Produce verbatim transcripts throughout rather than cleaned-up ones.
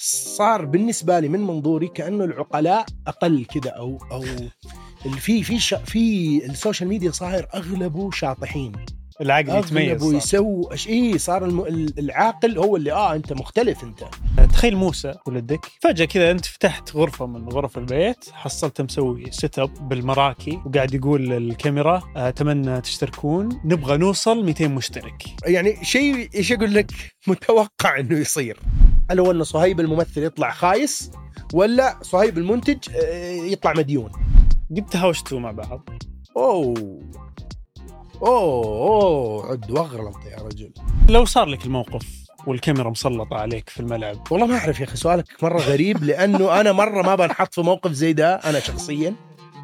صار بالنسبة لي من منظوري كأنه العقلاء أقل كذا، أو أو اللي في في شا في السوشيال ميديا صاير أغلبه شاطحين، العقل يتميز، أغلبه يسوي شيء، صار العاقل هو اللي آه أنت مختلف. أنت تخيل موسى ولدك فجأة كذا أنت فتحت غرفة من غرف البيت، حصلت مسوي سيت اب بالمراكي وقاعد يقول للكاميرا أتمنى تشتركون، نبغى نوصل مئتين مشترك. يعني شيء إيش يقول لك متوقع إنه يصير. هل هو أن صهيب الممثل يطلع خايس ولا صهيب المنتج يطلع مديون؟ قد تهاوشتوا مع بعض؟ أوه أوه أوه عد واغلط يا رجل. لو صار لك الموقف والكاميرا مسلطة عليك في الملعب. والله ما أعرف يا أخي، سؤالك مرة غريب لأنه أنا مرة ما بنحط في موقف زي ده أنا شخصيا.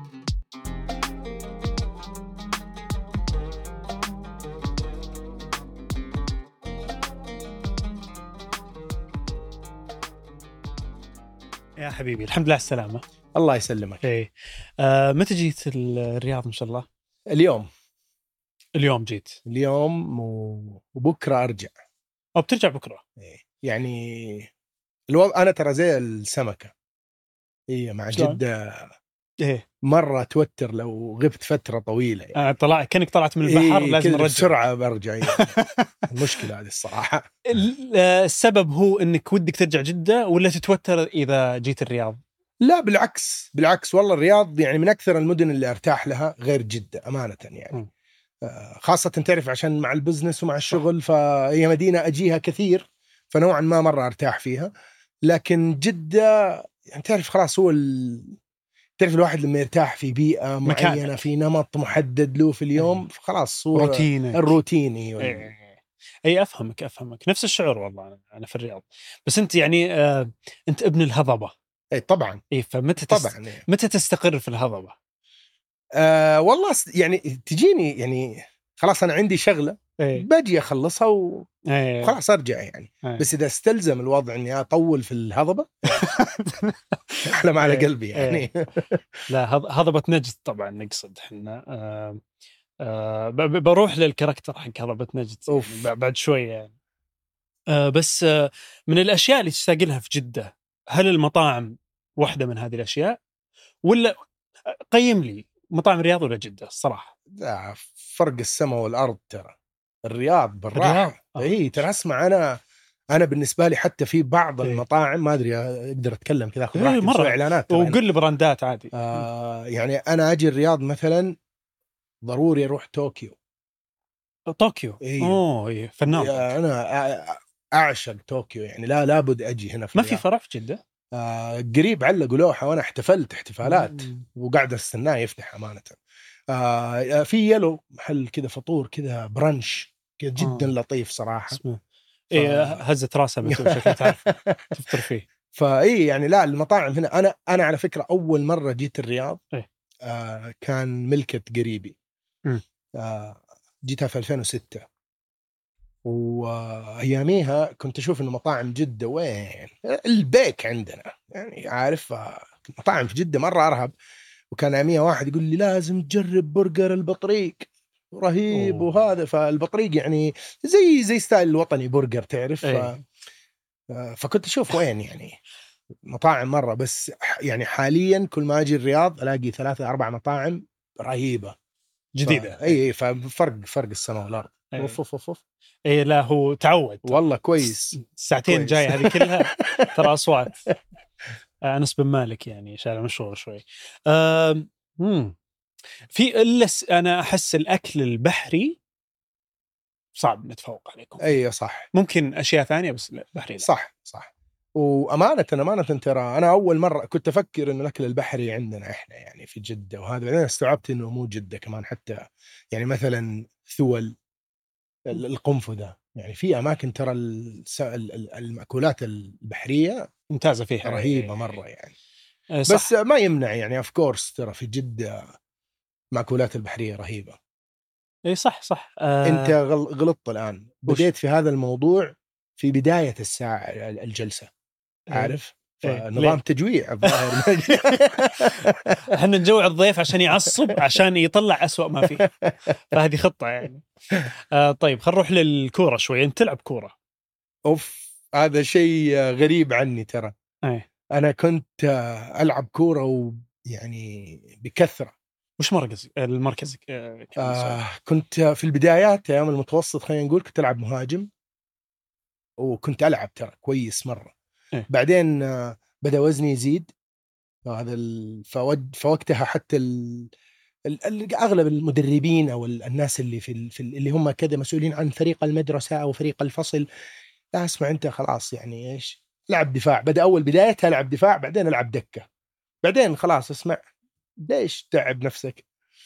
يا حبيبي الحمد لله على السلامة. الله يسلمك. إيه آه متى جيت الرياض إن شاء الله؟ اليوم. اليوم جيت اليوم وبكرة أرجع. أو بترجع بكرة؟ إيه يعني الوضع أنا ترى زي السمكة، إيه مع شلون؟ جدة إيه مرة توتر لو غبت فترة طويلة يعني. آه طلع كأنك طلعت من البحر. إيه لازم نرجع نرجع بسرعة برجع يعني. المشكلة هذه الصراحة. السبب هو إنك ودك ترجع جدة ولا تتوتر إذا جيت الرياض؟ لا بالعكس بالعكس والله الرياض يعني من أكثر المدن اللي أرتاح لها غير جدة أمانة يعني. م. خاصة تعرف عشان مع البزنس ومع الشغل، فهي مدينة أجيها كثير فنوعا ما مرة أرتاح فيها. لكن جدة يعني تعرف خلاص هو ال... تعرف الواحد لما يرتاح في بيئة معينة مكانك. في نمط محدد له في اليوم خلاص هو روتينك. الروتيني وال... إيه. أي أفهمك أفهمك نفس الشعور والله أنا في الرياض. بس أنت يعني آه أنت ابن الهضبة. إيه طبعا. إيه فمتى طبعا تست... إيه. متى تستقر في الهضبة؟ آه والله يعني تجيني يعني خلاص أنا عندي شغلة إيه. باجي أخلصها و... إيه. وخلاص أرجع يعني. إيه. بس إذا استلزم الوضع إني أطول في الهضبة أحلم على إيه. قلبي يعني. إيه. لا هضبة نجد طبعا نقصد حنا. آه آه بروح للكاركتر حق هضبة نجد يعني بعد شوية يعني. آه بس آه من الأشياء اللي تشتاق لها في جدة، هل المطاعم واحدة من هذه الأشياء ولا قيم لي مطاعم الرياض ولا جدة الصراحة؟ لا فرق السماء والأرض ترى. الرياض بالراحة. آه. إيه ترى اسمع أنا أنا بالنسبة لي حتى في بعض إيه. المطاعم ما أدري أقدر أتكلم كذا أخذ راحتي بسوي إعلانات وقل لي براندات عادي. آه يعني أنا أجي الرياض مثلا ضروري أروح طوكيو. طوكيو إيه. أوه إيه فنان. أنا أعشق طوكيو يعني لا لابد أجي هنا في ما في فرع في جدة. آه قريب علقوا لوحة وأنا احتفلت احتفالات وقاعد استناه يفتح أمانة. آه في يلو محل كذا فطور كذا برانش كذا جدا آه. لطيف صراحة. اسمه ف... إيه هزت راسه بس شكله تعرف تفطر فيه. فإيه يعني لا المطاعم هنا أنا أنا على فكرة أول مرة جيت الرياض إيه؟ آه كان ملكة قريبي. آه جيتها في ألفين وستة وأياميها كنت أشوف إنه مطاعم جدة وين البيك عندنا يعني عارف. مطاعم في جدة مرة أرهب. وكان أياميها واحد يقول لي لازم تجرب برجر البطريق رهيب. أوه. وهذا فالبطريق يعني زي زي ستايل الوطني برجر تعرف. أيه. ف... فكنت أشوف وين يعني مطاعم مرة. بس يعني حاليا كل ما أجي الرياض ألاقي ثلاثة أربع مطاعم رهيبة جديدة. ف... أي ففرق فرق السماء والأرض. أيه. أوف أوف أوف. إيه لا هو تعود والله كويس. ساعتين جاي هذه كلها ترى أصوات. أنس بن مالك يعني شارع مشهور شوي. امم في إلا أنا أحس الأكل البحري صعب نتفوق عليكم. أي صح. ممكن أشياء ثانية بس البحري لا. صح صح. وأمانة أمانة ترى أنا أول مرة كنت أفكر إنه الأكل البحري عندنا إحنا يعني في جدة وهذا، بعدين استوعبت إنه مو جدة كمان حتى يعني مثلا ثول القنفذة يعني في أماكن ترى المأكولات البحرية ممتازة فيها رهيبة مرة يعني. صح. بس ما يمنع يعني أوف كورس ترى في جدة مأكولات البحرية رهيبة. إيه صح صح. آه أنت غلطت الآن بديت في هذا الموضوع في بداية الساعة الجلسة عارف. فنظام تجويع الظاهر. احنا نجوع الضيف عشان يعصب عشان يطلع أسوأ ما فيه. فهذه خطة يعني. آه طيب خل نروح للكورة شوي. انت تلعب كورة؟ اوف هذا شيء غريب عني ترى. أي. أنا كنت ألعب كورة ويعني بكثرة. وش مركز المركز كان؟ آه كنت في البدايات أيام المتوسط خلينا نقول كنت ألعب مهاجم، وكنت ألعب ترى كويس مرة. إيه؟ بعدين آه بدأ وزني يزيد هذا ال... فود... فوقتها حتى ال... ال... أغلب المدربين أو الناس اللي في, ال... في ال... اللي هم كذا مسؤولين عن فريق المدرسة أو فريق الفصل، لا اسمع أنت خلاص يعني إيش لعب دفاع. بدأ أول بدايتها لعب دفاع، بعدين ألعب دكة، بعدين خلاص اسمع ليش تعب نفسك.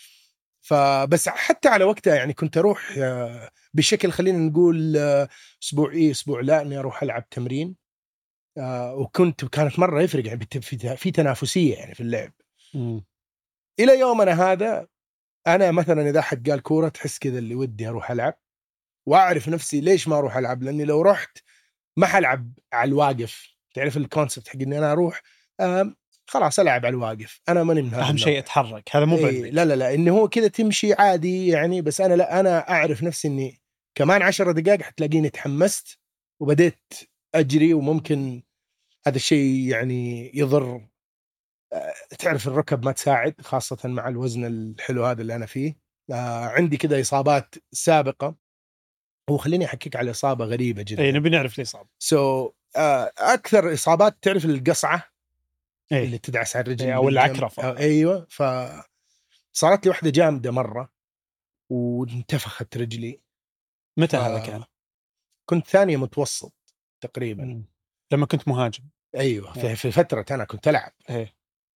فبس حتى على وقتها يعني كنت أروح بشكل خلينا نقول أسبوع إيه أسبوع لا إني أروح ألعب تمرين، وكنت كانت مرة يفرق يعني في تنافسية يعني في اللعب. م. إلى يومنا هذا أنا مثلا إذا حد قال كورة تحس كذا اللي ودي أروح ألعب، وأعرف نفسي ليش ما أروح ألعب، لأني لو رحت ما حلعب على الواقف. تعرف الكونسبت حق إني أنا أروح خلاص ألعب على الواقف، أنا ماني من هذا. أهم شيء أتحرك، هذا مو إيه لا لا لا إنه هو كذا تمشي عادي يعني، بس أنا لا أنا أعرف نفسي إني كمان عشر دقائق حتلاقيني تحمست وبديت أجري، وممكن هذا الشيء يعني يضر. تعرف الركب ما تساعد خاصة مع الوزن الحلو هذا اللي أنا فيه. آه عندي كذا إصابات سابقة، هو خليني أحكيك على إصابة غريبة جدا. إيه نبي نعرف الإصابة. سو so, آه أكثر إصابات تعرف القصعة إيه؟ اللي تدعس على الرجل إيه أو العكرفة. آه أيوة. فصارت لي واحدة جامدة مرة وانتفخت رجلي. متى هذا كان؟ كنت ثانية متوسط تقريبا. مم. لما كنت مهاجم. أيوة إيه. في فترة أنا كنت ألعب. إيه.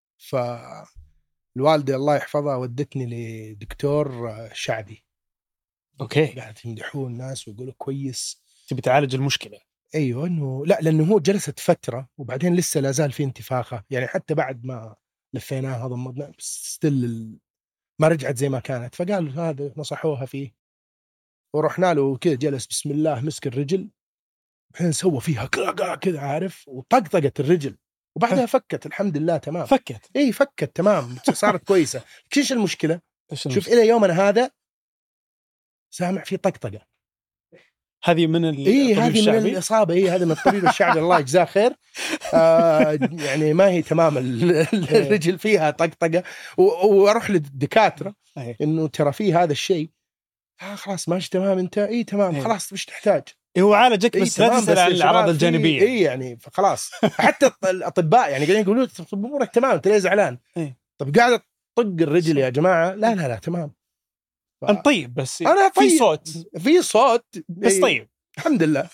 فالوالدة الله يحفظها ودتني لدكتور شعبي. أوكي. قاعد يمدحون الناس ويقولوا كويس تبي تعالج المشكلة. أيوة إنه لا لأنه هو جلست فترة وبعدين لسه لازال في انتفاخة يعني، حتى بعد ما لفيناها ضمدنا ستيل ما رجعت زي ما كانت. فقالوا هذا نصحوها فيه ورحنا له كذا، جلس بسم الله مسك الرجل الحين سوى فيها كذا عارف وطقطقت الرجل وبعدها فكت الحمد لله تمام. فكت اي فكت تمام صارت كويسة. ايش المشكلة؟ شوف المشكلة؟ إلى يومنا هذا سامع في طقطقة. هذه من ال إيه هذه من الإصابة. إيه هذه من الطبيب الشعبي الله يجزاه خير. آه يعني ما هي تمام الرجل فيها طقطقة، وأروح للدكاترة إنه ترى فيه هذا الشيء. آه خلاص ماشي تمام أنت. إيه تمام خلاص مش تحتاج. إيه هو عالجك بس إيه لا تسأل عن الأعراض الجانبية. إيه يعني فخلاص حتى الأطباء يعني قاعدين يقولون أمورك تمام أنت ليه زعلان؟ إيه؟ طب قاعدة طق الرجل يا جماعة. لا لا لا تمام. ف... أنت طيب بس أنا طيب. في صوت في صوت بس إيه. طيب الحمد لله.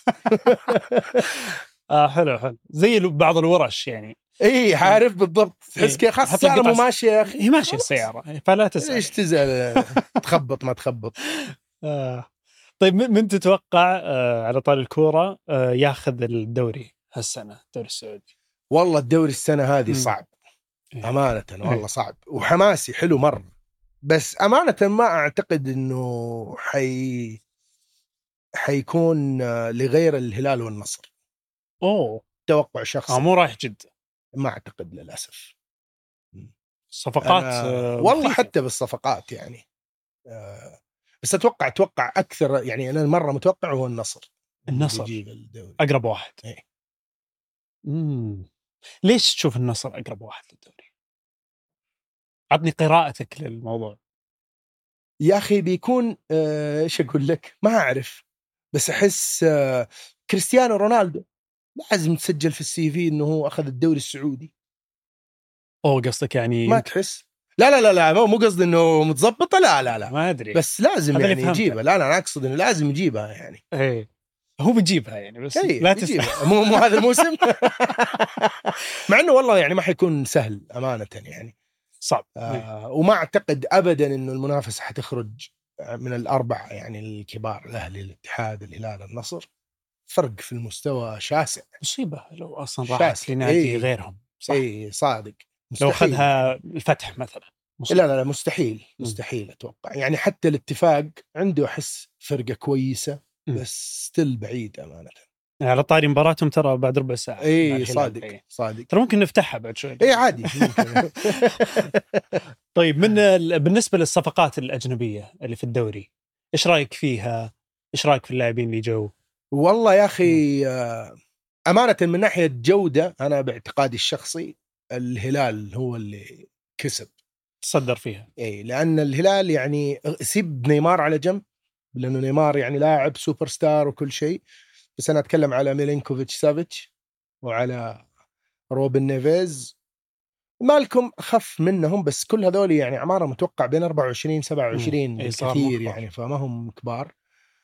آه حلو حلو زي بعض الورش يعني. اي عارف بالضبط. تحس كذا خاصة السيارة مو ماشية يا اخي. هي ماشية السيارة فلا تسأل ايش تزعل تخبط ما تخبط. آه. طيب من تتوقع آه على طار الكورة آه ياخذ الدوري هالسنة الدوري السعودي؟ والله الدوري السنة هذه صعب أمانة. والله صعب وحماسي حلو مرة، بس أمانة ما أعتقد إنه حي حيكون لغير الهلال والنصر. أوه توقع شخصي. آه مو رايح جدة. ما أعتقد للأسف. صفقات آه والله حتى بالصفقات يعني آه بس أتوقع أتوقع أكثر يعني أنا المرة متوقع هو النصر. النصر أقرب واحد. إيه. مم. ليش تشوف النصر أقرب واحد للدوري؟ عطني قراءتك للموضوع. يا أخي بيكون إيش آه أقول لك ما أعرف، بس أحس آه كريستيانو رونالدو لازم تسجل في السي في إنه هو أخذ الدوري السعودي. أوه قصدك يعني ما تحس؟ لا لا لا لا مو قصدي إنه متضبطة. لا لا لا ما أدري بس لازم يعني يجيبها. لا لا أنا أقصد إنه لازم يجيبها يعني. إيه هو بيجيبها يعني بس إيه لا تسمع مو مو هذا الموسم. مع إنه والله يعني ما حيكون سهل أمانة يعني صعب. آه وما أعتقد أبدا إنه المنافسة حتخرج من الأربعة يعني الكبار الأهلي الاتحاد الهلال النصر. فرق في المستوى شاسع. مصيبة لو أصلا راحت لنادي إيه غيرهم. صح. إيه صادق. لو أخذها الفتح مثلا. لا لا لا مستحيل مستحيل أتوقع يعني. حتى الاتفاق عنده أحس فرقة كويسة م. بس ستيل بعيد أمانة. على طاري مباراتهم ترى بعد ربع ساعة. إيه صادق إيه. صادق ترى ممكن نفتحها بعد شوي. إيه عادي. طيب من بالنسبة للصفقات الأجنبية اللي في الدوري إيش رأيك فيها؟ إيش رأيك في اللاعبين اللي جو؟ والله يا أخي آه امانه من ناحيه جوده انا باعتقادي الشخصي الهلال هو اللي كسب تصدر فيها. اي لان الهلال يعني سيب نيمار على جنب، لانه نيمار يعني لاعب سوبر ستار وكل شيء، بس انا اتكلم على ميلينكوفيتش سافيتش وعلى روبن نيفيز. مالكم اخف منهم، بس كل هذول يعني اعمارهم متوقع بين أربعة وعشرين سبعة وعشرين بالكثير يعني، فما هم كبار.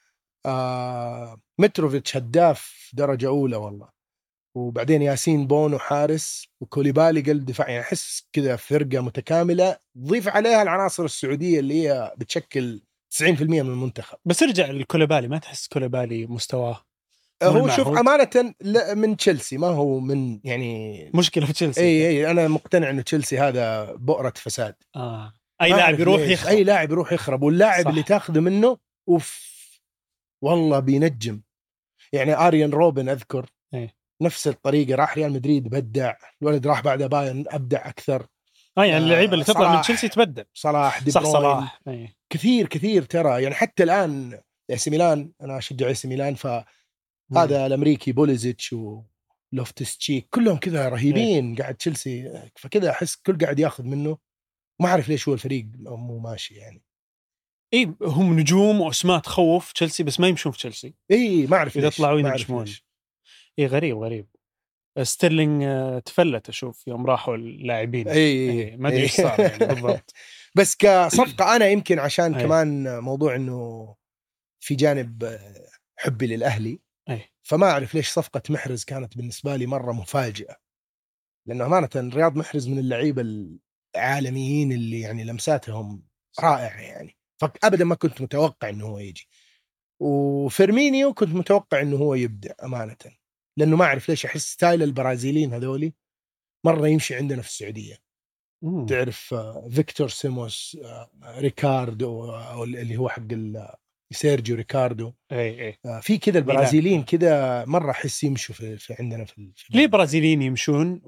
آه متروفيتش هداف درجه اولى والله، وبعدين ياسين بونو حارس، وكوليبالي قلب دفاع، يعني احس كذا فرقه متكامله. ضيف عليها العناصر السعوديه اللي هي بتشكل تسعين بالمئة من المنتخب. بس ارجع لكوليبالي، ما تحس كوليبالي مستواه هو شوف امانه من تشيلسي، ما هو من يعني مشكله في تشيلسي. اي اي انا مقتنع انه تشيلسي هذا بؤره فساد. اه اي لاعب يروح يخرب، اي لاعب يروح يخرب، واللاعب صح. اللي تاخذه منه اوف والله بينجم. يعني اريان روبن اذكر أي. نفس الطريقه، راح ريال مدريد بدع، الولد راح بعد بايرن ابدع اكثر. اه يعني اللعيبه اللي تطلع من تشيلسي تبدع. صلاح دي صح بروين صلاح أي. كثير كثير ترى، يعني حتى الان اي ميلان، انا اشجع اي ميلان، فهذا الامريكي بوليزيتش ولوفتس تشيك كلهم كذا رهيبين. أي. قاعد تشيلسي فكذا احس كل قاعد ياخذ منه، ما اعرف ليش هو الفريق مو ماشي يعني. اي هم نجوم واسماء تخوف تشيلسي، بس ما يمشون في تشيلسي. اي ما اعرف اذا طلعوا ينجمون. اي غريب غريب. ستيرلينج تفلت اشوف يوم راحوا اللاعبين. اي ما ادري ايش صار يعني بالضبط. بس كصفقه انا يمكن عشان أي. كمان موضوع انه في جانب حبي للاهلي، أي. فما اعرف ليش صفقه محرز كانت بالنسبه لي مره مفاجئه، لانه امانه رياض محرز من اللعيبه العالميين اللي يعني لمساتهم رائعه يعني، فابدا ما كنت متوقع انه هو يجي. وفيرمينيو كنت متوقع انه هو يبدع امانه، لانه ما اعرف ليش احس ستايل البرازيليين هذولي مره يمشي عندنا في السعوديه. مم. تعرف فيكتور سيموس، ريكاردو أو اللي هو حق سيرجيو ريكاردو. اي اي في كذا البرازيليين كذا مره احس يمشوا في, في عندنا في, في ليه برازيليين يمشون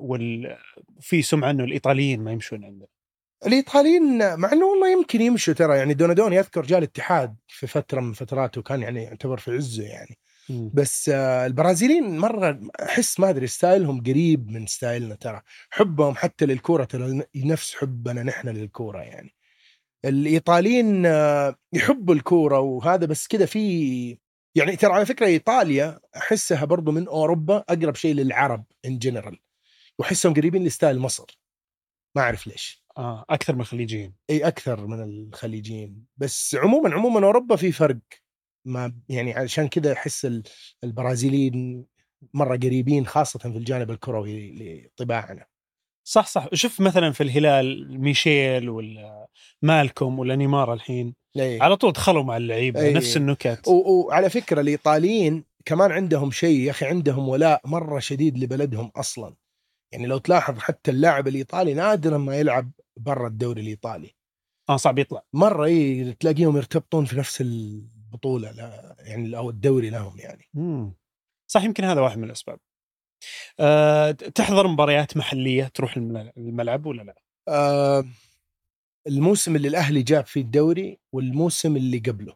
وفي سمعه انه الايطاليين ما يمشون عندنا؟ الايطاليين مع انه والله يمكن يمشوا ترى، يعني دونادوني يذكر جاء الاتحاد في فتره من فتراته كان يعني يعتبر في عزه يعني. م. بس البرازيليين مره احس ما ادري ستايلهم قريب من ستايلنا ترى، حبهم حتى للكوره ترى نفس حبنا نحن للكوره يعني. الايطاليين يحبوا الكوره وهذا، بس كذا في يعني ترى على فكره ايطاليا احسها برضو من اوروبا اقرب شيء للعرب ان جنرال، وحسهم قريبين لستايل مصر، ما اعرف ليش. اه اكثر من الخليجيين. اي اكثر من الخليجيين، بس عموما عموما اوروبا في فرق، ما يعني عشان كذا احس البرازيليين مره قريبين خاصه في الجانب الكروي لطباعنا. صح صح. شوف مثلا في الهلال ميشيل ولا مالكوم ولا نيمار الحين أي. على طول دخلوا مع اللعيبه أي. نفس النكت. وعلى فكره الايطاليين كمان عندهم شيء يا اخي، عندهم ولاء مره شديد لبلدهم اصلا. يعني لو تلاحظ حتى اللاعب الايطالي نادرا ما يلعب برا الدوري الايطالي، اه صعب يطلع مره اي تلاقيهم يرتبطون في نفس البطوله لا يعني او الدوري لهم يعني. مم. صح، يمكن هذا واحد من الاسباب. أه تحضر مباريات محليه، تروح الملعب ولا لا؟ أه الموسم اللي الاهلي جاب فيه الدوري والموسم اللي قبله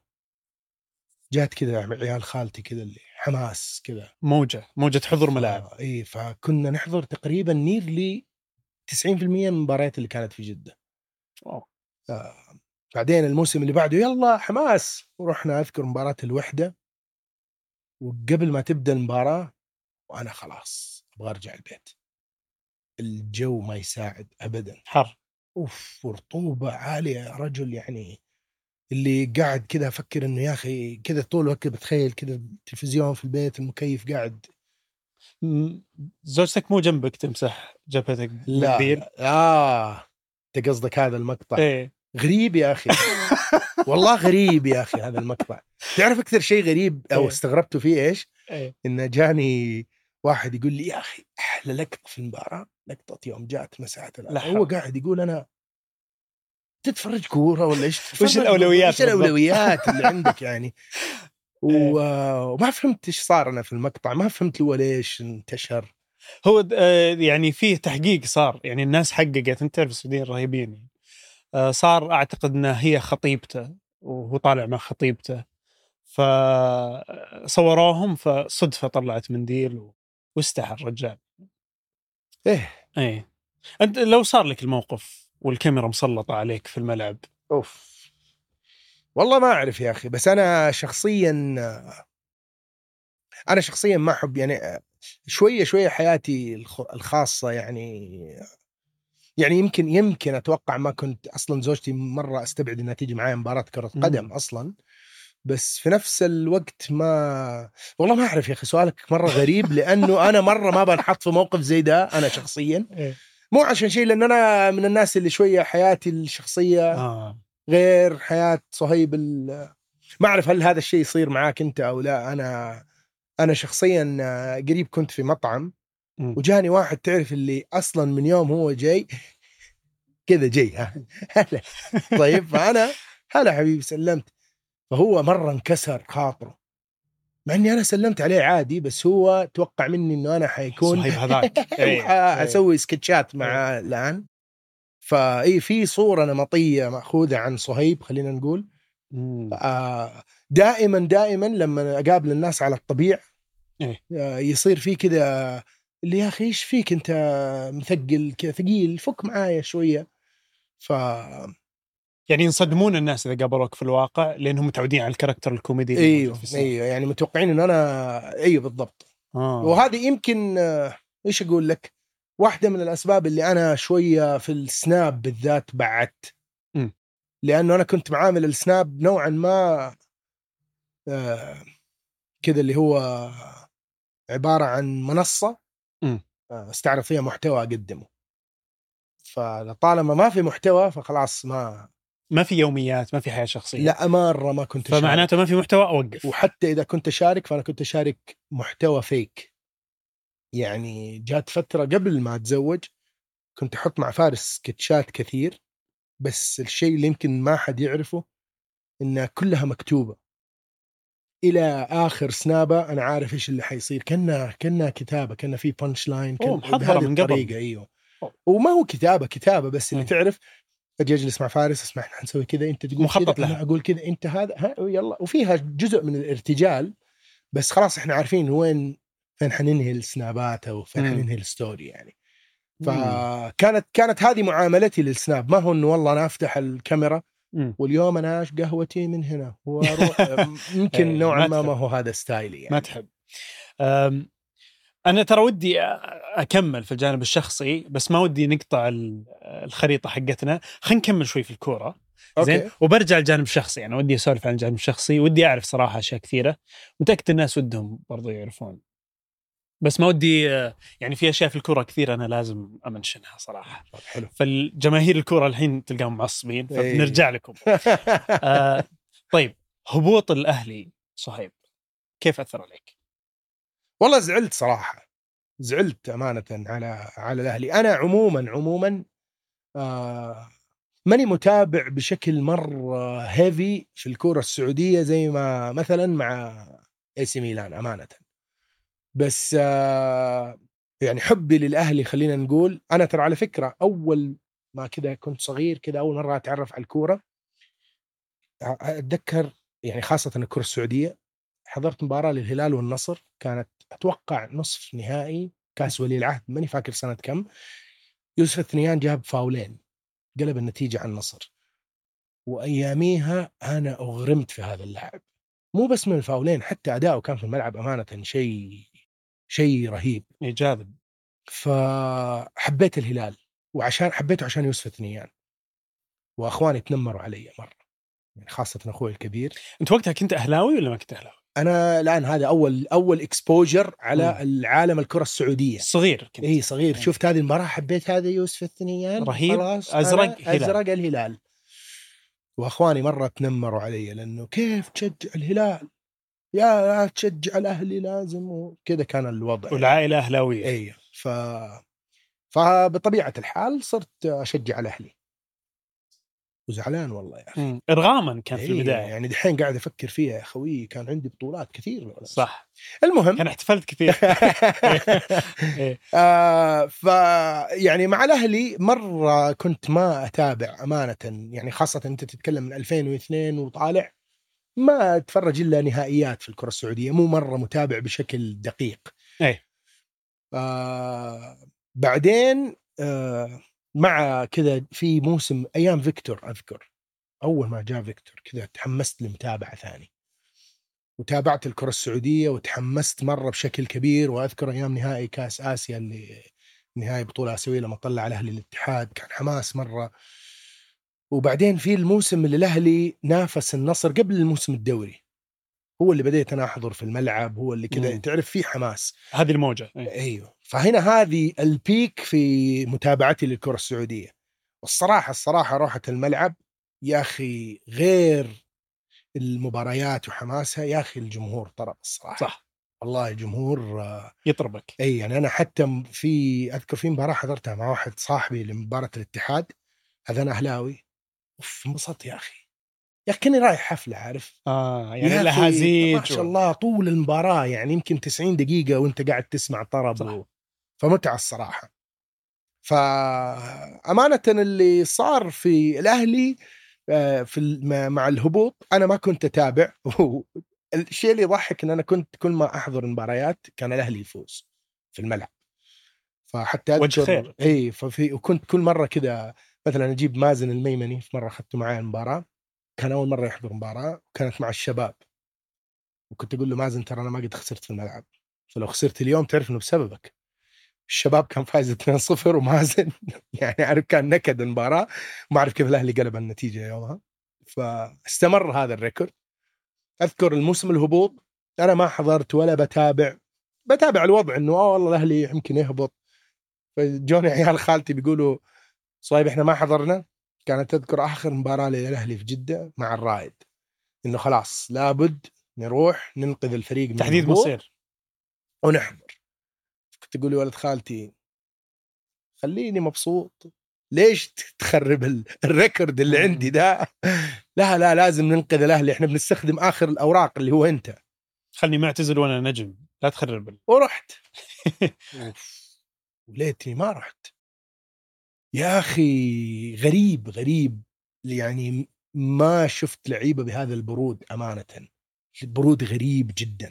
جات كذا عيال خالتي كذا اللي حماس كذا، موجه موجه حضور ملاعب. آه اي فكنا نحضر تقريبا نيرلي تسعين بالمئة من المباريات اللي كانت في جده. أوه. آه بعدين الموسم اللي بعده يلا حماس، ورحنا اذكر مباراه الوحده، وقبل ما تبدا المباراه وانا خلاص ابغى ارجع البيت، الجو ما يساعد ابدا، حر اوف ورطوبه عاليه يا رجل، يعني اللي قاعد كذا افكر انه يا اخي كذا طول الوقت بتخيل كذا التلفزيون في البيت، المكيف قاعد. زوجتك مو جنبك تمسح جبهتك بالمنديل؟ لا اه انت قصدك هذا المقطع؟ ايه غريب يا اخي والله غريب يا اخي هذا المقطع. تعرف اكثر شيء غريب او إيه؟ استغربته فيه ايش؟ إيه؟ انه جاني واحد يقول لي يا اخي احلى لقطه في المباراه لقطه يوم جات مساحه الأرض. هو قاعد يقول انا تتفرج كوره ولا ايش؟ وش الاولويات؟ ايش الاولويات اللي عندك يعني؟ وما فهمت ايش صار انا في المقطع، ما فهمت هو ليش انتشر. هو يعني فيه تحقيق صار، يعني الناس حققت، انت تعرف السعوديين رهيبين، صار اعتقد انها هي خطيبته وهو طالع مع خطيبته، فصوروهم فصدفه طلعت منديل واستحى الرجال. ايه ايه انت لو صار لك الموقف والكاميرا مسلطة عليك في الملعب. اوف والله ما اعرف يا اخي، بس انا شخصيا انا شخصيا ما احب يعني شويه شويه حياتي الخاصه يعني يعني يمكن يمكن اتوقع ما كنت اصلا زوجتي مره استبعد انها تيجي معي مباراه كره قدم اصلا، بس في نفس الوقت ما والله ما اعرف يا اخي، سؤالك مره غريب لانه انا مره ما بنحط في موقف زي ده انا شخصيا، مو عشان شيء، لان انا من الناس اللي شويه حياتي الشخصيه آه. غير حياه صهيب. ما اعرف هل هذا الشيء يصير معاك انت او لا. انا انا شخصيا قريب كنت في مطعم وجاني واحد تعرف اللي اصلا من يوم هو جاي كذا جاي ها هلا طيب، فانا هلا حبيبي سلمت، فهو مره انكسر خاطره مع اني انا سلمت عليه عادي، بس هو توقع مني انه انا حيكون صهيب هذاك اسوي سكتشات معاه الان. فاي في صوره نمطيه ماخوذه عن صهيب خلينا نقول. دائما دائما لما اقابل الناس على الطبيعه يصير في كذا اللي يا اخي ايش فيك انت مثقل كذا ثقيل، فك معايا شويه. ف يعني ينصدمون الناس اذا قابلوك في الواقع لانهم متعودين على الكاركتر الكوميدي. ايوه ايوه يعني متوقعين ان انا ايوه بالضبط. آه. وهذه يمكن ايش اقول لك واحده من الاسباب اللي انا شويه في السناب بالذات بعدت، م. لانه انا كنت معامل السناب نوعا ما آه كذا اللي هو عباره عن منصه م. استعرض فيها محتوى اقدمه، فطالما ما في محتوى فخلاص ما ما في يوميات، ما في حياة شخصية. لا مرة ما كنت أشارك، فمعناته ما في محتوى أوقف. وحتى إذا كنت أشارك فأنا كنت أشارك محتوى فيك. يعني جات فترة قبل ما أتزوج كنت أحط مع فارس سكتشات كثير، بس الشيء اللي يمكن ما حد يعرفه إنها كلها مكتوبة إلى آخر سنابة أنا عارف إيش اللي حيصير، كنا كنا كتابة، كنا في بانش لاين محضرة من قبل. أيوه أوه. وما هو كتابة كتابة بس اللي م. تعرف أجي أجلس مع فارس اسمع إحنا حنسوي كذا أنت تقول مخطط لها، أنا أقول كذا أنت هذا ها يلا، وفيها جزء من الارتجال بس خلاص إحنا عارفين وين فين حننهي السنابات أو فين حننهي الستوري يعني. فكانت كانت هذه معاملتي للسناب، ما هو إنه والله أنا أفتح الكاميرا مم. واليوم أنا أش قهوتي من هنا وأروح يمكن نوعا ما ما هو هذا ستايلي يعني. ما تحب. أنا ترى ودي أكمل في الجانب الشخصي بس ما ودي نقطع الخريطة حقتنا، خلينا نكمل شوي في الكورة زين وبرجع الجانب الشخصي. يعني ودي أسولف عن الجانب الشخصي، ودي أعرف صراحة أشياء كثيرة، متأكد الناس ودهم برضو يعرفون، بس ما ودي يعني في أشياء في الكورة كثيرة أنا لازم أمنشنها صراحة. حلو. فالجماهير الكورة الحين تلقاهم معصبين فبنرجع لكم. آه طيب هبوط الأهلي صهيب كيف أثر عليك؟ والله زعلت صراحة، زعلت أمانة على على الأهلي. أنا عموما عموما آه ماني متابع بشكل مرة هيفي في الكورة السعودية زي ما مثلا مع اي سي ميلان أمانة، بس آه يعني حبي للأهلي خلينا نقول. أنا ترى على فكرة أول ما كذا كنت صغير كذا أول مرة أتعرف على الكورة أتذكر يعني خاصة الكرة السعودية حضرت مباراة للهلال والنصر، كانت أتوقع نصف نهائي كاس ولي العهد ماني فاكر سنة كم، يوسف الثنيان جاب فاولين قلب النتيجة عن النصر، وأياميها أنا أغرمت في هذا اللاعب، مو بس من الفاولين حتى أداؤه كان في الملعب أمانة شيء شيء رهيب جاذب. فحبيت الهلال وعشان حبيته عشان يوسف الثنيان، وأخواني تنمروا علي مرة يعني خاصة أخوي الكبير. أنت وقتها كنت أهلاوي ولا ما كنت أهلاوي؟ أنا الآن هذا أول أول إكسبوجر على م. العالم الكرة السعودية صغير كنت. إيه صغير. م. شفت هذه المباراة حبيت هذا يوسف الثنيان رهيب أزرق هلال. أزرق الهلال، وأخواني مرة تنمروا علي لأنه كيف تشجع الهلال يا لا تشجع الأهلي لازم وكذا كان الوضع والعائلة أهلاوية. إيه ف فبطبيعة الحال صرت أشجع الأهلي وزعلان والله يا أخي. إرغاما كان في إيه البداية يعني دحين قاعد أفكر فيها يا خوي، كان عندي بطولات كثير صح. المهم كان احتفلت كثير. آه ف يعني مع الأهلي مرة كنت ما أتابع أمانة يعني، خاصة أنت تتكلم من ألفين واثنين وطالع ما أتفرج إلا نهائيات في الكرة السعودية، مو مرة متابع بشكل دقيق. أي. آه بعدين آه مع كذا في موسم أيام فيكتور، أذكر أول ما جاء فيكتور كذا تحمست لمتابعة ثاني، وتابعت الكرة السعودية وتحمست مرة بشكل كبير. وأذكر أيام نهائي كأس آسيا اللي نهائي بطولة آسيوية لما طلع على أهلي الاتحاد، كان حماس مرة. وبعدين في الموسم اللي الأهلي نافس النصر قبل الموسم الدوري، هو اللي بديت أنا أحضر في الملعب، هو اللي كذا تعرف فيه حماس، هذه الموجة. أيوه. فهنا هذه البيك في متابعتي للكرة السعودية. والصراحة الصراحة روحة الملعب يا أخي غير المباريات وحماسها يا أخي، الجمهور طرب الصراحة. صح والله الجمهور يطربك. أي يعني أنا حتى في أذكر في مباراة حضرتها مع واحد صاحبي لمباراة الاتحاد، هذا أنا أهلاوي، أوف انبسطت يا أخي، يا أخي كني رايح حفلة، عارف آه يعني الهزيج ما شاء الله طول المباراة يعني يمكن تسعين دقيقة وانت قاعد تسمع طرب و... فمتعة الصراحة. فأمانة اللي صار في الأهلي في مع الهبوط أنا ما كنت أتابع. الشيء اللي يضحك إن أنا كنت كل ما أحضر مباريات كان الأهلي يفوز في الملعب، فحتى أذكر إيه ففي وكنت كل مرة كذا مثلا أجيب مازن الميمني، في مرة أخذته معي المباراة، كان أول مرة يحضر مباراة وكانت مع الشباب، وكنت أقول له مازن ترى أنا ما قد خسرت في الملعب، فلو خسرت اليوم تعرف إنه بسببك. الشباب كان فايز اثنين صفر ومازن يعني عارف كان نكد المباراة، ما أعرف كيف الأهلي قلب النتيجة يومها، فاستمر هذا الريكورد. أذكر الموسم الهبوط أنا ما حضرت ولا بتابع، بتابع الوضع إنه آه والله الأهلي يمكن يهبط. فجوني عيال خالتي بيقولوا صايب إحنا ما حضرنا، كانت تذكر آخر مباراة للأهلي في جدة مع الرائد، إنه خلاص لابد نروح ننقذ الفريق من تحديد مصير ونحضر. كنت تقول لي ولد خالتي خليني مبسوط، ليش تخرب الريكورد اللي عندي ده؟ لا لا لازم ننقذ الأهلي، إحنا بنستخدم آخر الأوراق اللي هو أنت، خلني معتزل وأنا نجم لا تخرب. ورحت وليتني ما رحت يا أخي، غريب غريب يعني ما شفت لعيبة بهذا البرود أمانة، البرود غريب جدا.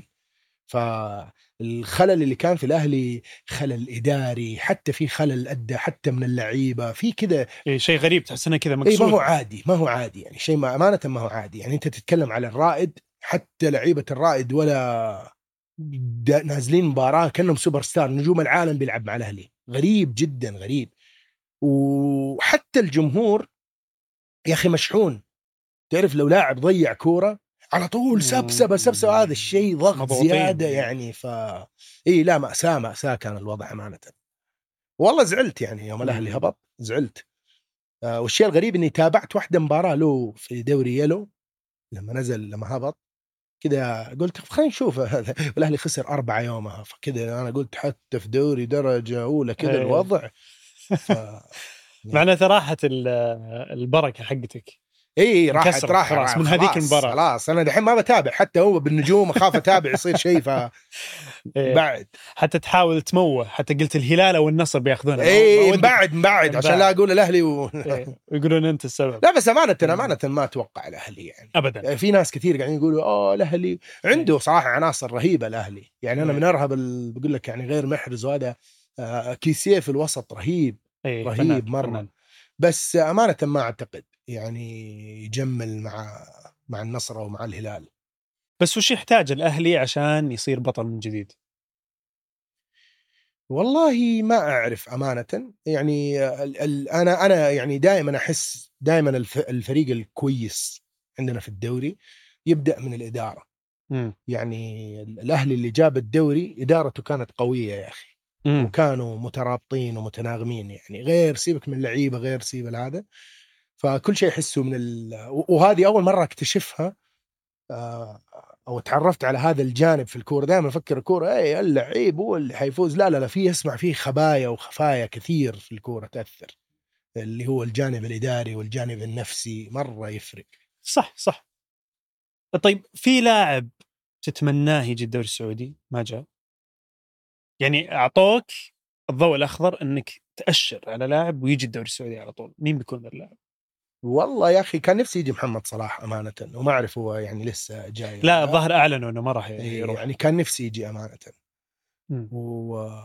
فالخلل اللي كان في الأهلي خلل إداري، حتى في خلل أدى حتى من اللعيبة في كده إيه شيء غريب تحس إنه كذا مكسور. إيه ما هو عادي ما هو عادي يعني شيء ما أمانة ما هو عادي يعني. أنت تتكلم على الرائد، حتى لعيبة الرائد ولا نازلين مباراة كأنهم سوبر ستار نجوم العالم بيلعب مع الأهلي، غريب جدا غريب. وحتى الجمهور يا أخي مشحون، تعرف لو لاعب ضيع كورة على طول سبسبة سبسبة، هذا الشيء ضغط زيادة يعني. ف إيه لا مأساة مأساة كان الوضع أمانة. والله زعلت يعني يوم الأهلي هبط زعلت. آه والشيء الغريب إني تابعت واحدة مباراة له في دوري يلو لما نزل لما هبط كده، قلت خلينا نشوف الأهلي خسر أربعة يومها، فكده أنا قلت حتى في دوري درجة أولى كده الوضع ف... معناته راحت البركة حقتك. اي راحت راحت خلاص من هذيك المباراة خلاص انا دحين ما بتابع حتى هو بالنجوم، اخاف اتابع يصير شيء ف بعد حتى تحاول تموه، حتى قلت الهلال او النصر بياخذونها اي بعد بعد عشان لا اقول الاهلي و... يقولون انت السبب. لا بس امانه امانه ما اتوقع الاهلي يعني ابدا يعني في ناس كثير قاعدين يقولوا اه الاهلي عنده صراحه عناصر رهيبه الاهلي يعني. انا من ارهب ال... بقول لك يعني غير محرز، وهذا آه كيسيه في الوسط رهيب رهيب فنان. مره فنان. بس امانه ما اعتقد يعني يجمل مع مع النصر او مع الهلال. بس وش يحتاج الاهلي عشان يصير بطل من جديد؟ والله ما اعرف امانه يعني. ال ال انا انا يعني دائما احس دائما الف الفريق الكويس عندنا في الدوري يبدا من الاداره. م. يعني الاهلي اللي جاب الدوري ادارته كانت قويه يا اخي، م. وكانوا مترابطين ومتناغمين يعني، غير سيبك من اللعيبه غير سيب هذا، فكل شيء يحسوا من ال... وهذه اول مره اكتشفها او تعرفت على هذا الجانب في الكوره. دائما افكر الكوره اي اللعيب هو اللي حيفوز، لا لا لا في اسمع فيه خبايا وخفايا كثير في الكوره تاثر، اللي هو الجانب الاداري والجانب النفسي مره يفرق. صح صح. طيب في لاعب تتمناه يجي الدوري السعودي ما جاء؟ يعني اعطوك الضوء الاخضر انك تاشر على لاعب ويجي الدوري السعودي على طول، مين بيكون اللاعب؟ والله يا أخي كان نفسي يجي محمد صلاح أمانة، وما أعرف هو يعني لسه جاي. لا الظاهر أعلنوا أنه ما راح يروح يعني كان نفسي يجي أمانة. و...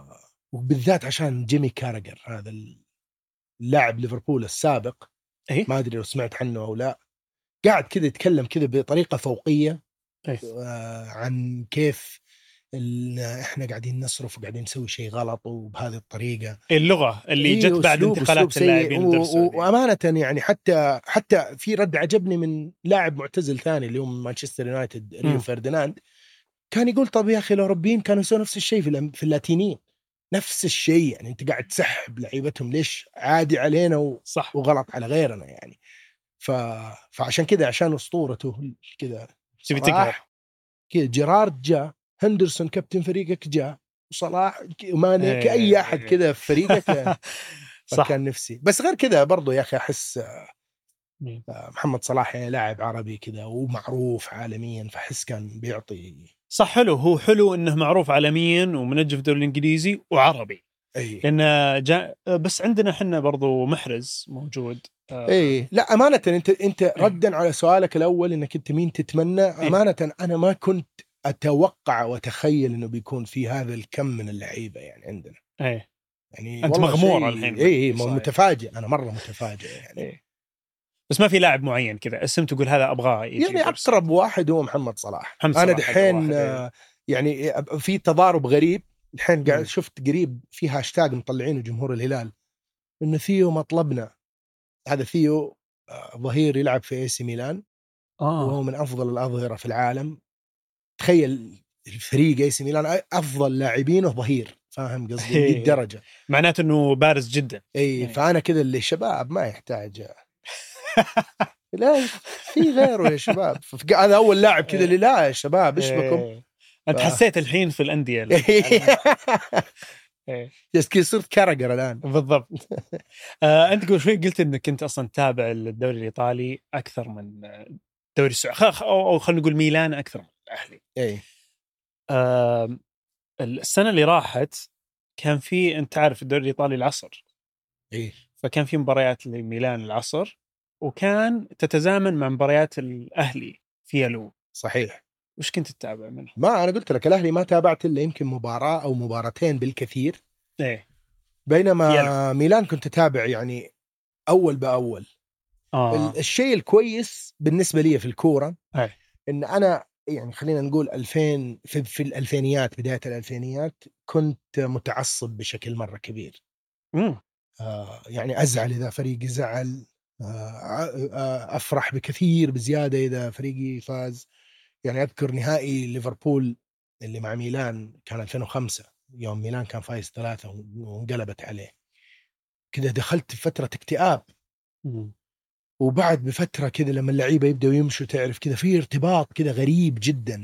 وبالذات عشان جيمي كاراجر هذا اللاعب ليفربول السابق، إيه؟ ما أدري لو سمعت عنه أو لا، قاعد كذا يتكلم كذا بطريقة فوقية إيه؟ آه عن كيف احنا قاعدين نصرف وقاعدين نسوي شيء غلط وبهذه الطريقة. اللغة اللي إيه جت بعد انتقالات اللاعبين و... وأمانة يعني حتى حتى في رد عجبني من لاعب معتزل ثاني اللي هو مانشستر يونايتد ريو فرديناند، كان يقول طب يا أخي الأوروبيين كانوا يسوون نفس الشيء في في اللاتينيين، نفس الشيء يعني أنت قاعد تسحب لعيبتهم ليش عادي علينا و... صح. وغلط على غيرنا يعني. ف... فعشان كذا عشان أسطورته كذا صلاح كذا، جيرارد جاء، هندرسون كابتن فريقك جاء، وصلاح وماني كأي أحد كذا في فريقك فكان نفسي. بس غير كذا برضو يا أخي أحس محمد صلاح يعني لاعب عربي كذا ومعروف عالميا، فحس كان بيعطي. صح حلو، هو حلو إنه معروف عالميا ومنجم في الدوري الإنجليزي وعربي. أي. لأن جاء بس عندنا حنا برضو محرز موجود. اي لا امانه انت انت ردا على سؤالك الاول انك انت مين تتمنى، امانه انا ما كنت اتوقع واتخيل انه بيكون في هذا الكم من اللعيبه يعني عندنا. ايه يعني انت مغمور الحين. اي اي متفاجئ، انا مره متفاجئ يعني. إيه. بس ما في لاعب معين كذا اسم تقول هذا ابغاه يجي؟ يعني اقرب واحد هو محمد صلاح. محمد انا صلاح دحين يعني في تضارب غريب الحين، قاعد شفت قريب في هاشتاج مطلعينه جمهور الهلال انه ثيو مطلبنا. هذا ثيو ظهير يلعب في اي سي ميلان آه. وهو من افضل الاظهره في العالم. تخيل الفريق اي سي ميلان افضل لاعبينه ظهير، فاهم قصدي؟ دي الدرجه معناته انه بارز جدا. اي يعني. فانا كذا اللي شباب ما يحتاج لا في غيره يا شباب. هذا اول لاعب كذا اللي لا يا شباب ايش بكم. انت ف... حسيت الحين في الانديه بس كذا صرت كارجر الان. بالضبط. آه، انت قبل شوي قلت انك كنت اصلا تتابع الدوري الايطالي اكثر من الدوري السعودي، او, أو خلينا نقول ميلان اكثر من الاهلي. اي آه، السنه اللي راحت كان في، انت عارف الدوري الايطالي العصر، اي فكان في مباريات لميلان العصر وكان تتزامن مع مباريات الاهلي في يلو. صحيح. وش كنت تتابع منه؟ ما أنا قلت لك الأهلي ما تابعت إلا يمكن مباراة أو مباراتين بالكثير. إيه. بينما يلو. ميلان كنت أتابع يعني أول بأول. آه. الشيء الكويس بالنسبة لي في الكورة أي. إن أنا يعني خلينا نقول ألفين في, في الألفينيات، بداية الألفينيات كنت متعصب بشكل مرة كبير. مم. آه يعني أزعل إذا فريقي زعل، آه أفرح بكثير بزيادة إذا فريقي فاز. يعني أذكر نهائي ليفربول اللي مع ميلان كان ألفين وخمسة، يوم ميلان كان فايز ثلاثة وانقلبت عليه، كده دخلت في فترة اكتئاب. م. وبعد بفترة كده لما اللعيبة يبدأوا يمشوا تعرف كده في ارتباط كده غريب جدا.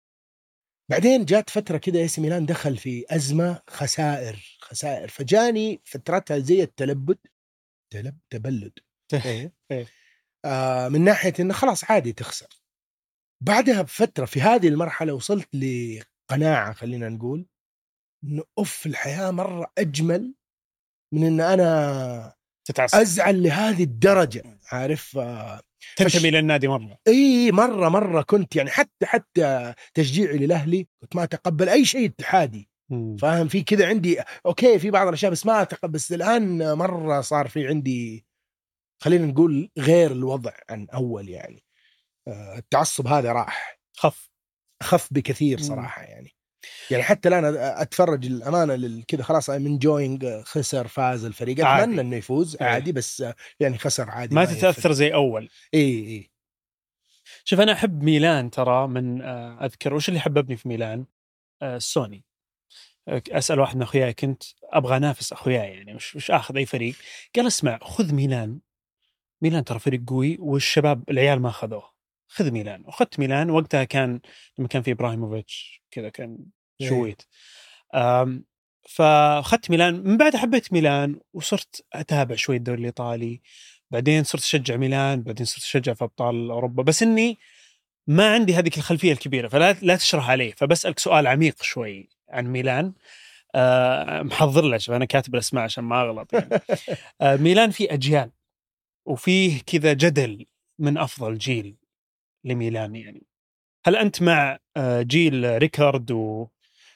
بعدين جات فترة كده إيسي ميلان دخل في أزمة خسائر خسائر فجاني فترتها زي التلبد تلب تبلد إيه. آه من ناحية إنه خلاص عادي تخسر. بعدها بفترة في هذه المرحلة وصلت لقناعة خلينا نقول إنه أوف الحياة مرة أجمل من إن أنا تتعصب أزعل لهذه الدرجة، عارف. آه تنتمي فش... للنادي مرة. إيه مرة مرة كنت يعني حتى حتى تشجيعي للأهلي كنت ما أتقبل أي شيء اتحادي. م. فاهم في كذا عندي أوكي في بعض الأشياء بس ما أتقبل. بس الآن مرة صار في عندي خلينا نقول غير الوضع عن أول يعني. التعصب هذا راح خف خف بكثير صراحة. يعني يعني حتى الآن أتفرج الأمانة كذا خلاص من جوينج خسر فاز الفريق أتمنى إنه يفوز عادي. بس يعني خسر عادي ما تتأثر زي أول. إيه إيه. شوف أنا أحب ميلان ترى من أذكر وش اللي حببني في ميلان سوني. أسأل واحد من أخوياي كنت أبغى أنافس أخوياي يعني مش مش أخذ أي فريق، قال اسمع خذ ميلان، ميلان ترى فريق قوي والشباب العيال ما أخذوه، خذ ميلان. وأخذت ميلان وقتها كان لما كان في إبراهيموفيتش كذا كان شويت. أم فأخذت ميلان، من بعد حبيت ميلان وصرت أتابع شوي الدوري الإيطالي، بعدين صرت أشجع ميلان، بعدين صرت أشجع في أبطال أوروبا. بس إني ما عندي هذه الخلفية الكبيرة فلا لا تشرح عليه. فبسألك سؤال عميق شوي عن ميلان، أه محضر له أنا كاتب الأسماء عشان ما أغلط يعني. أه ميلان في أجيال وفيه كذا جدل من أفضل جيل لميلان يعني. هل أنت مع جيل ريكارد و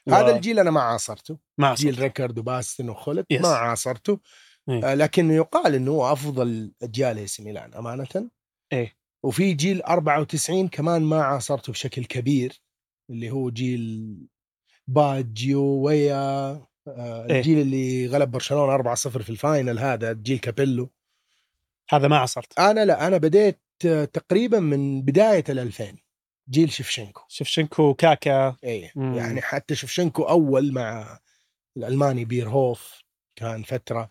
و... هذا الجيل انا ما عاصرته، ما عاصرته. جيل ريكارد وباستن وخلت يس. ما عاصرته. إيه. آه لكن يقال انه هو افضل اجيال اي سي ميلان امانه. ايه. وفي جيل أربعة وتسعين كمان ما عاصرته بشكل كبير، اللي هو جيل باجيو ويا آه إيه. الجيل اللي غلب برشلونه أربعة صفر في الفاينل، هذا جيل كابيلو. هذا ما عصرت انا لا انا بديت تقريبا من بدايه الألفين، جيل شفشنكو. شفشنكو كاكا. ايه مم. يعني حتى شفشنكو اول مع الالماني بيرهوف كان فتره،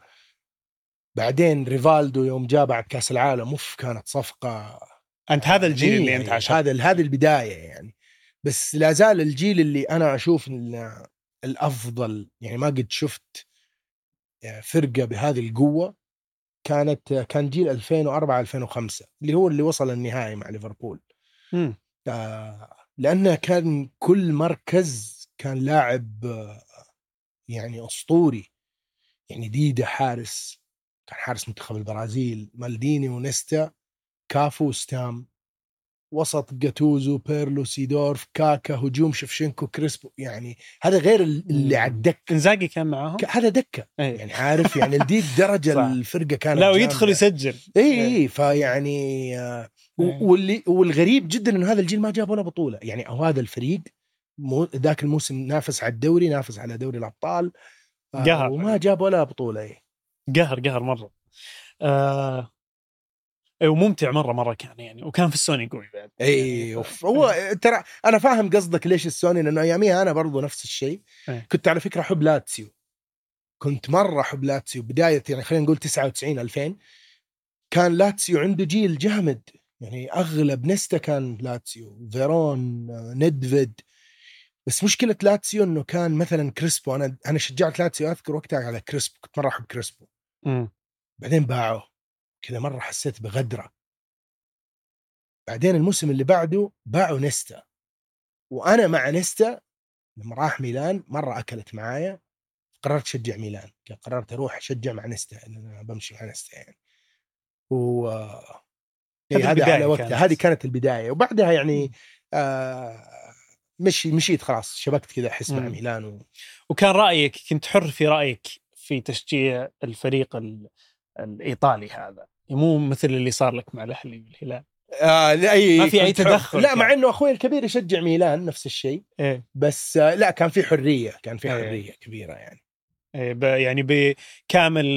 بعدين ريفالدو يوم جاء بعد كاس العالم اوف كانت صفقه. انت هذا الجيل اللي انت يعني عشت هذا هذه البدايه يعني. بس لا زال الجيل اللي انا اشوف إن الافضل، يعني ما قد شفت فرقه بهذه القوه، كانت كان جيل ألفين وأربعة ألفين وخمسة اللي هو اللي وصل النهائي مع ليفربول. مم. آه لأنه كان كل مركز كان لاعب آه يعني أسطوري. يعني ديدا حارس، كان حارس منتخب البرازيل، مالديني ونيستا، كافو وستام، وسط جاتوزو بيرلو سيدورف كاكا، هجوم شفشنكو كريسبو. يعني هذا غير اللي على الدكة. انزاجي كان معاهم، هذا دكة. أيه. يعني عارف يعني لدي الدرجة الفرقة كانت لا ويدخل يسجل. اي اي فيعني آه واللي والغريب جدا ان هذا الجيل ما جاب ولا بطولة. يعني او هذا الفريق مو ذاك الموسم نافس على الدوري، نافس على دوري الابطال، آه وما جاب ولا بطولة. ايه قهر قهر مرة. آه وممتع مرة مرة كان يعني، وكان في السوني قوي بعد. اي يعني ف... هو ترى انا فاهم قصدك ليش السوني، لانه اياميها انا برضو نفس الشيء. أي. كنت على فكرة حب لاتسيو، كنت مرة حب لاتسيو بداية، يعني خلينا نقول تسعة وتسعين ألفين. كان لاتسيو عنده جيل جامد، يعني اغلب نستا كان لاتسيو، فيرون، ندفيد. بس مشكلة لاتسيو انه كان مثلا كريسبو، انا انا شجعت لاتسيو اذكر وقتها على كريسبو، كنت مرة احب كريسبو. م. بعدين باعوه كذا، مرة حسيت بغدرة. بعدين الموسم اللي بعده باعوا نيستا، وانا مع نيستا لما راح ميلان مرة اكلت معايا، قررت اشجع ميلان، قررت اروح اشجع مع نيستا، انا بمشي مع نيستا يعني. و هذه على وقتها، هذه كانت البداية. وبعدها يعني آه مشي مشيت خلاص، شبكت كذا احس مع ميلان و... وكان رأيك، كنت حر في رأيك في تشجيع الفريق الإيطالي هذا، مو مثل اللي صار لك مع الأهلي والهلال. آه لا أي ما في أي تدخل. لا كان. مع إنه أخوي الكبير يشجع ميلان نفس الشيء. إيه؟ بس آه لا كان في حرية، كان في حرية إيه. كبيرة يعني. يعني بكامل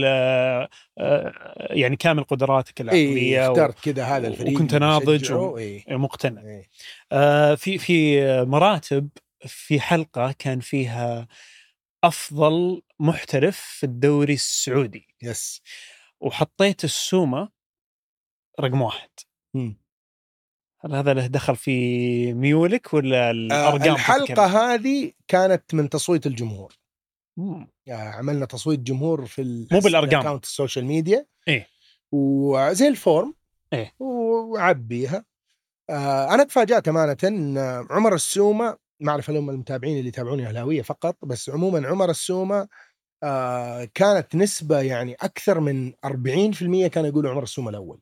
يعني كامل قدراتك العقلية. إيه اخترت كذا هذا الفريق وكنت ناضج ومقتنع. إيه. آه في في مراتب، في حلقة كان فيها أفضل محترف في الدوري السعودي. يس. وحطيت السومة رقم واحد. م. هل هذا له دخل في ميولك ولا الأرقام؟ آه الحلقة تتكلم؟ هذه كانت من تصويت الجمهور. يعني عملنا تصويت جمهور في مو بالأرقام، اكاونت السوشيال ميديا. إيه؟ وزي الفورم. إيه؟ وعبيها. آه أنا تفاجأت أمانة إن عمر السومة، ما أعرف لهم المتابعين اللي يتابعوني أهلاوية فقط، بس عموما عمر السومة آه كانت نسبة يعني أكثر من أربعين بالمئة كانوا يقولوا عمر السومة الأول.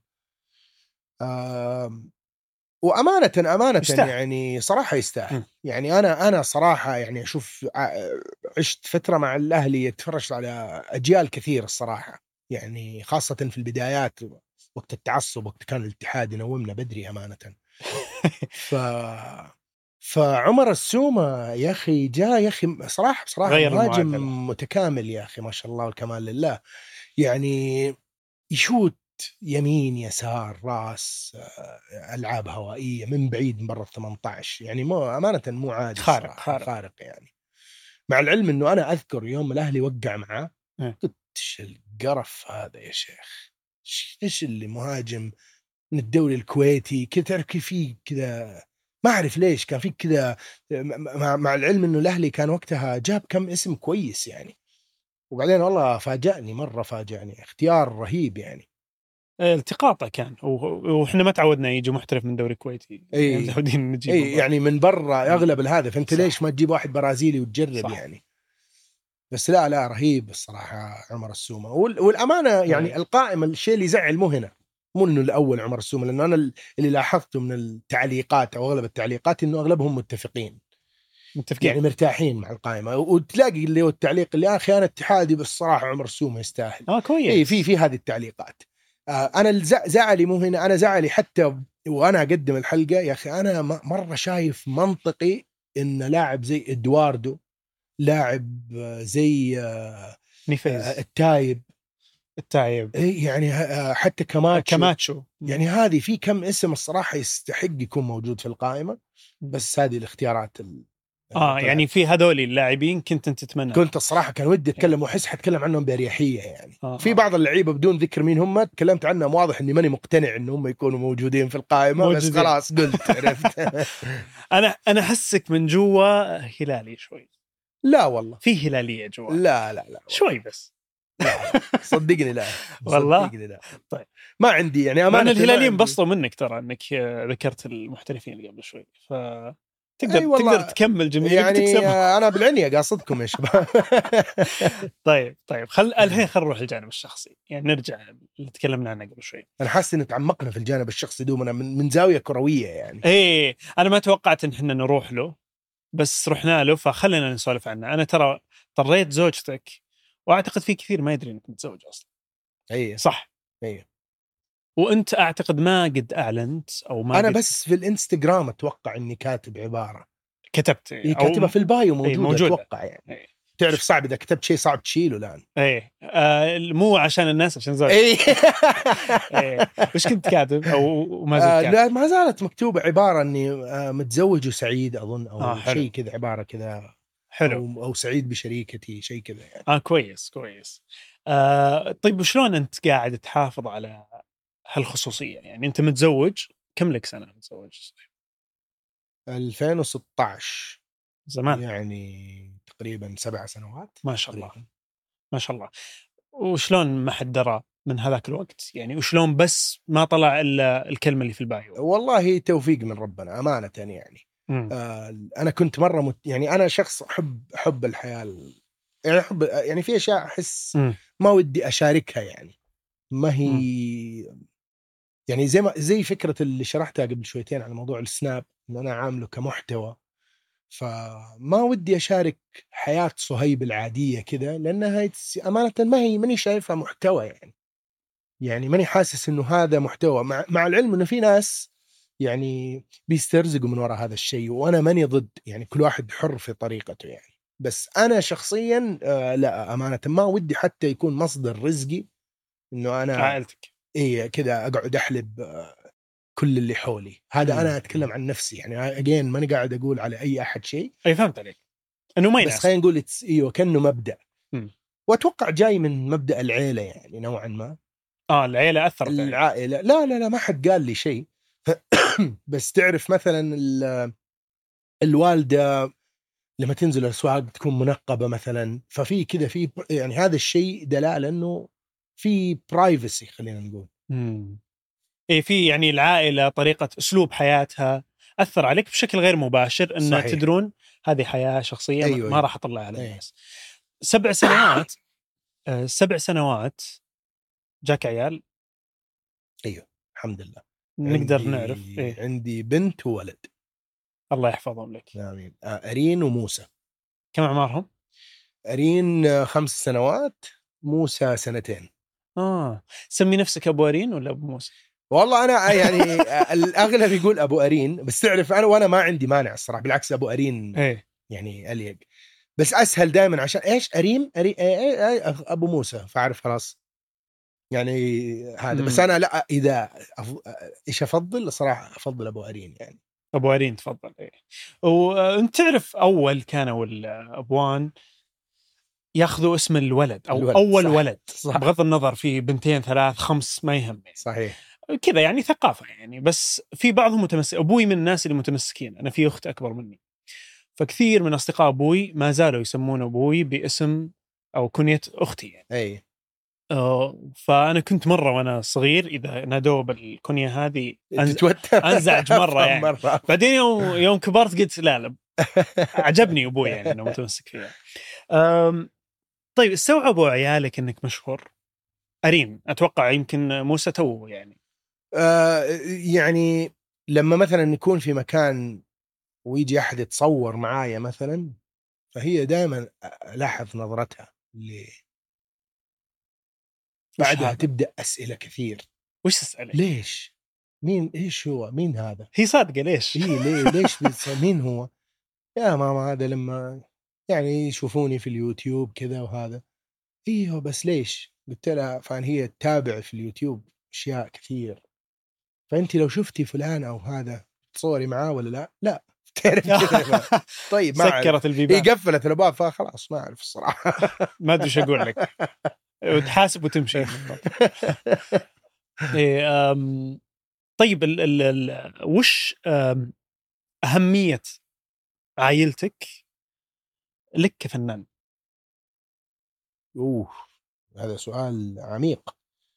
آه وأمانة أمانة يستاهل. يعني صراحة يستاهل. م. يعني أنا أنا صراحة يعني أشوف، عشت فترة مع الأهلي، اتفرجت على أجيال كثير الصراحة، يعني خاصة في البدايات وقت التعصب، وقت كان الاتحاد ينومنا بدري أمانة. ف فعمر السومة يا أخي جاء يا أخي صراحة بصراحة مهاجم متكامل يا أخي، ما شاء الله والكمال لله. يعني يشوت يمين يسار راس، ألعاب هوائية من بعيد من برا ثمانية عشر، يعني مو أمانة مو عادي، خارق خارق. خارق يعني. مع العلم أنه أنا أذكر يوم الأهلي وقع معه قلت إيش القرف هذا يا شيخ، إيش اللي مهاجم من الدوري الكويتي كذا، تعرف كيف فيه كذا، ما أعرف ليش كان فيه كذا. مع العلم أنه الأهلي كان وقتها جاب كم اسم كويس يعني. وبعدين والله فاجأني مرة، فاجأني اختيار رهيب يعني. التقاطه كان، وإحنا ما تعودنا يجي محترف من دوري كويتي. أي. متعودين نجيب أي يعني من برا أغلب الهذا، فأنت ليش ما تجيب واحد برازيلي وتجرب؟ صح. يعني بس لا لا رهيب الصراحة عمر السومة. والأمانة يعني أي. القائمة الشيء اللي يزعل مو هنا، مو إنه الأول عمر السومة، لأنه أنا اللي لاحظته من التعليقات أو أغلب التعليقات إنه أغلبهم متفقين متفقين. يعني مرتاحين مع القائمة. وتلاقي اللي هو التعليق اللي أخي أنا اتحادي بس صراحة عمر السومة يستاهل. آه كويس. إيه في في هذه التعليقات. آه أنا زعلي مو هنا، أنا زعلي حتى وأنا أقدم الحلقة يا أخي أنا مرة شايف منطقي إن لاعب زي إدواردو، لاعب زي آه نيفيز آه التايب التايب إيه يعني حتى كاماتشو كاماتشو يعني هذه في كم اسم الصراحة يستحق يكون موجود في القائمة، بس هذه الاختيارات اه يعني في هذول اللاعبين كنت انت تتمنى. كنت الصراحة كان ودي اتكلم واحس حتكلم عنهم بأريحية يعني. آه في آه. بعض اللعيبة بدون ذكر مين هم تكلمت عنهم، واضح اني ماني مقتنع ان هم يكونوا موجودين في القائمة موجودين. بس خلاص قلت عرفت. انا انا احسك من جوا هلالي شوي. لا والله في هلالية جوا. لا لا لا شوي بس. لا صدقني لا والله صدقني لا. طيب ما عندي يعني أمانة. الهلاليين بسطوا منك ترى انك ذكرت المحترفين اللي قبل شوي، ف تقدر أي تقدر تكمل جميل يعني وتكسب. انا بالعنية قاصدكم يا شباب. طيب طيب خل الحين خل نروح الجانب الشخصي، يعني نرجع اللي تكلمنا عنه قبل شوي. انا حاسس ان تعمقنا في الجانب الشخصي دومنا من, من زاويه كرويه يعني. ايه انا ما توقعت ان احنا نروح له، بس رحنا له فخلينا نسولف عنه. انا ترى طريت زوجتك واعتقد في كثير ما يدري انك متزوج اصلا. اي صح. اي وانت اعتقد ما قد اعلنت او ما انا قد... بس في الانستغرام اتوقع اني كاتب عباره كتبت إيه كاتبها في البايو موجوده, موجودة. اتوقع يعني أي. تعرف صعب اذا كتبت شيء صعب تشيله الان. ايه آه مو عشان الناس عشان زوجتك. اي ايه وش كنت كاتب او ما زلت آه كاتب؟ لا ما زالت مكتوبه عباره اني آه متزوج وسعيد اظن او آه شيء كذا عباره كذا حلو أو, او سعيد بشريكتي شيء كذا يعني. اه كويس كويس. آه طيب وشلون انت قاعد تحافظ على هالخصوصية؟ يعني انت متزوج كم لك سنة متزوج؟ ألفين وستة عشر زمان يعني تقريبا سبع سنوات ما شاء تقريباً. الله ما شاء الله. وشلون ما حد درى من هذاك الوقت يعني؟ وشلون بس ما طلع إلا الكلمة اللي في البايو؟ والله توفيق من ربنا أمانة يعني. آه أنا كنت مرة مت... يعني أنا شخص أحب أحب الحياة يعني أحب يعني في أشياء أحس م. ما ودي أشاركها يعني ما هي م. يعني زي ما زي فكرة اللي شرحتها قبل شويتين على موضوع السناب إن أنا عامله كمحتوى، فما ودي أشارك حياة صهيب العادية كذا لأنها أمانة ما هي ماني شايفها محتوى يعني يعني ماني حاسس إنه هذا محتوى، مع, مع العلم إنه في ناس يعني بيسترزقوا من وراء هذا الشيء وأنا ماني ضد يعني كل واحد حر في طريقته يعني. بس أنا شخصيا آه لا أمانة ما ودي حتى يكون مصدر رزقي إنه أنا عائلتك إيه كذا أقعد أحلب آه كل اللي حولي. هذا أنا أتكلم عن نفسي يعني أجين ماني قاعد أقول على أي أحد شيء. أي فهمت عليك إنه ما يناسب، بس خلينا نقول إيوه كأنه مبدأ م. وأتوقع جاي من مبدأ العيلة يعني نوعا ما. آه العيلة أثرت العائلة لا لا لا ما حد قال لي شيء بس تعرف مثلا الوالدة لما تنزل الأسواق تكون منقبة مثلا، ففي كذا في يعني هذا الشيء دلالة إنه في برايفسي خلينا نقول. مم. إيه في يعني العائلة طريقة أسلوب حياتها أثر عليك بشكل غير مباشر إن صحيح. تدرون هذه حياة شخصية أيوة ما راح أطلعها على الناس. سبع سنوات آه سبع سنوات جاك عيال؟ أيوه الحمد لله نقدر عندي نعرف إيه؟ عندي بنت وولد الله يحفظهم لك. آمين. أرين وموسى. كم أعمارهم؟ أرين خمس سنوات موسى سنتين. آه سمي نفسك أبو أرين ولا أبو موسى؟ والله أنا يعني الأغلب يقول أبو أرين، بس تعرف أنا وأنا ما عندي مانع الصراحة بالعكس أبو أرين إيه؟ يعني أليق بس أسهل دائما عشان إيش أريم أري أبو موسى فعرف خلاص يعني هذا مم. بس أنا لا إذا أف... إيش أفضل صراحة أفضل أبو أرين يعني. أبو أرين تفضل. إيه وأنت تعرف أول كانوا الأبوان ياخذوا اسم الولد أو الولد. أول صح. ولد صح. بغض النظر في بنتين ثلاث خمس ما يهم يعني. صحيح كذا يعني ثقافة يعني. بس في بعضهم متمسك. أبوي من الناس اللي متمسكين. أنا في أخت أكبر مني فكثير من أصدقاء أبوي ما زالوا يسمون أبوي باسم أو كنية أختي يعني. أي آه فأنا كنت مرة وأنا صغير إذا نادوا بالكنية هذه أنز... أنزعج مرة يعني مرة. بعدين يوم يوم كبرت قلت لا لا عجبني أبوي يعني أنه متمسك فيها. طيب استوعبوا عيالك أنك مشهور؟ أرين أتوقع يمكن موسى تو يعني آه يعني لما مثلا نكون في مكان ويجي أحد يتصور معايا مثلا، فهي دائما ألاحظ نظرتها اللي بعدها تبدأ أسئلة كثير. وش تسألي؟ ليش؟ مين؟ إيش هو؟ مين هذا؟ هي صادقة ليش؟ إيه ليه؟ ليش بيص- مين هو؟ يا ماما هذا لما يعني يشوفوني في اليوتيوب كذا وهذا. ايوه بس ليش؟ قلت لها فان هي تتابع في اليوتيوب اشياء كثير، فانت لو شفتي فلان او هذا تصوري معاه ولا لا؟ لا. تعرف كذا. طيب ما أعرف. سكرت البيبان. هي قفلت الابواب فخلاص ما اعرف الصراحه. ما ادري ايش اقول لك، وتحاسب وتمشي. إيه أم... طيب ال ال ال وش أم... أهمية عائلتك لك كفنان؟ اوه هذا سؤال عميق.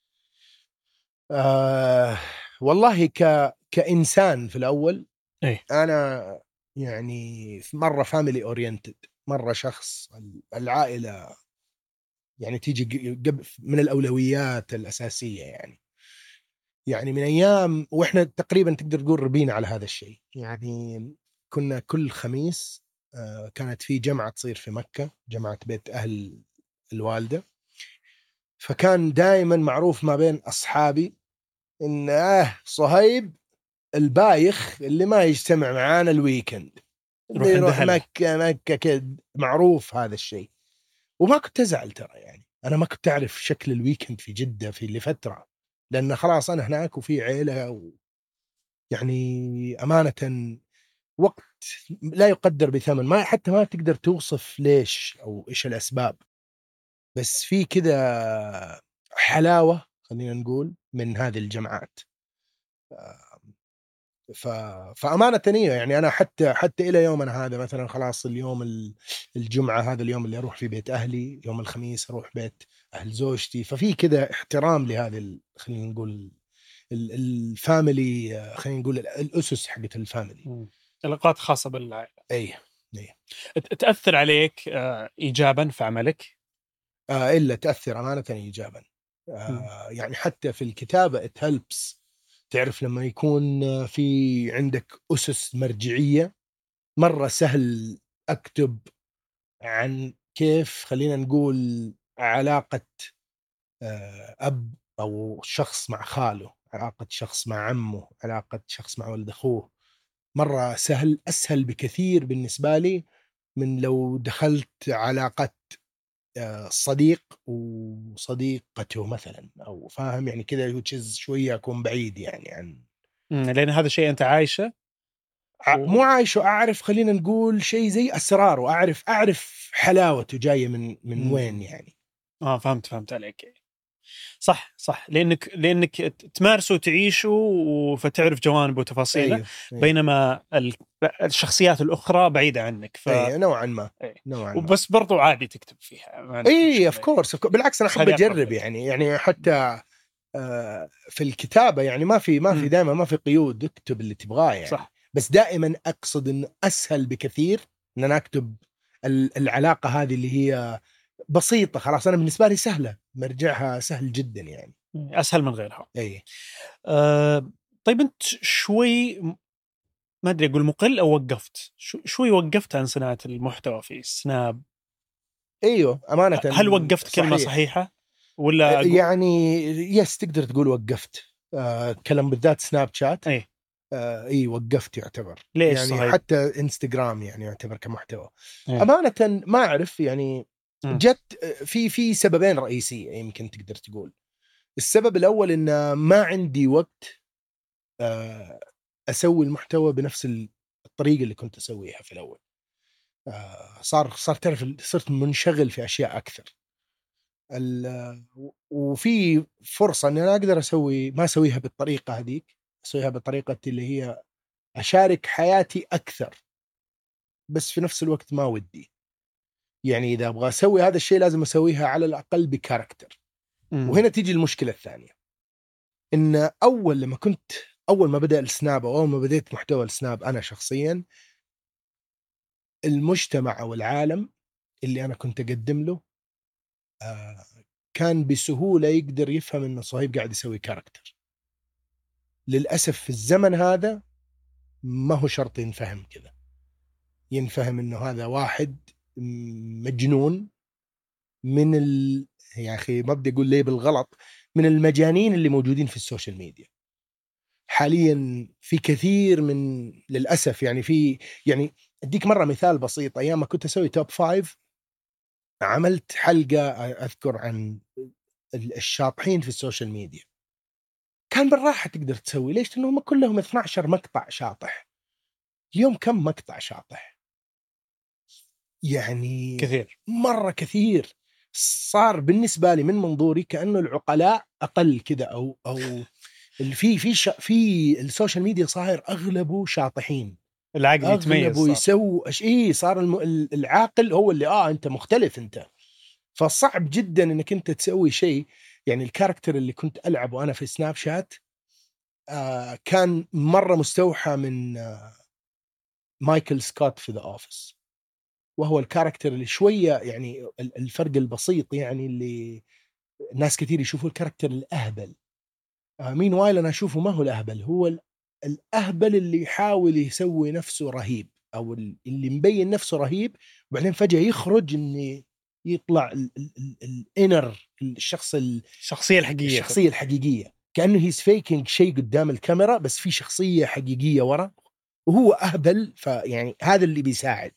آه والله ك كإنسان في الأول إيه؟ أنا يعني مرة فاميلي أورينتد، مرة شخص العائلة يعني تيجي قبل من الأولويات الأساسية. يعني يعني من أيام وإحنا تقريبا تقدر تقول ربينا على هذا الشيء. يعني كنا كل خميس آه كانت في جمعة تصير في مكة، جمعة بيت أهل الوالدة، فكان دائما معروف ما بين أصحابي إن آه صهيب البايخ اللي ما يجتمع معانا الويكند، اللي يروح مكة مكة كده، معروف هذا الشيء. وما كنت أزعل ترى، يعني أنا ما كنت أعرف شكل الويكند في جدة في لفترة، لأن خلاص أنا هناك وفي عيلة و... يعني أمانة وقت لا يقدر بثمن، ما حتى ما تقدر توصف ليش أو إيش الأسباب، بس في كذا حلاوة خلينا نقول من هذه الجماعات. ف... فأمانة نية يعني أنا حتى حتى إلى يومنا هذا مثلا خلاص اليوم الجمعة هذا اليوم اللي أروح في بيت أهلي، يوم الخميس أروح بيت أهل زوجتي، ففي كذا احترام لهذه ال... خلينا نقول الفاميلي، خلينا نقول الأسس حقت الفاميلي، علاقات خاصة بالعائلة. أي أي. تأثر عليك إيجابا في عملك؟ آه إلا تأثر أمانة إيجابا. آه يعني حتى في الكتابة it helps. تعرف لما يكون في عندك أسس مرجعية مرة سهل أكتب عن كيف خلينا نقول علاقة أب أو شخص مع خاله، علاقة شخص مع عمه، علاقة شخص مع ولد أخوه. مرة سهل، أسهل بكثير بالنسبة لي من لو دخلت علاقة صديق وصديقته مثلا، أو فاهم يعني كذا شوية أكون بعيد يعني عن، لأن هذا شيء أنت عايشه و... مو عايشه، أعرف خلينا نقول شيء زي أسرار، وأعرف أعرف حلاوته جاية من من مم. وين يعني. آه فهمت فهمت عليك. صح صح، لأنك لأنك تمارسه وتعيشه فتعرف جوانبه وتفاصيله. أيوه. أيوه. بينما الشخصيات الأخرى بعيدة عنك. ف... أيوه نوعا ما. أيوه. نوعا ما. وبس برضو عادي تكتب فيها. اي اوف كورس، بالعكس انا احب اجرب يعني يعني حتى في الكتابه يعني ما في ما في دائما ما في قيود، اكتب اللي تبغاه يعني. صح. بس دائما اقصد انه اسهل بكثير ان انا اكتب العلاقه هذه اللي هي بسيطه، خلاص انا بالنسبه لي سهله، مرجعها سهل جدا يعني، اسهل من غيرها. اي. أه طيب انت شوي ما ادري اقول مقل او وقفت شوي وقفت عن صناعه المحتوى في سناب. ايوه امانه. هل وقفت صحيح. كلمه صحيحه ولا أقول... يعني يس تقدر تقول وقفت. آه كلام بالذات سناب شات. اي آه اي وقفت يعتبر. ليش يعني صحيح؟ حتى انستغرام يعني يعتبر كمحتوى. أي. امانه ما اعرف يعني م. جت في في سببين رئيسيه يمكن تقدر تقول. السبب الاول ان ما عندي وقت آه اسوي المحتوى بنفس الطريقه اللي كنت اسويها في الاول. آه صار صار تعرف صرت منشغل في اشياء اكثر، وفي فرصه ان انا اقدر اسوي ما اسويها بالطريقه هذيك، اسويها بطريقه اللي هي اشارك حياتي اكثر، بس في نفس الوقت ما ودي يعني اذا ابغى اسوي هذا الشيء لازم اسويها على الاقل بكاركتر. وهنا تيجي المشكله الثانيه، ان اول لما كنت اول ما بدا السناب او اول ما بديت محتوى السناب انا شخصيا، المجتمع او العالم اللي انا كنت اقدم له آه كان بسهوله يقدر يفهم انه صهيب قاعد يسوي كاركتر. للاسف في الزمن هذا ما هو شرط ينفهم كذا. ينفهم انه هذا واحد مجنون من ال... يا اخي ما بدي اقول ليه بالغلط، من المجانين اللي موجودين في السوشيال ميديا حاليا. في كثير من للاسف يعني في يعني اديك مره مثال بسيط. ايام ما كنت اسوي توب فايف عملت حلقه اذكر عن الشاطحين في السوشيال ميديا. كان بالراحه تقدر تسوي، ليش؟ لانهم كلهم اثنا عشر مقطع شاطح. اليوم كم مقطع شاطح؟ يعني كثير، مره كثير. صار بالنسبه لي من منظوري كانه العقلاء اقل كذا، او او اللي في في ش... في السوشيال ميديا صاير اغلبه شاطحين. العقل يتميز، اغلبه يسوي ايه، صار الم... العاقل هو اللي اه انت مختلف انت. فصعب جدا انك انت تسوي شيء. يعني الكاركتر اللي كنت العبه انا في سناب شات آه كان مره مستوحى من آه مايكل سكوت في ذا اوفيس، وهو الكاركتر اللي شويه يعني الفرق البسيط يعني اللي ناس كثير يشوفوا الكاركتر الاهبل. آه مين وايل انا اشوفه ما هو الاهبل، هو الاهبل اللي يحاول يسوي نفسه رهيب، او اللي مبين نفسه رهيب وبعدين فجاه يخرج انه يطلع الانر الشخص الشخصيه الحقيقيه الشخصيه الحقيقيه كانه هيز فيكينج شيء قدام الكاميرا بس في شخصيه حقيقيه ورا وهو اهبل. فيعني هذا اللي بيساعد.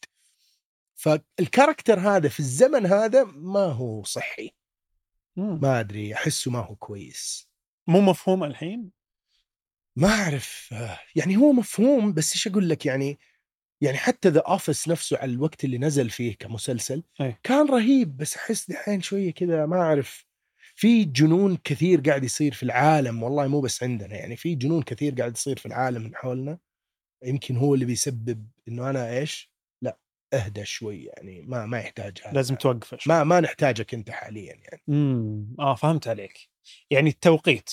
فالكاركتر هذا في الزمن هذا ما هو صحي، ما ادري احسه ما هو كويس، مو مفهوم الحين. ما أعرف يعني هو مفهوم بس إيش أقول لك يعني يعني حتى ذا أوفيس نفسه على الوقت اللي نزل فيه كمسلسل أي. كان رهيب، بس أحس دحين شوية كذا ما أعرف. في جنون كثير قاعد يصير في العالم، والله مو بس عندنا، يعني في جنون كثير قاعد يصير في العالم من حولنا. يمكن هو اللي بيسبب إنه أنا إيش لا أهدى شوي، يعني ما ما يحتاج هذا، لازم توقفه شوي. ما ما نحتاجك أنت حاليا يعني. امم اه فهمت عليك. يعني التوقيت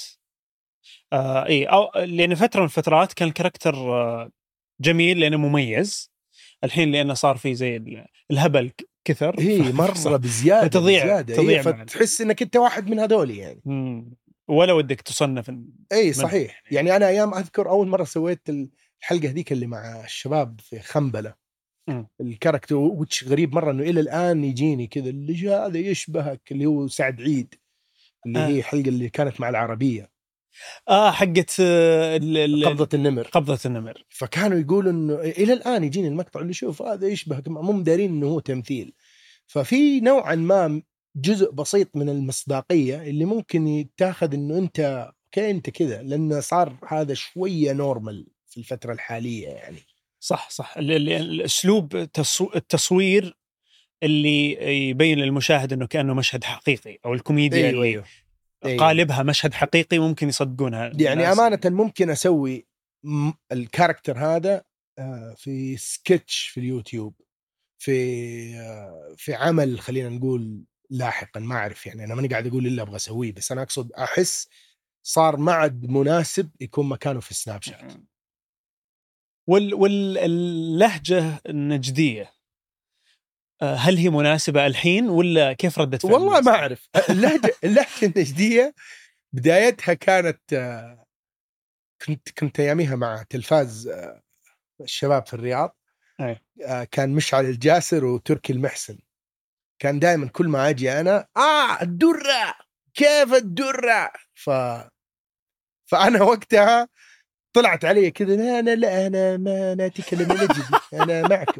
آه اي او لان فتره من الفترات كان الكاركتر آه جميل لانه مميز. الحين لانه صار فيه زي الهبل كثر ايه مره بزياده تضيع بزياده تضيع إيه فتحس انك انت واحد من هذول يعني. مم. ولا ودك تصنف. اي صحيح. يعني انا ايام اذكر اول مره سويت الحلقه هذيك اللي مع الشباب في خنبله، مم. الكاركتر وش غريب مره انه الى الان يجيني كذا اللي هذا يشبهك، اللي هو سعد عيد، اللي آه. هي حلقه اللي كانت مع العربيه اه حقت آه قبضه النمر. قبضه النمر. فكانوا يقولوا انه الى الان يجيني المقطع اللي شوف هذا يشبهك، مو مدارين انه هو تمثيل. ففي نوعا ما جزء بسيط من المصداقيه اللي ممكن يتاخذ انه انت اوكي انت كذا، لانه صار هذا شويه نورمال في الفتره الحاليه يعني. صح صح. الاسلوب التصوير اللي يبين للمشاهد انه كانه مشهد حقيقي، او الكوميديا أيوة اللي أيوة. قالبها مشهد حقيقي ممكن يصدقونها يعني امانه ممكن اسوي الكاركتر هذا في سكتش في اليوتيوب، في في عمل خلينا نقول لاحقا، ما اعرف يعني انا ماني قاعد اقول الا ابغى اسويه، بس انا اقصد احس صار معد مناسب يكون مكانه في سناب شات. وال واللهجه النجديه هل هي مناسبه الحين ولا كيف ردت فعل؟ والله ما اعرف. اللهجه اللهجه النجديه بدايتها كانت كنت كنت اياميها مع تلفاز الشباب في الرياض. أي. كان مشعل الجاسر وتركي المحسن، كان دائما كل ما اجي انا اه الدره كيف الدره، ف فانا وقتها طلعت علي كذا انا لا انا ما لا اتكلم نجدي انا معكم.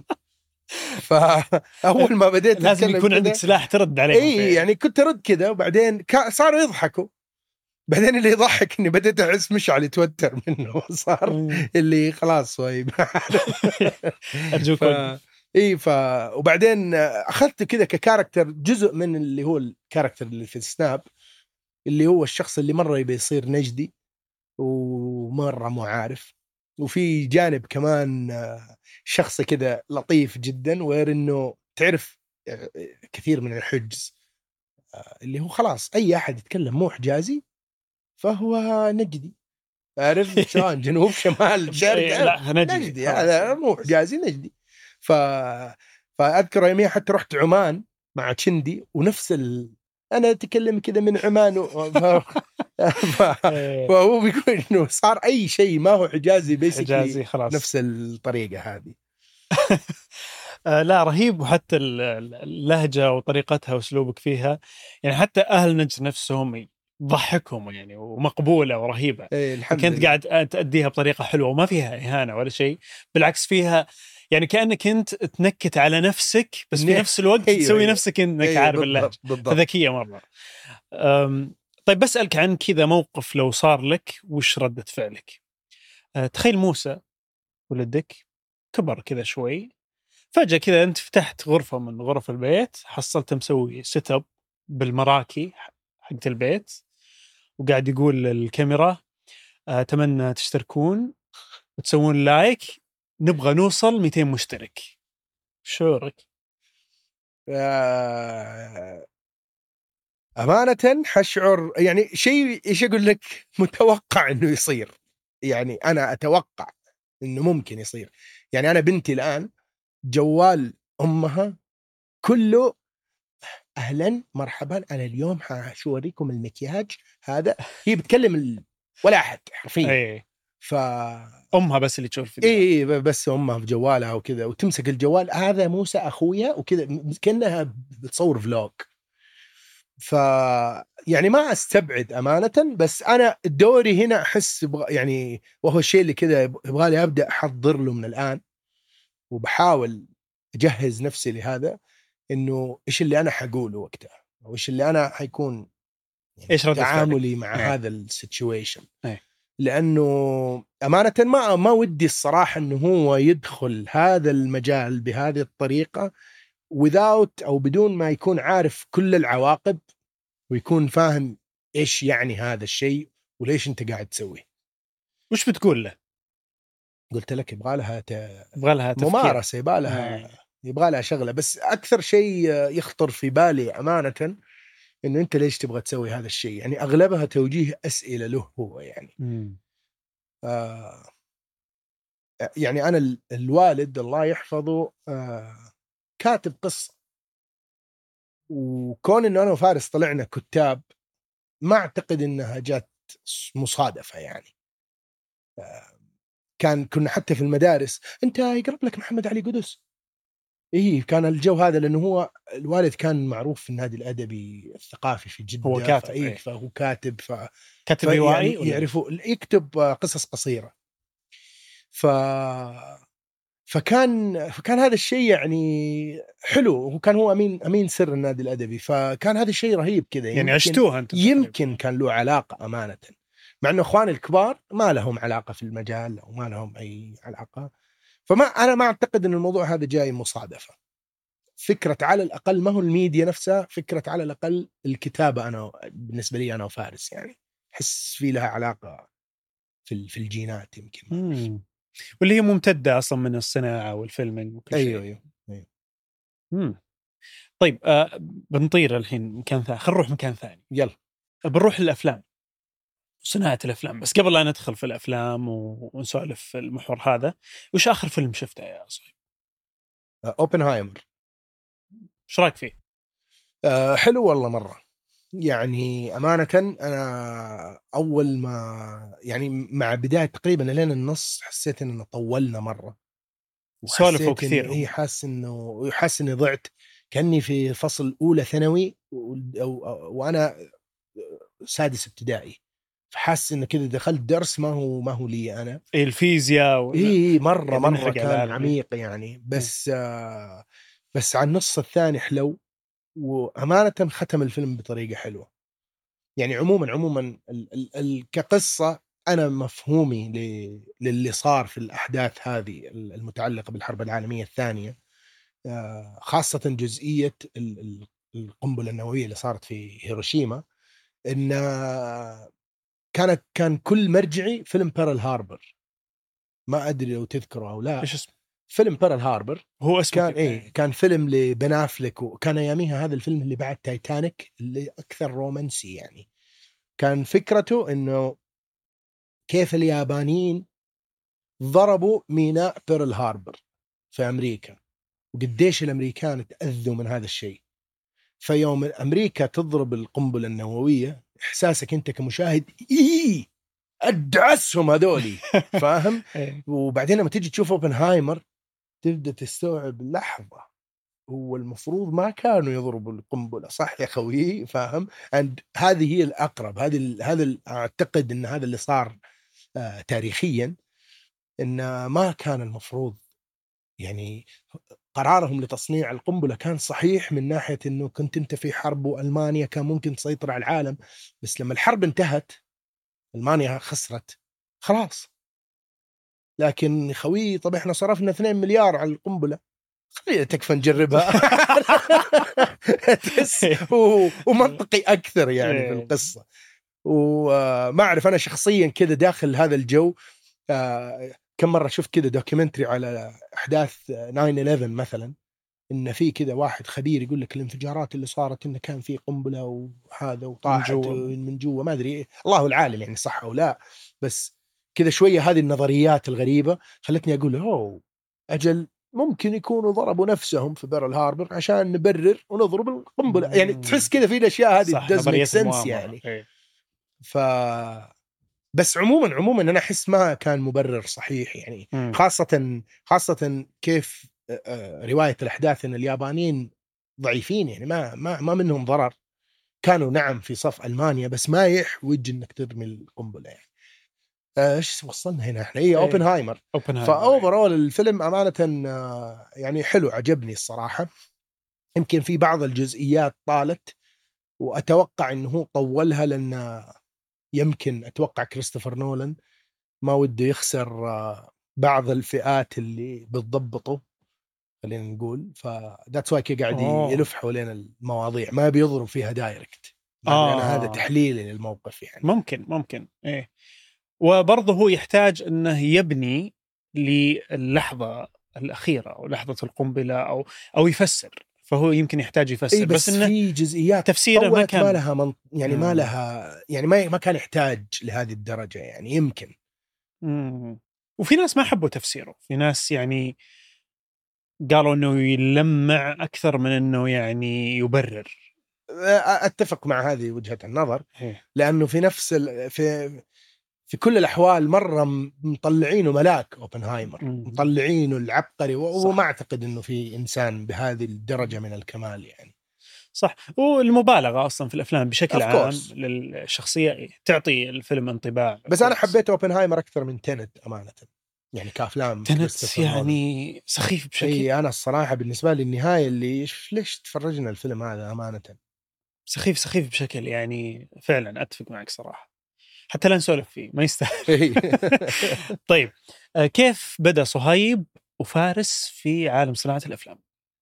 فاول ما بديت لازم يكون عندك سلاح ترد عليه. اي يعني كنت ارد كذا وبعدين صاروا يضحكوا، بعدين اللي يضحك اني بديت احس مشعل يتوتر منه، صار اللي خلاص طيب ارجوك. اي ف وبعدين اخذت كذا ككاركتر جزء من اللي هو الكاركتر اللي في السناب، اللي هو الشخص اللي مره يبي يصير نجدي ومره مو عارف، وفي جانب كمان شخص كذا لطيف جدا، وغير انه تعرف كثير من الحجز اللي هو خلاص اي احد يتكلم مو حجازي فهو نجدي، عارف سواء جنوب شمال شرق نجدي، هذا مو حجازي نجدي. ف فاذكر يوميا حتى رحت عمان مع تشندي ونفس ال... انا اتكلم كذا من عمان و... ف... فهو بيقول انه صار اي شيء ما هو حجازي بيسكلي نفس الطريقه هذه. آه لا رهيب، وحتى اللهجة وطريقتها وأسلوبك فيها، يعني حتى أهل نجد نفسهم ضحكهم يعني، ومقبولة ورهيبة. إيه فكنت قاعد تأديها بطريقة حلوة وما فيها إهانة ولا شيء، بالعكس فيها يعني كأنك أنت تنكت على نفسك، بس في نفس الوقت أيوة تسوي أيوة. نفسك إنك أيوة عارف اللهجة. فذكية مرة. طيب بسألك عن كذا موقف لو صار لك وش ردة فعلك؟ أه تخيل موسى ولدك كبر كذا شوي، فجأة كذا أنت فتحت غرفة من غرف البيت، حصلت مسوي سيت اب بالمراكي حقت البيت، وقاعد يقول للكاميرا أتمنى تشتركون وتسوون لايك، نبغى نوصل مئتين مشترك. شعورك؟ آه... أمانة حشعر يعني شيء إيش أقول لك، متوقع إنه يصير. يعني أنا أتوقع إنه ممكن يصير. يعني أنا بنتي الآن جوال أمها كله أهلا مرحبا، أنا اليوم حشوريكم المكياج هذا. هي بتكلم ال... ولا أحد حرفيا. أي. ف أمها بس اللي تشوف فيديو. إيه بس أمها في جوالها وكذا، وتمسك الجوال هذا موسى أخويا وكذا، كأنها بتصور فلوج. ف يعني ما استبعد أمانة، بس أنا دوري هنا أحس بغ... يعني وهو الشيء اللي كذا يبغالي أبدأ أحضر له من الآن، وبحاول أجهز نفسي لهذا، إنه إيش اللي أنا حقوله وقتها، أو إيش اللي أنا حيكون يعني إيش ردة تعاملي فعلك؟ مع أي. هذا السيتويشن. أي. لأنه أمانة ما ما ودي الصراحة إنه هو يدخل هذا المجال بهذه الطريقة without أو بدون ما يكون عارف كل العواقب، ويكون فاهم إيش يعني هذا الشيء وليش أنت قاعد تسويه. وش بتقول له؟ قلت لك يبغى لها ت... يبغى لها تفكير، ممارسة، يبغى لها يبغى لها شغلة. بس أكثر شيء يخطر في بالي أمانة إنه أنت ليش تبغى تسوي هذا الشيء، يعني أغلبها توجيه أسئلة له هو يعني. آه يعني أنا الوالد الله يحفظه آه كاتب قصة، وكون إنه أنا وفارس طلعنا كتاب ما أعتقد إنها جات مصادفة يعني. آه كان كنا حتى في المدارس أنت يقرب لك محمد علي قدس، إيه كان الجو هذا، لأنه هو الوالد كان معروف في النادي الأدبي الثقافي في جدة، هو كاتب. فإيه فهو كاتب، ف كاتب روائي يعني يعرفوا يكتب قصص قصيرة. ف فكان فكان هذا الشيء يعني حلو، وكان هو امين امين سر النادي الادبي، فكان هذا الشيء رهيب كذا. يعني عشتوها انتم؟ يمكن كان له علاقه امانه، مع انه اخواني الكبار ما لهم علاقه في المجال او ما لهم اي علاقه. فما انا ما اعتقد ان الموضوع هذا جاي مصادفه. فكره على الاقل ما هو الميديا نفسها، فكره على الاقل الكتابه انا بالنسبه لي انا وفارس يعني حس في لها علاقه في في الجينات يمكن. مم. واللي هي ممتدة أصلا من الصناعة والفيلمينج وكل شيء. أيوة أيوة أيوة. مم. طيب آه بنطير الحين مكان ثاني، خلينا نروح مكان ثاني. يلا بنروح للأفلام، صناعة الأفلام. بس قبل لا ندخل في الأفلام ونسولف في المحور هذا، وش آخر فيلم شفته يا صاحبي؟ أوبنهايمر. إيش رأيك فيه؟ أه حلو والله مرة. يعني أمانة أنا أول ما يعني مع بداية تقريبا لين النص حسيت إننا طولنا مرة، سولفوا كثير. إيه حاسس إنه حاسس إني ضعت، كأني في فصل أولى ثانوي وأنا سادس ابتدائي، فحاسس إنه كذا دخلت درس ما هو ما هو لي أنا. إيه الفيزياء و... إيه مرة مرة كان العالم. عميق يعني. بس آه بس على النص الثاني حلو، وأمانة ختم الفيلم بطريقة حلوة. يعني عموما عموما ال ال ال كقصة أنا مفهومي للي صار في الأحداث هذه المتعلقة بالحرب العالمية الثانية، خاصة جزئية القنبلة النووية اللي صارت في هيروشيما، إن كان كان كل مرجعي فيلم بيرل هاربر. ما أدري لو تذكره أو لا. إيش اسمه؟ فيلم بيرل هاربر هو اسمه كان إيه كان فيلم لبن أفلك، وكان أياميها هذا الفيلم اللي بعد تايتانيك اللي أكثر رومانسي يعني. كان فكرته إنه كيف اليابانيين ضربوا ميناء بيرل هاربر في أمريكا، وقديش الأمريكان تأذوا من هذا الشيء. فيوم أمريكا تضرب القنبلة النووية إحساسك أنت كمشاهد إيه أدعسهم هذولي، فاهم؟ وبعدين لما تيجي تشوف أوبنهايمر تبدأ تستوعب لحظة هو المفروض ما كانوا يضربوا القنبلة صح يا خويي فاهم. and هذه هي الأقرب هذه هذا أعتقد أن هذا اللي صار آه تاريخيا إن ما كان المفروض يعني قرارهم لتصنيع القنبلة كان صحيح من ناحية أنه كنت أنت في حرب وألمانيا كان ممكن تسيطر على العالم بس لما الحرب انتهت ألمانيا خسرت خلاص. لكن خوي طب إحنا صرفنا اثنين مليار على القنبلة خلينا تكفى نجربها. ومنطقي أكثر يعني في القصة. وما أعرف أنا شخصيا كذا داخل هذا الجو كم مرة شفت كذا دوكيومنتري على أحداث ناين إليفن مثلا إن في كذا واحد خبير يقول لك الانفجارات اللي صارت إنه كان في قنبلة وهذا وطاحت من جوا من جوا ما أدري إيه الله العالم يعني صح أو لا بس كذا شوية هذه النظريات الغريبة خلتني أقول أوه أجل ممكن يكونوا ضربوا نفسهم في بيرل هاربر عشان نبرر ونضرب القنبلة يعني تحس كذا في الأشياء هذه does make sense يعني إيه. ف بس عموما عموما أنا أحس ما كان مبرر صحيح يعني م. خاصة خاصة كيف رواية الأحداث إن اليابانيين ضعيفين يعني ما ما ما منهم ضرر كانوا نعم في صف ألمانيا بس ما يحوج إنك ترمي القنبلة يعني. ايش وصلنا هنا احنا ايه اوبنهايمر. فاوفرول الفيلم امانه يعني حلو عجبني الصراحه. يمكن في بعض الجزئيات طالت واتوقع انه هو طولها لان يمكن اتوقع كريستوفر نولان ما وده يخسر بعض الفئات اللي بتضبطه خلينا نقول فذاتس واي قاعد يلف حوالين المواضيع ما بيضرب فيها دايركت. آه. انا هذا تحليلي للموقف يعني. ممكن ممكن ايه وبرضه هو يحتاج أنه يبني للحظة الأخيرة أو لحظة القنبلة أو أو يفسر فهو يمكن يحتاج يفسر. بس, بس إنه في جزئيات تفسيره ما كان ما لها من يعني ما لها يعني ما ما كان يحتاج لهذه الدرجة يعني يمكن. مم. وفي ناس ما حبوا تفسيره في ناس يعني قالوا إنه يلمع أكثر من إنه يعني يبرر. أتفق مع هذه وجهة النظر لأنه في نفس ال... في في كل الأحوال مرة مطلعينه ملاك أوبنهايمر مطلعينه العبقري وما أعتقد أنه في إنسان بهذه الدرجة من الكمال يعني. صح والمبالغة أصلا في الأفلام بشكل عام للشخصية تعطي الفيلم انطباع. بس أنا حبيت أوبنهايمر أكثر من تينت أمانة يعني كأفلام. تينت يعني سخيف بشكل. إيه أنا الصراحة بالنسبة لي النهاية اللي ليش تفرجنا الفيلم هذا أمانة سخيف سخيف بشكل يعني فعلا أتفق معك صراحة حتى لا نسولف فيه ما يستاهل. طيب كيف بدأ صهيب وفارس في عالم صناعة الأفلام؟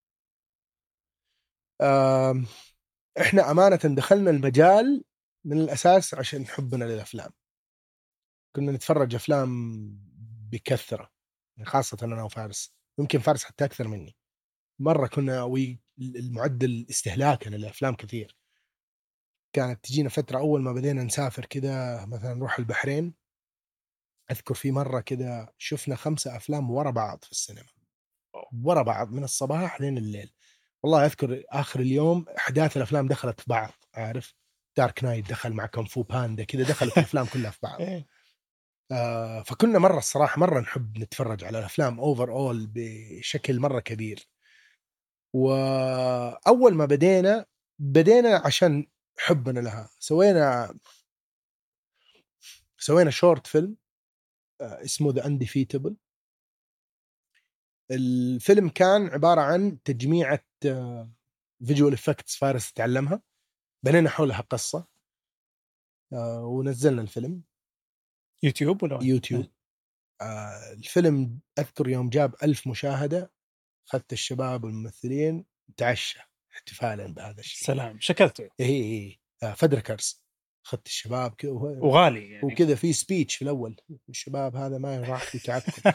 إحنا أمانة دخلنا المجال من الأساس عشان حبنا للأفلام. كنا نتفرج أفلام بكثرة خاصة أنا وفارس يمكن فارس حتى أكثر مني مرة كنا والمعدل استهلاكا للأفلام كثير. كانت تجينا فترة أول ما بدينا نسافر كده مثلا نروح البحرين أذكر في مرة كده شفنا خمسة أفلام ورا بعض في السينما ورا بعض من الصباح لين الليل. والله أذكر آخر اليوم أحداث الأفلام دخلت في بعض عارف دارك نايت دخل مع كونفو باندا كده دخلت الأفلام كلها في بعض. آه فكنا مرة الصراحة مرة نحب نتفرج على الأفلام أوفر أول بشكل مرة كبير. وأول ما بدينا بدينا عشان حبنا لها سوينا سوينا شورت فيلم اسمه The Undefeatable. الفيلم كان عبارة عن تجميعة فيجوال إفكتس فارس تعلمها بنينا حولها قصة ونزلنا الفيلم يوتيوب ولا يوتيوب. آه الفيلم أذكر يوم جاب ألف مشاهدة أخذت الشباب والممثلين تعشى احتفالا بهذا الشيء. سلام شكلته. إيه إيه آه فدركرز أخذت الشباب كذا وغالي يعني. وكذا في سبيتش في الأول الشباب هذا ما راح يتعكم.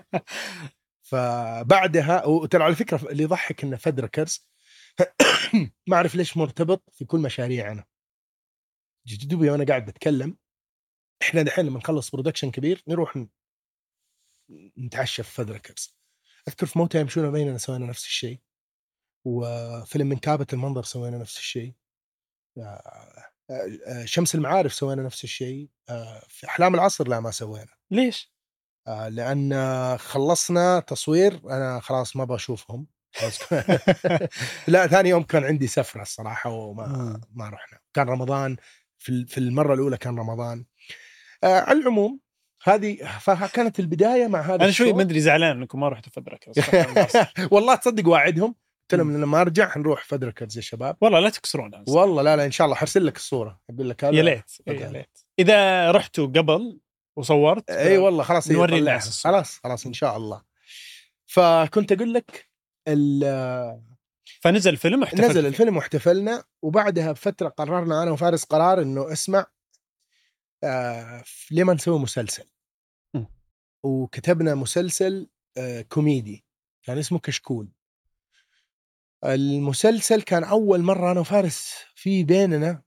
فبعدها وترى على فكرة اللي يضحك إن فدركرز ما أعرف ليش مرتبط في كل مشاريعنا. جدوبي وأنا قاعد بتكلم إحنا دحين لما نخلص برودكشن كبير نروح نتعشى في فدركرز. أذكر في موتى يمشون بيننا سوينا نفس الشيء وفيلم من كابة المنظر سوينا نفس الشيء شمس المعارف سوينا نفس الشيء في أحلام العصر لا ما سوينا. ليش؟ آه لأن خلصنا تصوير أنا خلاص ما بشوفهم. لا ثاني يوم كان عندي سفرة الصراحة وما ما رحنا. كان رمضان في في المرة الأولى كان رمضان. آه على العموم هذه فكانت البداية مع هذا أنا شوي الشو. ما أدري زعلان إنكم ما رحتوا فدركة. والله تصدق واعدهم قلت لهم لما أرجع حنروح فدركة يا شباب. والله لا تكسرون. والله لا لا إن شاء الله حرسل لك الصورة أقول لك هذا. يا ليت يا ليت إذا رحتوا قبل وصورت. اي والله خلاص نوري الناس خلاص خلاص ان شاء الله. فكنت اقول لك فنزل الفيلم واحتفلنا نزل الفيلم واحتفلنا وبعدها بفتره قررنا انا وفارس قرار انه اسمع آه لما نسوي مسلسل. م. وكتبنا مسلسل آه كوميدي كان اسمه كشكول. المسلسل كان اول مره انا وفارس في بيننا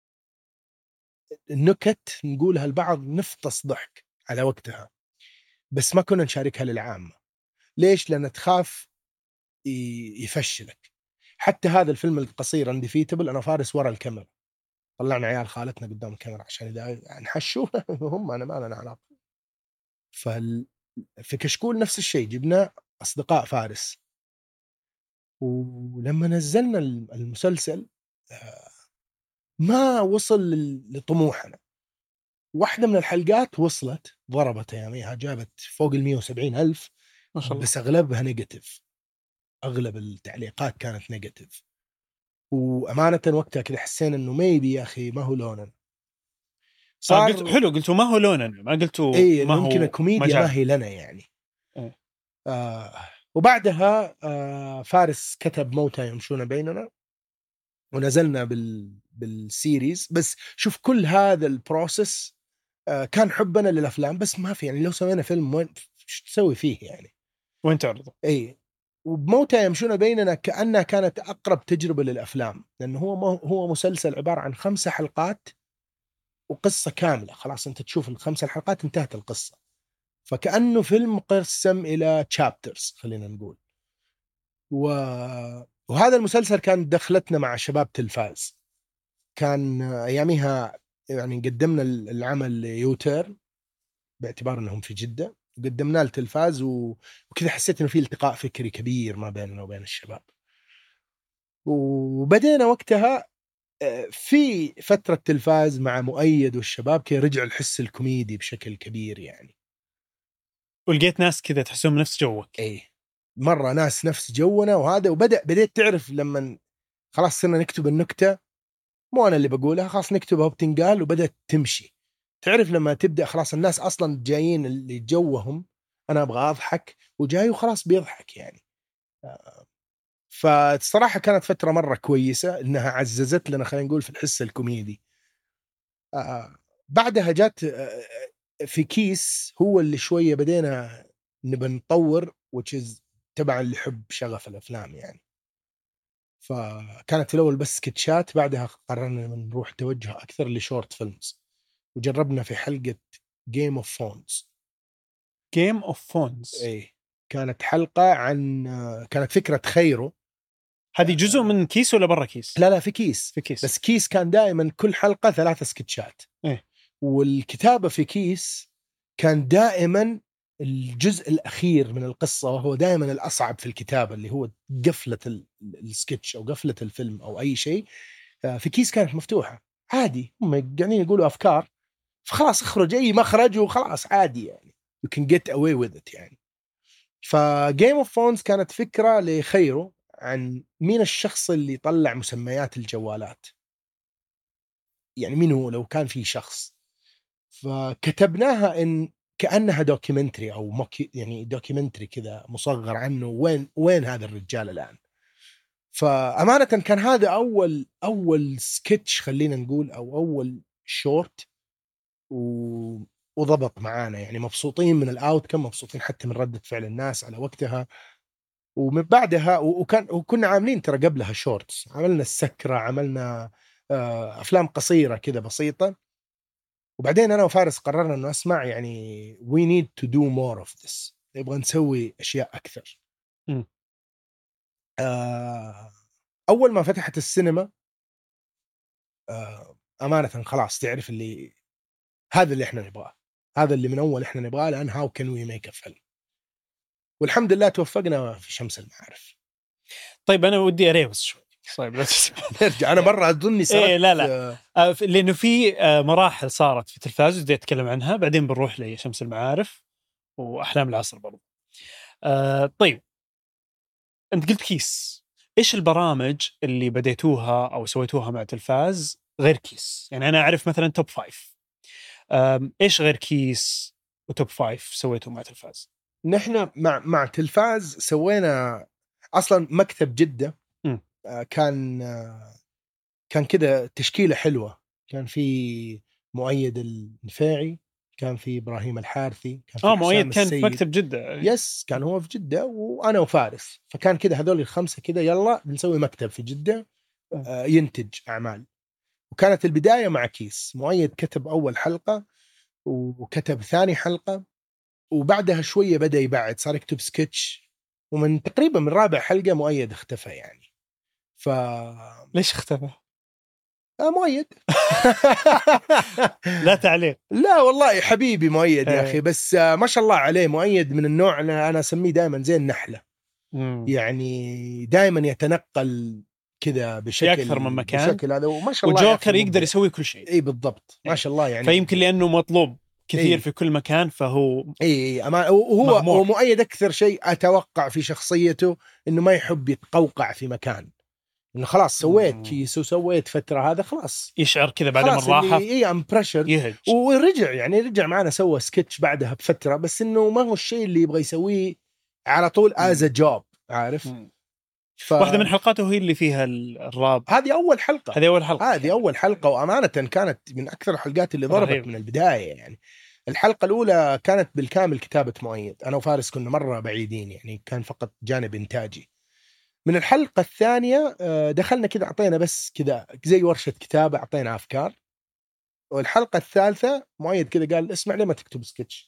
النكت نقولها البعض نفطس ضحك على وقتها بس ما كنا نشاركها للعامة. ليش؟ لأن تخاف يفشلك. حتى هذا الفيلم القصير انديفيتبل أنا فارس ورا الكاميرا طلعنا عيال خالتنا قدام الكاميرا عشان إذا نحشوه هم أنا ما لنا علاقة. فال... في كشكول نفس الشيء جبنا أصدقاء فارس ولما نزلنا المسلسل ما وصل لطموحنا. واحدة من الحلقات وصلت ضربت يعني جابت فوق المية وسبعين ألف بس أغلبها نيجاتيف. أغلب التعليقات كانت نيجاتيف وأمانة وقتها كده حسينا إنه ميبي يا أخي ما هو لوننا. صار قلت حلو قلتوا ما هو لوننا ما قلتوا إيه ما هو ممكن الكوميديا ما هي لنا يعني. إيه. آه وبعدها آه فارس كتب موتى يمشون بيننا ونزلنا بال بالسيريز. بس شوف كل هذا البروسس آه كان حبنا للأفلام بس ما في يعني لو سوينا فيلم وين شو تسوي فيه يعني وين تعرضه. اي وبموتى يمشون بيننا كأنها كانت أقرب تجربة للأفلام لأنه هو هو مسلسل عبارة عن خمسة حلقات وقصة كاملة. خلاص أنت تشوف الخمسة الحلقات انتهت القصة. فكأنه فيلم مقسم إلى تشابترز خلينا نقول. و... وهذا المسلسل كان دخلتنا مع شباب تلفاز. كان أيامها يعني قدمنا العمل ليوتيرن باعتبار أنهم في جدة قدمناه التلفاز و... وكذا حسيت انه في التقاء فكري كبير ما بيننا وبين الشباب. وبدينا وقتها في فترة تلفاز مع مؤيد والشباب كي رجع الحس الكوميدي بشكل كبير يعني. ولقيت ناس كذا تحسهم نفس جوك. ايه مرة ناس نفس جونا وهذا. وبدأ بديت تعرف لما خلاص صرنا نكتب النكتة مو أنا اللي بقولها خلاص نكتبها وبتنقال وبدأت تمشي. تعرف لما تبدأ خلاص الناس أصلا جايين اللي جوهم أنا أبغى أضحك وجاي وخلاص بيضحك يعني. فالصراحة كانت فترة مرة كويسة إنها عززت لنا خلينا نقول في الحس الكوميدي. بعدها جات في كيس هو اللي شوية بدينا نبى نطور which is تبع اللي يحب شغف الأفلام يعني. فكانت الأول بس سكتشات بعدها قررنا نروح توجه أكثر لشورت فيلمز وجربنا في حلقة Game of Phones. Game of Phones إيه كانت حلقة عن كانت فكرة خيرو. هذه جزء من كيس ولا برا كيس؟ لا لا في كيس. في كيس بس كيس كان دائما كل حلقة ثلاثة سكتشات. إيه؟ والكتابة في كيس كان دائما الجزء الأخير من القصة وهو دائما الأصعب في الكتابة اللي هو قفلة السكتش أو قفلة الفيلم أو أي شيء. في كيس كانت مفتوحة عادي هم قاعدين يقولوا أفكار فخلاص اخرج أي مخرج وخلاص عادي يعني you can get away with it يعني. فجيم اوف فونز كانت فكرة لخيرو عن مين الشخص اللي يطلع مسميات الجوالات يعني مين هو لو كان في شخص. فكتبناها إن كأنها دوكيومنتري أو موكي يعني دوكيومنتري كذا مصغر عنه وين وين هذا الرجال الآن. فأمانة كان هذا أول أول سكتش خلينا نقول أو أول شورت و... وضبط معانا يعني مبسوطين من الأوت كم مبسوطين حتى من ردة فعل الناس على وقتها. ومن بعدها وكان وكنا عاملين ترى قبلها شورتس عملنا السكرة عملنا أفلام قصيرة كذا بسيطة. وبعدين أنا وفارس قررنا أنه أسمع يعني we need to do more of this نبغى نسوي أشياء أكثر. م. آه أول ما فتحت السينما آه أمانة خلاص تعرف اللي هذا اللي إحنا نبغاه هذا اللي من اول احنا نبغاه، لان هاو كان وي ميك ا فيلم، والحمد لله توفقنا في شمس المعارف. طيب انا ودي اريوس شوي. طيب لا نرجع. انا مره اظني سرقت. إيه لا لا آه لانه في آه مراحل صارت في التلفاز ودي اتكلم عنها، بعدين بنروح لشمس المعارف واحلام العصر برضو. آه طيب انت قلت كيس، ايش البرامج اللي بديتوها او سويتوها مع تلفاز غير كيس؟ يعني انا اعرف مثلا توب فايف، ايش غير كيس وتوب فايف سويتوا مع تلفاز؟ نحن مع مع تلفاز سوينا اصلا مكتب جده. م. آه كان آه كان كده تشكيله حلوه. كان في مؤيد النفاعي، كان في ابراهيم الحارثي، كان في اه حسام مؤيد كان في السيد. مكتب جده. يس كان هو في جده وانا وفارس، فكان كده هذول الخمسه كده يلا بنسوي مكتب في جده آه ينتج اعمال. وكانت البدايه مع كيس. مؤيد كتب اول حلقه وكتب ثاني حلقه، وبعدها شويه بدا يبعد، صار يكتب سكتش، ومن تقريبا من رابع حلقه مؤيد اختفى يعني. ف ليش اختفى؟ آه مؤيد. لا تعليق. لا والله حبيبي مؤيد يا ايه. اخي، بس آه ما شاء الله عليه. مؤيد من النوع انا انا اسميه دائما زي النحله، مم. يعني دائما يتنقل كذا في بشكل اكثر من مكان، بشكل هذا، وما شاء الله يا اخي وجوكر يقدر مبدع. يسوي كل شيء. اي بالضبط ما شاء الله يعني. فيمكن لانه مطلوب كثير إيه. في كل مكان فهو اي أما وهو مغمور. هو مؤيد اكثر شيء اتوقع في شخصيته انه ما يحب يتقوقع في مكان، انه خلاص سويت كيس وسويت فتره، هذا خلاص يشعر كذا بعد ما راحه اي ام بريشر يهج. ورجع يعني رجع معنا سوى سكتش بعدها بفتره، بس انه ما هو الشيء اللي يبغى يسويه على طول از جوب، عارف. ف... واحده من حلقاته هي اللي فيها الراب. هذه اول حلقه هذه اول حلقه هذه اول حلقه وامانه كانت من اكثر الحلقات اللي ضربت رهيب. من البدايه يعني. الحلقه الاولى كانت بالكامل كتابه مؤيد، انا وفارس كنا مره بعيدين يعني، كان فقط جانب انتاجي. من الحلقه الثانيه دخلنا كذا اعطينا بس كذا زي ورشه كتابه، اعطينا افكار. والحلقه الثالثه مؤيد كذا قال اسمع ليه ما تكتب سكتش،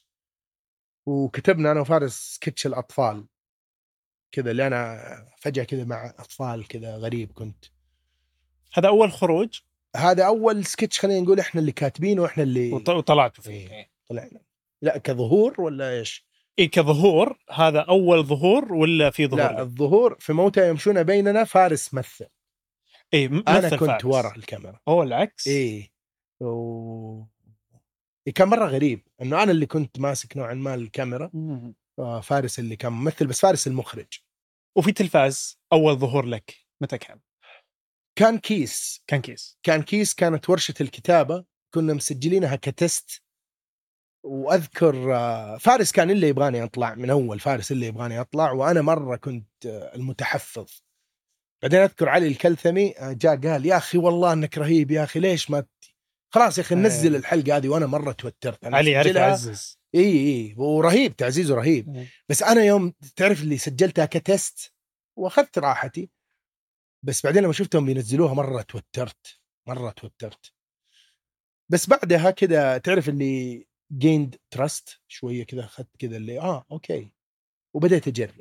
وكتبنا انا وفارس سكتش الاطفال كذا، اللي انا فجاه كذا مع اطفال كذا غريب كنت. هذا اول خروج، هذا اول سكتش خلينا نقول احنا اللي كاتبينه واحنا اللي وطلعتوا فيه. إيه. طلعنا لا كظهور ولا ايش؟ اي كظهور. هذا اول ظهور ولا في ظهور؟ لا لي؟ الظهور في موتى يمشون بيننا فارس مثل. اي مثل انا كنت فارس. ورا الكاميرا. هو العكس. ايه و... كان مره غريب انه انا اللي كنت ماسك نوعا ما الكاميرا، فارس اللي كان ممثل، بس فارس المخرج. وفي تلفاز اول ظهور لك متى كان؟ كان كيس كان كيس كان كيس كانت ورشه الكتابه، كنا مسجلينها كتست. واذكر فارس كان اللي يبغاني اطلع من اول، فارس اللي يبغاني اطلع، وانا مره كنت المتحفظ. بعدين اذكر علي الكلثمي جاء قال يا اخي والله انك رهيب يا اخي، ليش ما خلاص يا اخي ننزل الحلقه هذه، وانا مره توترت. أنا علي يعرف يعزز. اي اي ورهيب، تعزيزه رهيب. مم. بس انا يوم تعرف اللي سجلتها كتست واخذت راحتي، بس بعدين لما شفتهم بينزلوها مره توترت مره توترت. بس بعدها كده تعرف اللي gained trust شويه كذا، اخذت كذا اللي اه اوكي، وبدأت اجرب.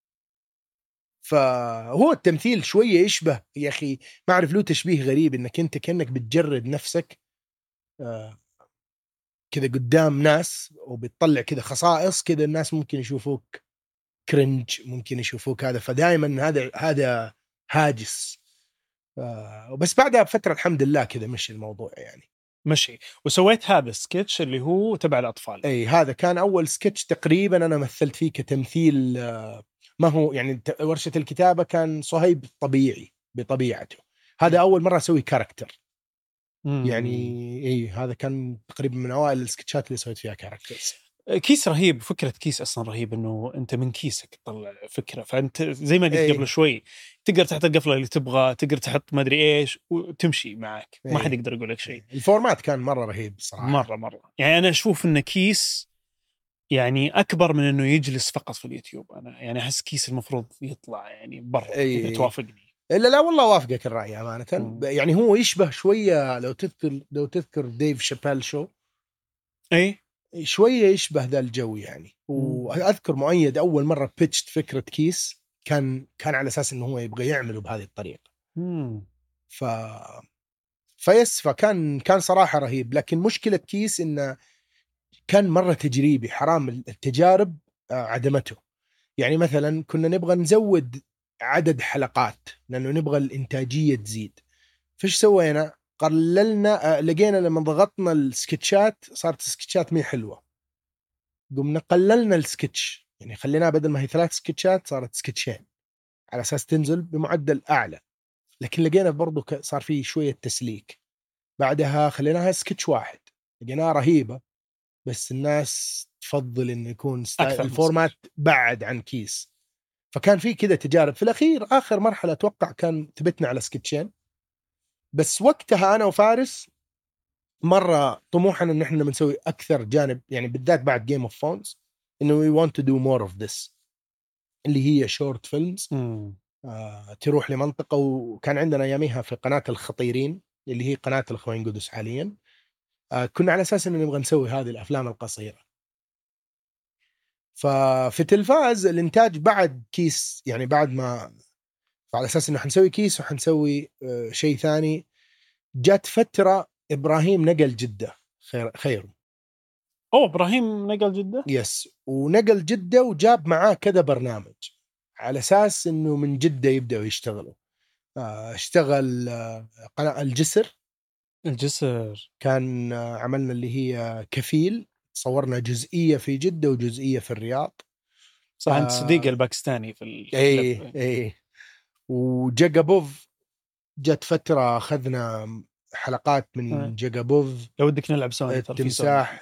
فهو التمثيل شويه يشبه يا اخي، ما اعرف له تشبيه غريب، انك انت كأنك بتجرد نفسك آه كذا قدام ناس، وبتطلع كذا خصائص كذا، الناس ممكن يشوفوك كرنج، ممكن يشوفوك هذا، فدائما هذا هذا هاجس. آه بس بعدها بفتره الحمد لله كذا مشي الموضوع يعني. مشي. وسويت هذا السكتش اللي هو تبع الأطفال. اي هذا كان أول سكتش تقريبا أنا مثلت فيه كتمثيل. ما هو يعني ورشة الكتابة كان صهيب طبيعي بطبيعته، هذا أول مرة أسوي كاركتر. مم. يعني اي هذا كان تقريبا من أوائل السكتشات اللي سويت فيها كاركترز. كيس رهيب، فكرة كيس أصلا رهيب، إنه أنت من كيسك تطلع فكرة، فأنت زي ما قلت أيه. قبل شوي تقدر تحط القفلة اللي تبغى، تقدر تحط ما أدري إيش وتمشي معك. أيه. ما حد يقدر يقول لك شيء. الفورمات كان مرة رهيب صراحة. مرة مرة يعني أنا أشوف إن كيس يعني أكبر من إنه يجلس فقط في اليوتيوب. أنا يعني أحس كيس المفروض يطلع يعني برا. أيه. إذا توافقني. إلا لا والله وافقك الرأي أمانة. م. يعني هو يشبه شوية لو تذكر لو تذكر ديف شابيل شو. أي شوية يشبه ذا الجو يعني. وأذكر مؤيد أول مرة بيتشت فكرة كيس كان كان على أساس إنه هو يبغى يعمله بهذه الطريقة. مم. ف فيس فكان كان صراحة رهيب. لكن مشكلة كيس إنه كان مرة تجريبي، حرام التجارب عدمته. يعني مثلا كنا نبغى نزود عدد حلقات لأنه نبغى الإنتاجية تزيد، فيش سوينا؟ قللنا، لقينا لما ضغطنا السكتشات صارت السكتشات مي حلوة، قمنا قللنا السكتش، يعني خليناها بدل ما هي ثلاث سكتشات صارت سكتشين على أساس تنزل بمعدل أعلى. لكن لقينا برضو صار فيه شوية تسليك. بعدها خليناها سكتش واحد، لقيناها رهيبة، بس الناس تفضل إنه يكون الفورمات بعد عن كيس. فكان في كده تجارب. في الأخير آخر مرحلة أتوقع كان ثبتنا على سكتشين بس. وقتها أنا وفارس مرة طموحنا إن إحنا بنسوي أكثر جانب، يعني بالذات بعد Game of Thrones، إنه we want to do more of this، اللي هي short films. آه، تروح لمنطقة. وكان عندنا أياميها في قناة الخطيرين اللي هي قناة الأخوين قدس حاليا، آه، كنا على أساس إنه نبغى نسوي هذه الأفلام القصيرة. ففي تلفاز الإنتاج بعد كيس، يعني بعد ما على أساس إنه حنسوي كيس وحنسوي آه شيء ثاني، جات فترة إبراهيم نقل جدة. خير خير أوه إبراهيم نقل جدة؟ يس، ونقل جدة وجاب معاه كذا برنامج على أساس إنه من جدة يبدأوا يشتغلوا. آه اشتغل آه قناة الجسر. الجسر كان آه عملنا اللي هي كفيل، صورنا جزئية في جدة وجزئية في الرياض. صح. أنت صديق الباكستاني في الكليب. ايه ايه. وجاكابوف جت فترة أخذنا حلقات من جاكابوف. لو بدك نلعب سوني التمساح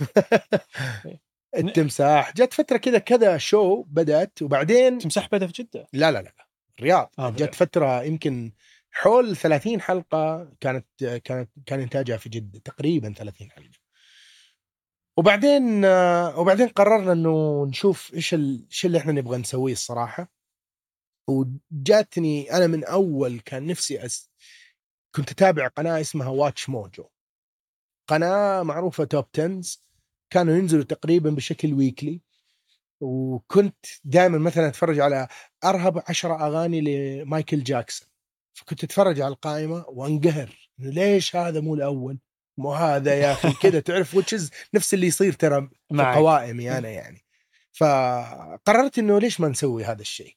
التمساح جت فترة كذا كذا شو بدأت. وبعدين التمساح بدأ في جدة؟ لا لا لا الرياض. آه جت فترة يمكن حول ثلاثين حلقة كانت كانت كان إنتاجها في جدة تقريبا ثلاثين حلقة. وبعدين وبعدين قررنا إنه نشوف إيش ال... إيش اللي إحنا نبغى نسويه الصراحة. وجاتني أنا من أول كان نفسي أس... كنت أتابع قناة اسمها واتش موجو، قناة معروفة توب تنز، كانوا ينزلوا تقريبا بشكل ويكلي. وكنت دائما مثلا أتفرج على أرهب عشرة أغاني لمايكل جاكسون، فكنت أتفرج على القائمة وانقهر ليش هذا مو الأول، مو هذا يا أخي كده تعرف وتشز نفس اللي يصير ترى في قوائمي أنا يعني. فقررت إنه ليش ما نسوي هذا الشيء.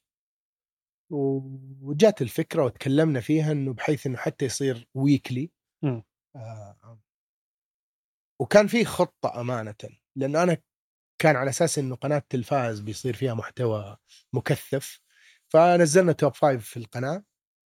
وجات الفكرة وتكلمنا فيها إنه بحيث إنه حتى يصير ويكلي. آه وكان فيه خطة أمانة، لأن أنا كان على أساس إنه قناة تلفاز بيصير فيها محتوى مكثف، فنزلنا توب فايف في القناة.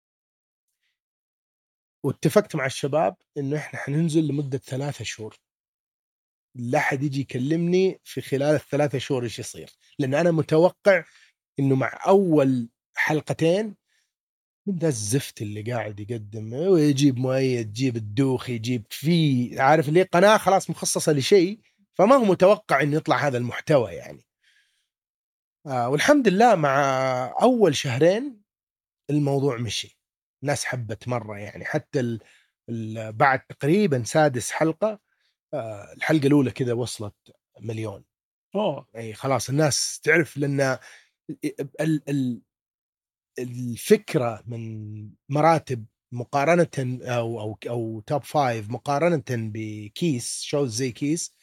واتفقت مع الشباب إنه إحنا حننزل لمدة ثلاثة شهور، لا حد يجي يكلمني في خلال الثلاثة شهور إيش يصير، لأن أنا متوقع إنه مع أول حلقتين من ذا الزفت اللي قاعد يقدم ويجيب مؤيد، يجيب الدوخي، يجيب فيه عارف اللي قناة خلاص مخصصة لشيء، فما هو متوقع إنه يطلع هذا المحتوى يعني. آه والحمد لله مع أول شهرين الموضوع مشي، الناس حبت مرة يعني. حتى ال ال بعد تقريبا سادس حلقة آه الحلقة الأولى كذا وصلت مليون. أوه. أي خلاص الناس تعرف، لأن ال ال الفكرة من مراتب مقارنة أو أو أو توب فايف مقارنة بكيس شوز زي كيس.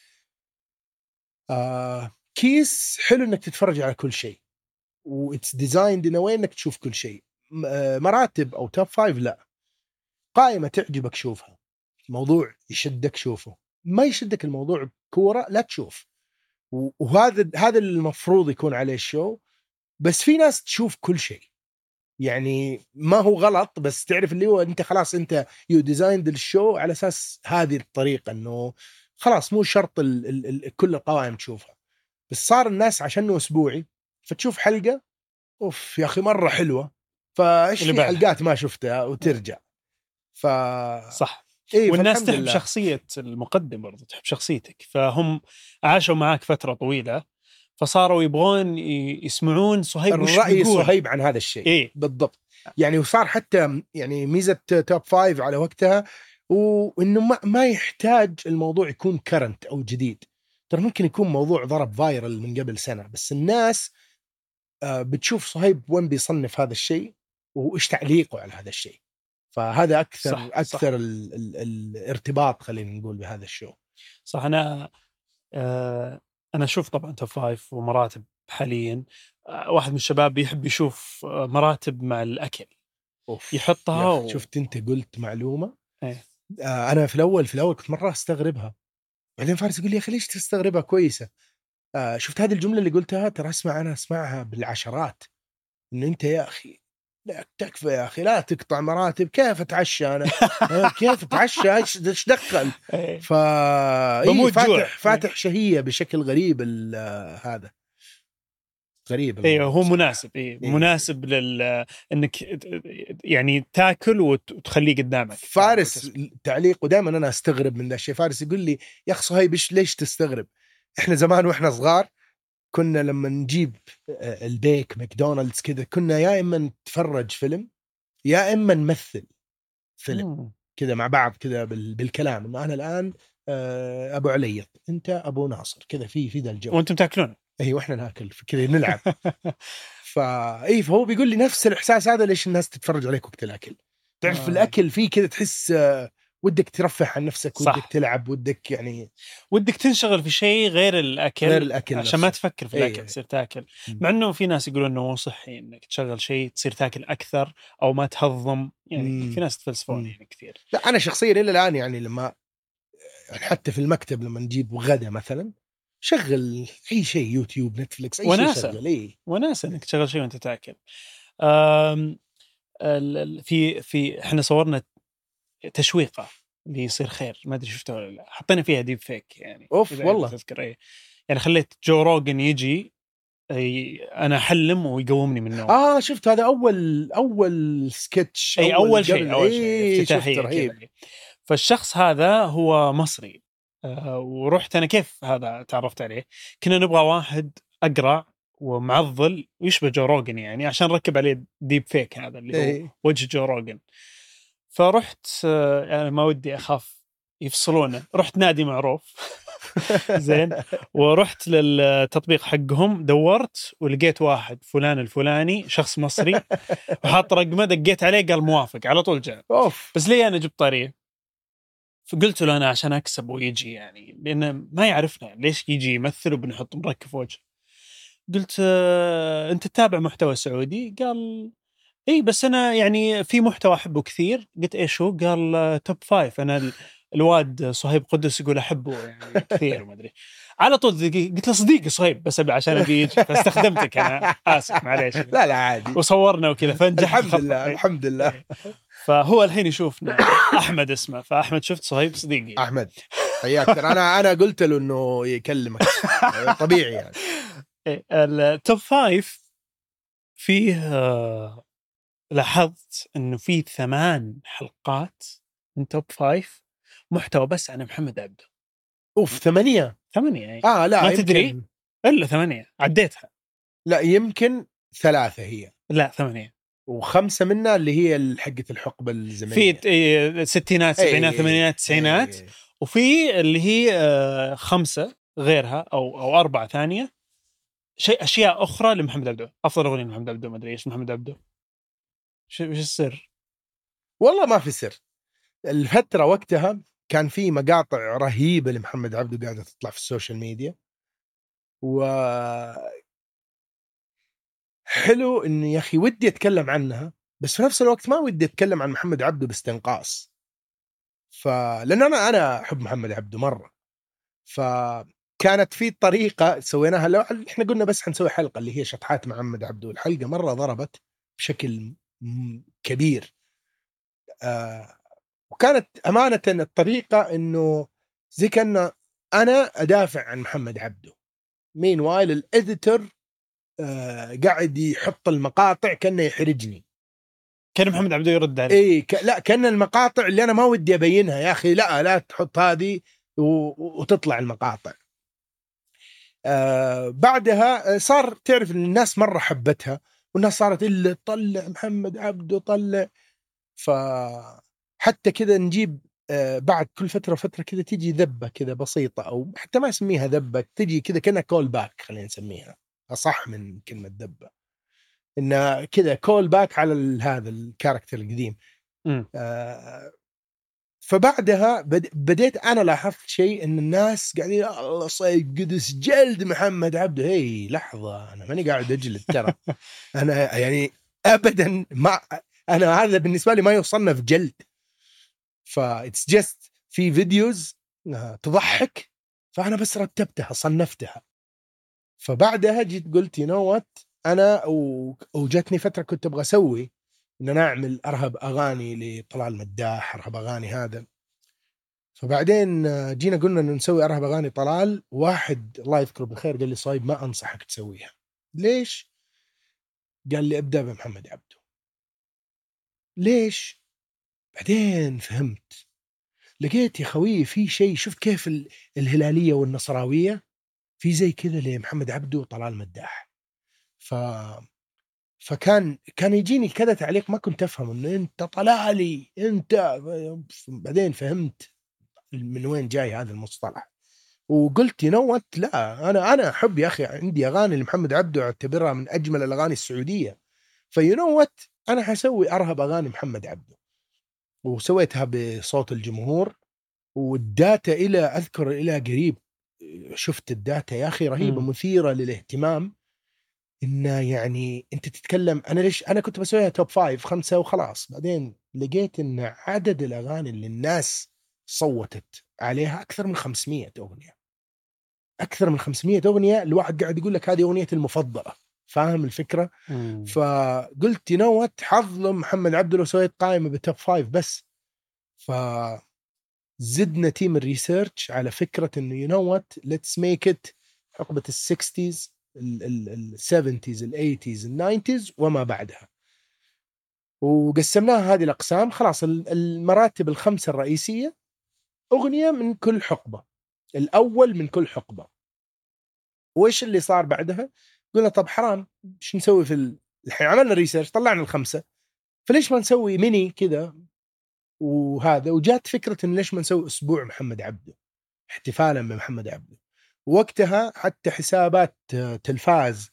آه كيس حلو إنك تتفرج على كل شيء وإتس ديزايند إن وين إنك تشوف كل شيء. مراتب أو توب فايف لا، قائمة تعجبك شوفها، موضوع يشدك شوفه، ما يشدك الموضوع كورة لا تشوف. وهذا هذا المفروض يكون عليه الشو. بس في ناس تشوف كل شيء، يعني ما هو غلط، بس تعرف اللي هو انت خلاص انت يو ديزايند الشو على اساس هذه الطريقه، انه خلاص مو شرط ال ال ال كل القوائم تشوفها. بس صار الناس عشانه اسبوعي فتشوف حلقه اوف يا اخي مره حلوه، فايش في حلقات ما شفتها وترجع. ف صح. إيه والناس تحب لله. شخصيه المقدم برضه، تحب شخصيتك، فهم عاشوا معك فتره طويله فصاروا يبغون يسمعون صهيب وش الرأي بيقول. صهيب عن هذا الشيء. إيه؟ بالضبط. يعني وصار حتى يعني ميزة توب فايف على وقتها وإنه ما, ما يحتاج الموضوع يكون كرنت أو جديد. ترى ممكن يكون موضوع ضرب فايرل من قبل سنة، بس الناس بتشوف صهيب وين بيصنف هذا الشيء وإيش تعليقه على هذا الشيء. فهذا أكثر صح أكثر صح. ال ال الارتباط خلينا نقول بهذا الشو. صح. أنا آه أنا أشوف طبعا توب فايف ومراتب حاليا. آه واحد من الشباب يحب يشوف آه مراتب مع الأكل أوف. يحطها و... شفت أنت قلت معلومة. إيه. آه أنا في الأول في الأول كنت مرة أستغربها، بعدين فارس يقول لي يا أخي ليش تستغربها كويسة. آه شفت هذه الجملة اللي قلتها ترى اسمع أنا أسمعها بالعشرات، إن أنت يا أخي لا تكفى يا أخي لا تقطع مراتب، كيف أتعشى أنا كيف أتعشى إيش دخل. إيه. فا بموت فاتح جوع. فاتح شهية بشكل غريب هذا غريب ايوه هو بصراحة. مناسب. إيه. إيه. مناسب لل انك يعني تاكل وتخليه قدامك. فارس تعليق، ودائما انا استغرب من ذا الشيء. فارس يقول لي يا اخ صهيب ليش تستغرب؟ احنا زمان واحنا صغار كنا لما نجيب البيك ماكدونالدز كذا كنا يا اما نتفرج فيلم يا اما نمثل فيلم كذا مع بعض كذا بالكلام، انه انا الان ابو علي انت ابو ناصر كذا في في ذا الجو وانتم تاكلون. اي واحنا ناكل كذا نلعب. فاي فهو بيقول لي نفس الاحساس هذا، ليش الناس تتفرج عليك وقت الاكل؟ تعرف آه. الاكل فيه كذا تحس ودك ترفه عن نفسك، صح. ودك تلعب، ودك يعني ودك تنشغل في شيء غير الاكل، غير الأكل عشان نفسه. ما تفكر في الاكل. أيه. تصير تاكل. مع انه في ناس يقولون انه مو صحي انك تشغل شيء تصير تاكل اكثر او ما تهضم يعني. مم. في ناس تفلسفون يعني كثير. لا انا شخصيا الى الان يعني لما حتى في المكتب لما نجيب غدا مثلا شغل اي شيء يوتيوب نتفليكس اي وناسة. شيء شغل. اي وناسة انك تشغل شيء وانت تاكل. أم في في احنا صورنا تشويقه اللي يصير خير، ما ادري شفته ولا لا، حطينا فيها ديب فيك يعني. اوف والله تذكر ايه يعني، خليت جو روجن يجي أي انا احلم ويقومني من النوم. اه شفت هذا اول اول سكتش اي اول, أول شيء اول شيء ايه افتتاحيه كذا. فالشخص هذا هو مصري. آه ورحت انا كيف هذا تعرفت عليه، كنا نبغى واحد اقرع ومعضل ويشبه جو روجن يعني، عشان ركب عليه ديب فيك هذا اللي هو إيه. وجه جو روجن. فرحت آه يعني ما ودي اخاف يفصلونه، رحت نادي معروف زين، ورحت للتطبيق حقهم دورت ولقيت واحد فلان الفلاني شخص مصري وحاط رقمه، دقيت عليه قال موافق على طول جاء. أوف. بس ليه انا جبت طريق؟ فقلت له انا عشان اكسب ويجي يعني، لانه ما يعرفنا ليش يجي يمثل وبنحط مركب وجه. قلت آه انت تتابع محتوى سعودي؟ قال اي بس انا يعني في محتوى احبه كثير. قلت ايش هو؟ قال توب فايف. انا الواد صهيب قدس يقول احبه يعني كثير وما ادري. على طول قلت له صديقي صهيب بس عشان ابي يجي، فاستخدمتك انا اسف معليش. لا لا عادي. وصورنا وكذا فنجح الحمد لله الحمد لله. فهو الحين يشوفنا. احمد اسمه، فاحمد شفت صهيب صديقي احمد حياك. انا انا قلت له انه يكلمك طبيعي يعني. التوب فايف فيه لاحظت انه في ثمان حلقات من توب فايف محتوى بس عن محمد عبده. اوف ثمانية ثمانية يعني. اه لا ما يمكن... تدري الا ثمانية عديتها. لا يمكن ثلاثة هي. لا ثمانية. وخمسة منها اللي هي حقة الحقبة الزمنية، في ستينات سبعينات ثمانينات تسعينات، وفي اللي هي خمسة غيرها او او أربعة ثانية شيء اشياء اخرى لمحمد عبده. افضل اغنية لمحمد عبده ما ادري ايش محمد عبده. ايش السر؟ والله ما في سر. الفترة وقتها كان في مقاطع رهيبة لمحمد عبده قاعدة تطلع في السوشيال ميديا، و حلو إني يا أخي ودي أتكلم عنها، بس في نفس الوقت ما ودي أتكلم عن محمد عبده باستنقاص. فلأن أنا أنا أحب محمد عبده مرة، فكانت في طريقة سويناها. لو إحنا قلنا بس حنسوي حلقة اللي هي شطحات محمد عبده، الحلقة مرة ضربت بشكل كبير. آه وكانت أمانة الطريقة إنه زي كأنه أنا أدافع عن محمد عبده، مين وايل الإديتور آه قاعد يحط المقاطع كأنه يحرجني، كان محمد عبده يرد عليه. إيه ك... لا كأن المقاطع اللي أنا ما ودي أبينها، يا أخي لا لا تحط هذه و... وتطلع المقاطع. آه بعدها صار تعرف إن الناس مرة حبتها، والناس صارت إلا طلع محمد عبده طلع. فحتى كذا نجيب آه بعد كل فترة فترة كذا تيجي ذبة كذا بسيطة، أو حتى ما اسميها ذبة، تيجي كذا كأنها كول باك، خلينا نسميها أصح من كلمة ذبة، إنه كذا كول باك على هذا الكاركتر القديم. آه فبعدها بديت أنا لاحظت شيء إن الناس قاعدين الله صيد قدس جلد محمد عبده. هي لحظة، أنا ماني قاعد أجلد ترى. أنا يعني أبدا ما أنا هذا بالنسبة لي ما يصنف جلد. فا it's just في فيديوز تضحك، فأنا بس رتبتها صنفتها. فبعدها جيت قلت you know what، أنا وجتني فترة كنت أبغى أسوي إن أنا أعمل أرهب أغاني لطلال مداح، أرهب أغاني هذا. فبعدين جينا قلنا إنه نسوي أرهب أغاني طلال. واحد الله يذكره بالخير قال لي صايب ما أنصحك تسويها. ليش؟ قال لي ابدأ بمحمد عبده. ليش؟ بعدين فهمت، لقيت يا خوي في شيء. شفت كيف الهلالية والنصراوية في زي كذا لمحمد عبده وطلال مداح. ف فكان كان يجيني كذا تعليق ما كنت أفهم إنه أنت طلالي أنت. بعدين فهمت من وين جاي هذا المصطلح، وقلت ينوت لا أنا أنا أحب يا أخي، عندي أغاني لمحمد عبده أعتبرها من أجمل الأغاني السعودية. فينوت أنا حسوي أرهب أغاني محمد عبده، وسويتها بصوت الجمهور. والداتا إلى أذكر إلى قريب شفت الداتا يا أخي رهيبة، م. مثيرة للاهتمام. إنه يعني أنت تتكلم، أنا ليش أنا كنت بسويها توب فايف خمسة وخلاص. بعدين لقيت إن عدد الأغاني اللي الناس صوتت عليها أكثر من خمسمية أغنية. أكثر من خمسمية أغنية. الواحد قاعد يقول لك هذه أغنيتي المفضلة. فاهم الفكرة؟ مم. فقلت ينوت حظلم محمد عبده لو سويت قائمة بتوب فايف بس. فزدنا تيم الريسيرش على فكرة إنه ينوت let's make it حقبة السكستيز السبنتيز الأيتيز الناينتيز وما بعدها، وقسمناها هذه الأقسام. خلاص المراتب الخمسة الرئيسية، أغنية من كل حقبة، الأول من كل حقبة. وإيش اللي صار بعدها؟ قلنا طب حرام إيش نسوي في ال... الحين عملنا ريسيرش طلعنا الخمسة، فليش ما نسوي ميني كذا وهذا. وجات فكرة إن ليش ما نسوي أسبوع محمد عبده احتفالا بمحمد عبده. وقتها حتى حسابات تلفاز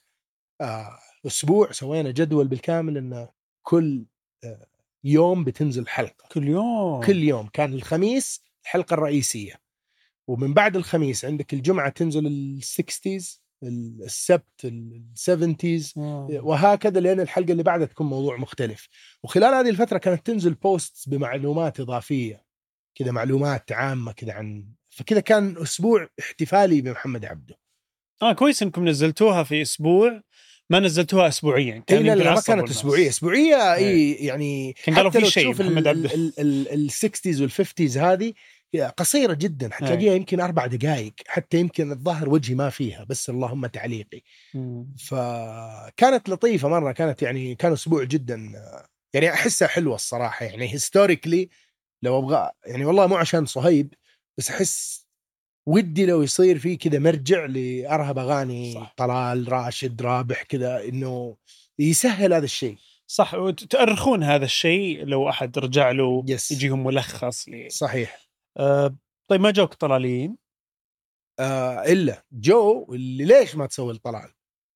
أسبوع سوينا جدول بالكامل إن كل يوم بتنزل حلقة. كل يوم كل يوم كان الخميس الحلقة الرئيسية، ومن بعد الخميس عندك الجمعة تنزل السكستيز، السبت السفنتيز، وهكذا لأن الحلقة اللي بعدها تكون موضوع مختلف. وخلال هذه الفترة كانت تنزل بوست بمعلومات إضافية كذا، معلومات عامة كذا عن. فكذا كان أسبوع احتفالي بمحمد عبده. آه كويس إنكم نزلتوها في أسبوع، ما نزلتوها أسبوعيا. كان لا لا ما كانت أسبوعية. أسبوعية إيه يعني كان قالوا في شيء محمد عبده. السكستيز والفيفتيز هذه قصيرة جدا، حتلاقيها يمكن أربع دقائق، حتى يمكن الظاهر وجهي ما فيها بس اللهم تعليقي. مم. فكانت لطيفة مرة، كانت يعني كان أسبوع جدا يعني أحسها حلوة الصراحة. يعني هيستوريكلي لو أبغى يعني والله مو عشان صهيب بس أحس ودي لو يصير فيه كذا مرجع لأرهب أغاني صح. طلال راشد رابح كذا، إنه يسهل هذا الشيء. صح، وتأرخون هذا الشيء لو أحد رجع له يس. يجيهم ملخص لي. صحيح. آه طيب ما جوك طلالين؟ آه إلا جو اللي ليش ما تسوي الطلال،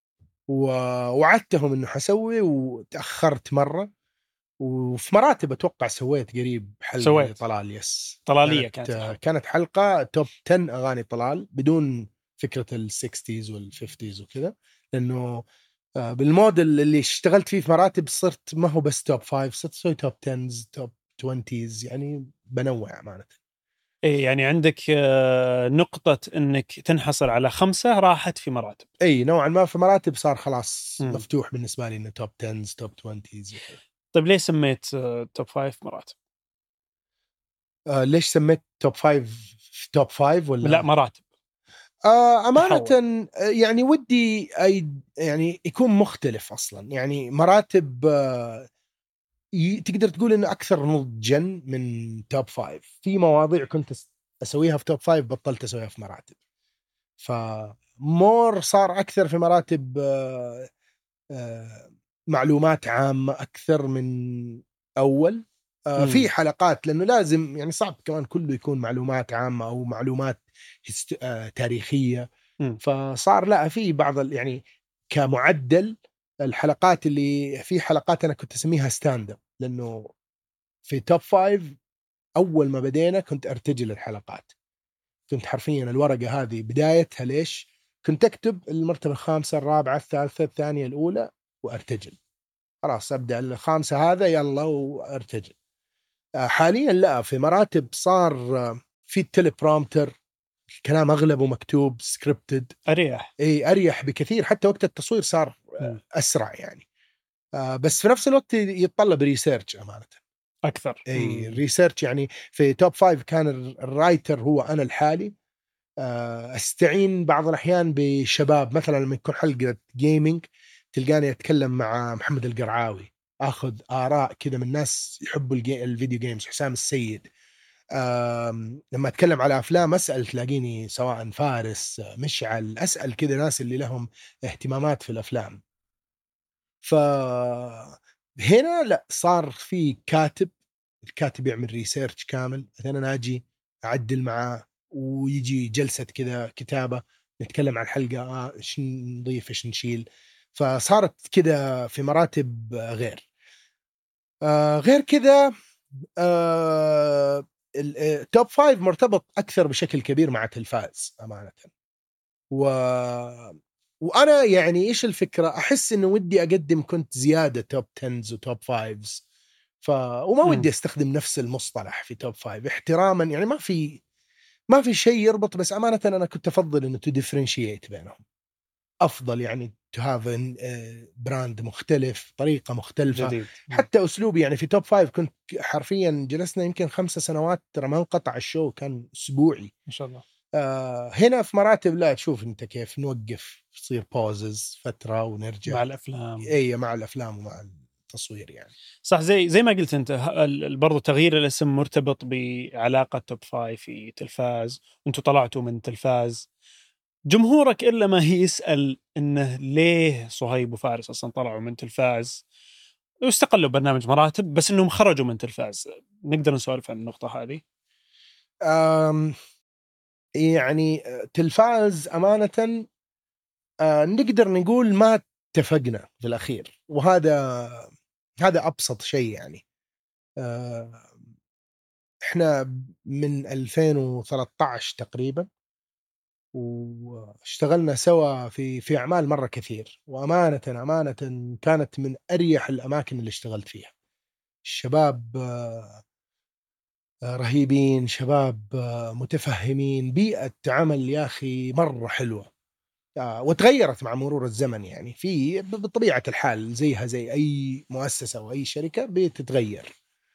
ووعدتهم إنه حسوي وتأخرت مرة. وفي مراتب أتوقع سويت قريب حلقة طلال يس طلالية كانت, كانت كانت حلقة توب عشرة أغاني طلال بدون فكرة السكستيز والفيفتيز وكذا، لأنه بالموديل اللي اشتغلت فيه في مراتب صرت ما هو بس توب فايف، صرت سوي توب تنز توب توينتيز، يعني بنوع أمانة. إيه يعني عندك نقطة إنك تنحصر على خمسة راحت في مراتب. أي نوعا ما في مراتب صار خلاص م. مفتوح بالنسبة لي إنه توب تنز توب توينتيز. طيب ليش سميت توب فايف مراتب؟ آه ليش سميت توب فايف توب فايف ولا لا مراتب؟ آه أمانة تحول. يعني ودي أي يعني يكون مختلف أصلا، يعني مراتب آه تقدر تقول إنه أكثر نضجا من توب فايف. في مواضيع كنت أسويها في توب فايف بطلت أسويها في مراتب، فمور صار أكثر في مراتب آه آه معلومات عامة أكثر من أول. آه في حلقات لأنه لازم يعني صعب كمان كله يكون معلومات عامة أو معلومات آه تاريخية. م. فصار لا في بعض يعني كمعدل الحلقات اللي في حلقات أنا كنت أسميها ستاند اب، لأنه في توب فايف أول ما بدينا كنت أرتجل الحلقات، كنت حرفيا الورقة هذه بدايتها ليش كنت أكتب المرتبة الخامسة الرابعة الثالثة الثانية الأولى وأرتجل، خلاص أبدأ الخامسة هذا يلا وأرتجل. حاليا لا، في مراتب صار في التليبرومتر، الكلام أغلبه مكتوب سكريبتد، أريح. أي أريح بكثير، حتى وقت التصوير صار أسرع يعني. بس في نفس الوقت يتطلب ريسيرش أمانة أكثر. أي ريسيرش. يعني في توب فايف كان الرايتر هو أنا الحالي، أستعين بعض الأحيان بشباب، مثلا لما يكون حلقة جيمينج تلقاني أتكلم مع محمد القرعاوي، أخذ آراء كذا من ناس يحبوا الفيديو جيمز، حسام السيد. لما أتكلم على أفلام أسأل، تلاقيني سواء فارس مشعل، أسأل كذا ناس اللي لهم اهتمامات في الأفلام. فهنا لا، صار في كاتب، الكاتب يعمل ريسيرش كامل، مثلا أنا أجي أعدل معاه ويجي جلسة كذا كتابة، نتكلم عن الحلقة، آه إيش نضيف إيش نشيل. فصارت كذا في مراتب غير آه غير كذا. آه التوب فايف مرتبط أكثر بشكل كبير مع تلفاز أمانة. و وأنا يعني إيش الفكرة، أحس إنه ودي أقدم كنت زيادة توب تنز وتوب فايفز، ف وما ودي أستخدم نفس المصطلح في توب فايف احتراما، يعني ما في ما في شيء يربط، بس أمانة أنا كنت أفضل إنه to differentiate بينهم، أفضل يعني to have براند مختلف، طريقة مختلفة جديد. حتى أسلوبي. يعني في توب فايف كنت حرفيا جلسنا يمكن خمسة سنوات، ترى ما انقطع الشو، كان أسبوعي ما شاء الله. آه هنا في مراتب لا، تشوف أنت كيف نوقف، تصير بوزز فترة ونرجع مع الأفلام. أي مع الأفلام ومع التصوير يعني. صح، زي زي ما قلت أنت، برضو تغيير الاسم مرتبط بعلاقة توب فايف في تلفاز، وأنتوا طلعتوا من تلفاز. جمهورك إلا ما هي يسأل إنه ليه صهيب وفارس أصلا طلعوا من تلفاز واستقلوا برنامج مراتب، بس إنهم خرجوا من تلفاز. نقدر نسولف عن النقطة هذه؟ أم يعني تلفاز أمانة أه نقدر نقول ما اتفقنا في الأخير، وهذا هذا أبسط شيء يعني. أه إحنا من ألفين وثلاثة عشر تقريبا واشتغلنا سوا في في أعمال مرة كثير، وأمانة أمانة كانت من أريح الأماكن اللي اشتغلت فيها. الشباب رهيبين، شباب متفهمين، بيئة عمل يا أخي مرة حلوة، وتغيرت مع مرور الزمن. يعني في بطبيعة الحال زيها زي أي مؤسسة أو أي شركة بتتغير.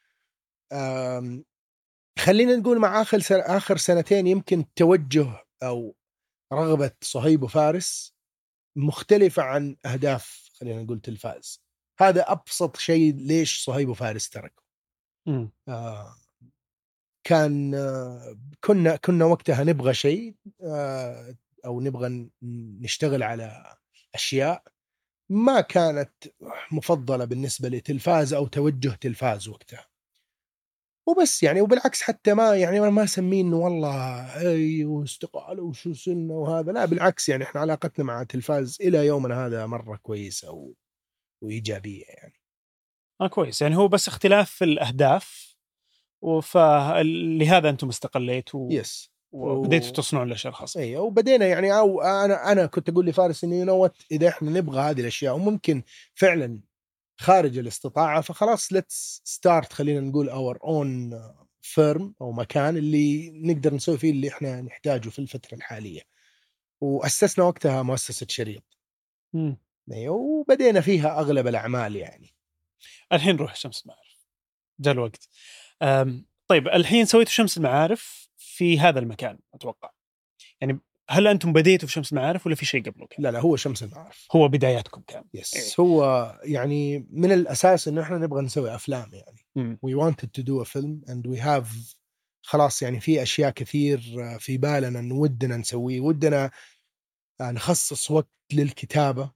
خلينا نقول مع آخر سنة آخر سنتين يمكن توجه أو رغبة صهيب وفارس مختلفة عن أهداف خلينا نقول تلفاز. هذا أبسط شيء ليش صهيب وفارس تركوا. آه كان آه كنا كنا وقتها نبغى شيء آه أو نبغى نشتغل على أشياء ما كانت مفضلة بالنسبة لتلفاز أو توجه تلفاز وقتها، وبس يعني. وبالعكس حتى ما يعني ما اسميه انه والله اي واستقاله وشو سنه وهذا، لا بالعكس، يعني احنا علاقتنا مع تلفاز الى يومنا هذا مره كويسه و... وايجابيه يعني. اه كويس، يعني هو بس اختلاف في الاهداف، فلهذا انتم استقليتوا يس وبديتوا و... تصنعون الاشياء الخاصه. ايوه، وبدينا يعني او انا انا كنت اقول لفارس انه ينوت اذا احنا نبغى هذه الاشياء وممكن فعلا خارج الاستطاعه، فخلاص ليتس ستارت، خلينا نقول اور اون فيرم او مكان اللي نقدر نسوي فيه اللي احنا نحتاجه في الفتره الحاليه. وأسسنا وقتها مؤسسة شريط. مم. وبدينا فيها أغلب الأعمال يعني. الحين نروح شمس المعارف، جاء الوقت. طيب الحين سويتوا شمس المعارف في هذا المكان أتوقع، يعني هل أنتم بديتوا في شمس المعارف ولا في شيء قبله كان؟ لا لا، هو شمس المعارف هو بداياتكم كان. يس إيه. هو يعني من الأساس إنه إحنا نبغى نسوي أفلام يعني. مم. we wanted to do a film and we have خلاص يعني في أشياء كثير في بالنا نودنا نسويه، ودنا نخصص وقت للكتابة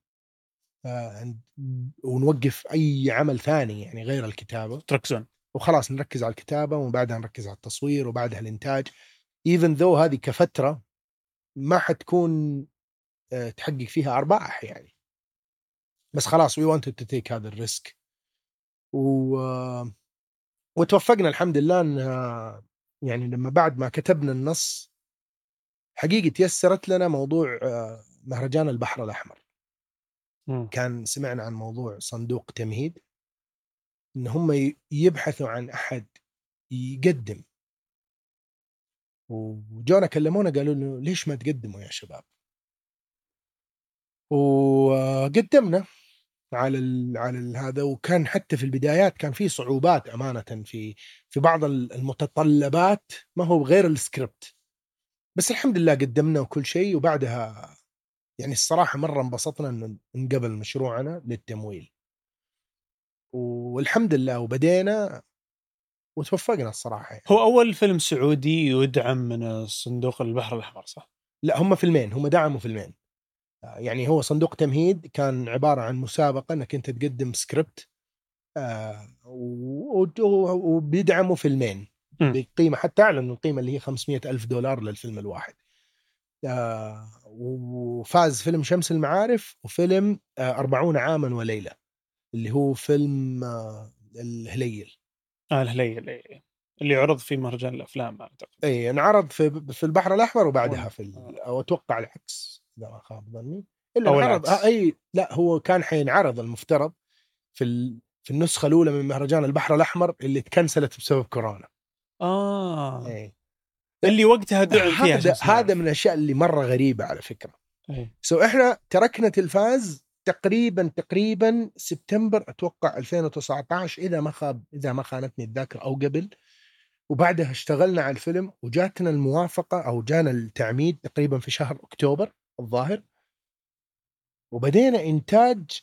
ونوقف أي عمل ثاني يعني غير الكتابة، تركزون وخلاص نركز على الكتابة وبعدها نركز على التصوير وبعدها الإنتاج. even though هذه كفترة ما حتكون تحقق فيها أرباح يعني، بس خلاص we wanted to take هذا الريسك. و... وتوفقنا الحمد لله ان يعني لما بعد ما كتبنا النص حقيقة تيسرت لنا موضوع مهرجان البحر الأحمر. م. كان سمعنا عن موضوع صندوق تمهيد إن هم يبحثوا عن أحد يقدم، وجونا كلمونا قالوا له ليش ما تقدموا يا شباب؟ وقدمنا على ال على ال هذا. وكان حتى في البدايات كان في صعوبات أمانة في في بعض المتطلبات، ما هو غير السكريبت، بس الحمد لله قدمنا وكل شيء. وبعدها يعني الصراحة مرة انبسطنا إنه نقبل مشروعنا للتمويل، والحمد لله وبدينا وتوفقنا الصراحة يعني. هو أول فيلم سعودي يدعم من صندوق البحر الأحمر صح؟ لا، هم فيلمين، هم دعموا فيلمين. يعني هو صندوق تمهيد كان عبارة عن مسابقة انك انت تقدم سكريبت، آه وبيدعموا فيلمين بقيمة حتى أعلى من القيمة اللي هي خمسمائة ألف دولار للفيلم الواحد. آه وفاز فيلم شمس المعارف وفيلم آه أربعون عاما وليلة اللي هو فيلم آه الهليل. آه الهليل اللي عرض في مهرجان الأفلام أعتقد. اي انعرض في في البحر الأحمر وبعدها في أو أتوقع العكس إذا ما خاب ظني، إلا انعرض أي لا هو كان حينعرض المفترض في ال... في النسخة الأولى من مهرجان البحر الأحمر اللي تكنسلت بسبب كورونا. آه أي. اللي وقتها دعم فيها. هذا هذا من الأشياء اللي مرة غريبة على فكرة. أي. سو إحنا تركنا تلفاز تقريبا تقريبا سبتمبر أتوقع ألفين وتسعة عشر إذا ما خاب إذا ما خانتني الذاكرة أو قبل، وبعدها اشتغلنا على الفيلم وجاتنا الموافقة أو جانا التعميد تقريبا في شهر أكتوبر الظاهر، وبدينا إنتاج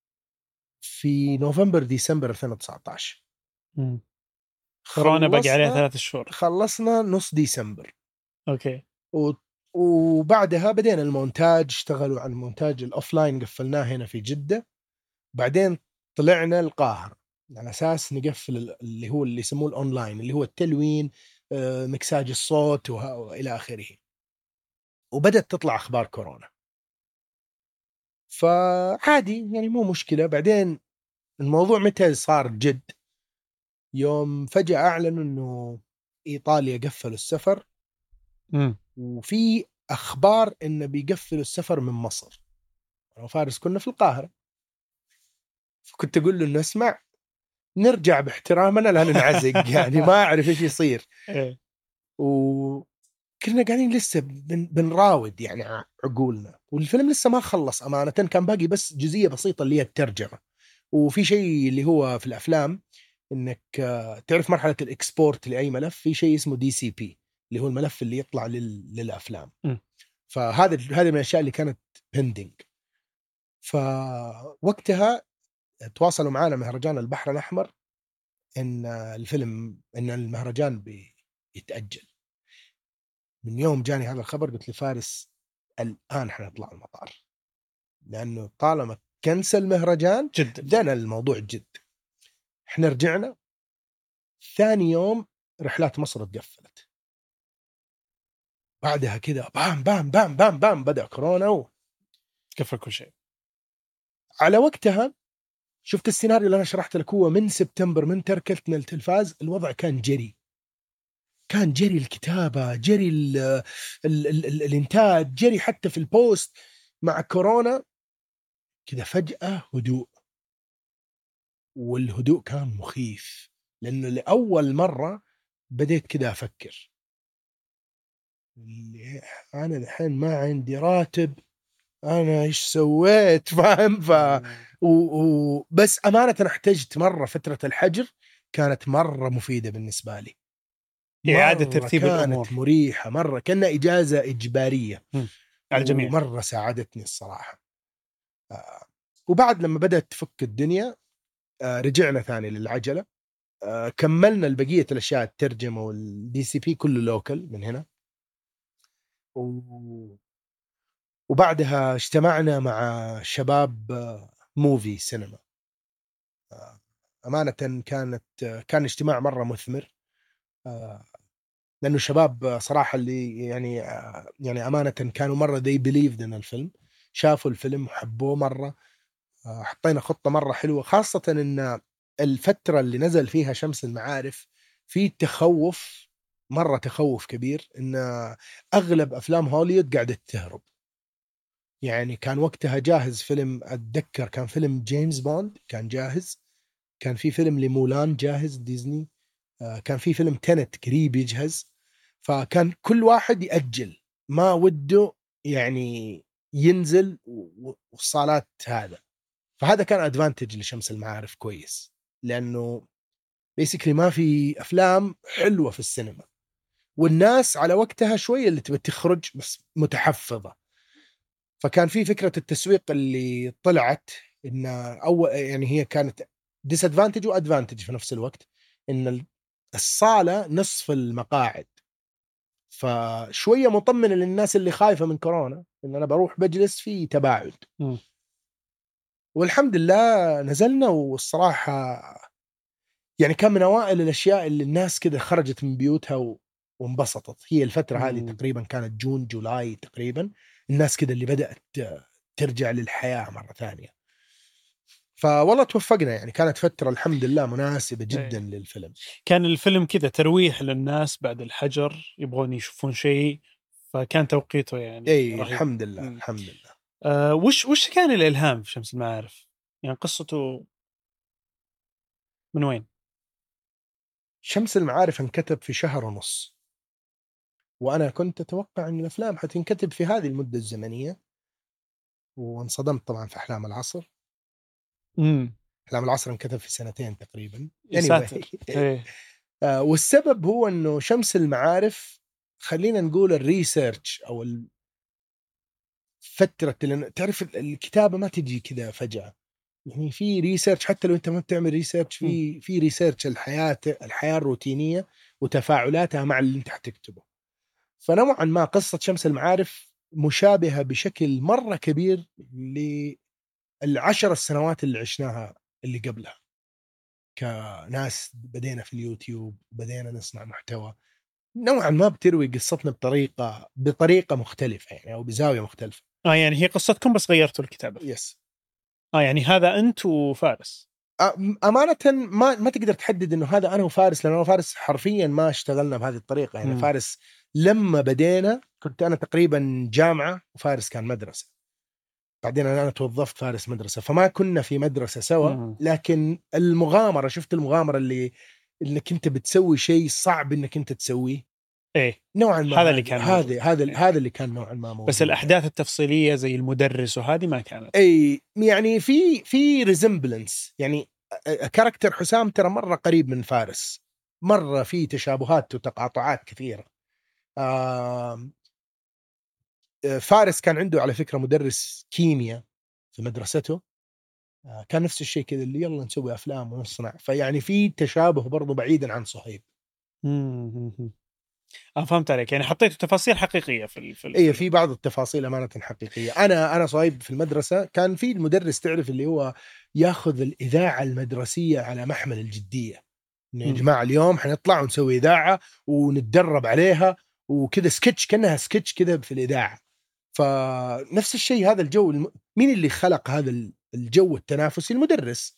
في نوفمبر ديسمبر ألفين وتسعة عشر. امم كورونا باقي عليها ثلاث شهور. خلصنا نص ديسمبر. اوكي. و... وبعدها بدينا المونتاج، اشتغلوا على المونتاج الأوفلاين قفلناه هنا في جدة، بعدين طلعنا القاهرة على أساس نقفل اللي هو اللي يسموه الأونلاين اللي هو التلوين، مكساج الصوت وإلى آخره. وبدأت تطلع أخبار كورونا، فعادي يعني مو مشكلة. بعدين الموضوع متى صار جد؟ يوم فجأة أعلنوا إنه إيطاليا قفلوا السفر. م. وفي أخبار إنه بيقفلوا السفر من مصر. أنا وفارس كنا في القاهرة، فكنت أقول له إنه اسمع نرجع باحترامنا لا ننعزق يعني ما أعرف إيش يصير. وكنا قاعدين لسه بن بنراود يعني عقولنا، والفيلم لسه ما خلص أمانة، كان باقي بس جزئية بسيطة اللي هي الترجمة. وفي شيء اللي هو في الأفلام إنك تعرف مرحلة الإكسبورت لأي ملف، في شيء اسمه دي سي بي اللي هو الملف اللي يطلع لل... للأفلام. م. فهذا هذه من الأشياء اللي كانت بندنج. فوقتها تواصلوا معنا مهرجان البحر الأحمر إن الفيلم إن المهرجان بيتأجل. من يوم جاني هذا الخبر قلت لي فارس الآن حنطلع المطار، لأنه طالما كنسل مهرجان جد دنا الموضوع جد. احنا رجعنا ثاني يوم رحلات مصر تقفلت، بعدها كذا بام بام بام بام بام بدأ كورونا وقفل كل شيء. على وقتها شفت السيناريو اللي أنا شرحت لك، هو من سبتمبر من تركتنا التلفاز الوضع كان جري، كان جري الكتابة، جري ال ال ال ال الإنتاج، جري حتى في البوست. مع كورونا كذا فجأة هدوء، والهدوء كان مخيف لأنه لأول مرة بديت كذا أفكر اللي أنا الحين ما عندي راتب، أنا إيش سويت؟ فاهم؟ ف و... و... بس أمانة احتجت مرة فترة الحجر، كانت مرة مفيدة بالنسبة لي، إعادة ترتيب كانت الأمور، كانت مريحة مرة، كأنها إجازة إجبارية على الجميع، ومرة ساعدتني الصراحة. آه. وبعد لما بدأت تفك الدنيا آه رجعنا ثاني للعجلة. آه كملنا البقية الأشياء، الترجمة والدي سي بي كله لوكل من هنا. و... وبعدها اجتمعنا مع شباب آه موفي سينما. آه أمانة كانت آه كان اجتماع مرة مثمر، آه لأنه شباب صراحة اللي يعني آه يعني أمانة كانوا مرة they believed in الفيلم، شافوا الفيلم وحبوه مرة. آه حطينا خطة مرة حلوة، خاصة إن الفترة اللي نزل فيها شمس المعارف في تخوف، مرة تخوف كبير، إن أغلب أفلام هوليوود قاعدة تهرب. يعني كان وقتها جاهز فيلم، أتذكر كان فيلم جيمس بوند كان جاهز، كان في فيلم لمولان جاهز ديزني، كان في فيلم تنت قريب يجهز، فكان كل واحد يأجل، ما وده يعني ينزل والصالات هذا. فهذا كان أدفانتج لشمس المعارف كويس، لأنه بيسكلي ما في أفلام حلوة في السينما، والناس على وقتها شوية اللي تبي تخرج بس متحفظة. فكان في فكرة التسويق اللي طلعت إن أول يعني هي كانت disadvantage وadvantage في نفس الوقت، إن الصالة نصف المقاعد، فشوية مطمنة للناس اللي خايفة من كورونا إن أنا بروح بجلس في تباعد. م. والحمد لله نزلنا، والصراحة يعني كان من أوائل الأشياء اللي الناس كده خرجت من بيوتها وانبسطت. هي الفترة هذه م. تقريبا كانت جون جولاي تقريبا، الناس كده اللي بدأت ترجع للحياة مرة ثانية. فوالله توفقنا، يعني كانت فترة الحمد لله مناسبة جدا أي. للفيلم. كان الفيلم كذا ترويح للناس بعد الحجر، يبغون يشوفون شيء، فكان توقيته يعني اي رهيب. الحمد لله. م. الحمد لله. آه وش وش كان الإلهام في شمس المعارف؟ يعني قصته من وين؟ شمس المعارف انكتب في شهر ونص، وأنا كنت أتوقع أن الأفلام حتنكتب في هذه المدة الزمنية، وانصدمت طبعا في أحلام العصر. امم أحلام العصر انكتب في سنتين تقريبا. يا ساتر. anyway. ايه. آه والسبب هو أنه شمس المعارف، خلينا نقول الريسيرش أو فترة، لأن تعرف الكتابة ما تجي كذا فجأة، يعني في ريسيرش، حتى لو أنت ما بتعمل ريسيرش، م. في في ريسيرش الحياة الحياة الروتينية وتفاعلاتها مع اللي أنت حتكتبه. فنوعا ما قصة شمس المعارف مشابهة بشكل مرة كبير للعشر السنوات اللي عشناها اللي قبلها، كناس بدينا في اليوتيوب، بدينا نصنع محتوى، نوعا ما بتروي قصتنا بطريقة بطريقة مختلفة يعني، أو بزاوية مختلفة. اه يعني هي قصتكم بس غيرتوا الكتابة. يس. اه يعني هذا أنت وفارس. أمانة ما ما تقدر تحدد إنه هذا أنا وفارس، لأنه فارس حرفيا ما اشتغلنا بهذه الطريقة يعني. م. فارس لما بدينا كنت أنا تقريبا جامعة وفارس كان مدرسة، بعدين أنا توظفت فارس مدرسة، فما كنا في مدرسة سوا. م. لكن المغامرة، شفت المغامرة اللي إنك أنت بتسوي شيء صعب إنك أنت تسويه ايه نوعا ما. هذا اللي كان هذا هذا إيه. هذا اللي كان نوعا ما موجود. بس الأحداث التفصيلية زي المدرس وهذه ما كانت. اي يعني في في ريزمبلنس يعني. كاركتر حسام ترى مرة قريب من فارس، مرة في تشابهات وتقاطعات كثيرة. فارس كان عنده على فكرة مدرس كيمياء في مدرسته، كان نفس الشيء كذا، اللي يلا نسوي أفلام ونصنع. فيعني في تشابه برضو بعيدا عن صهيب. امم اه فهمت عليك، يعني حطيتوا تفاصيل حقيقية في ال... في الفيلم. اي في بعض التفاصيل أمانة حقيقية. أنا أنا صهيب في المدرسة كان في المدرس، تعرف اللي هو ياخذ الإذاعة المدرسية على محمل الجدية، إنه يا م. جماعة اليوم حنطلع ونسوي إذاعة ونتدرب عليها وكذا، سكتش كأنها سكتش كذا في الإذاعة. فنفس الشيء هذا الجو الم... مين اللي خلق هذا الجو التنافسي؟ المدرس.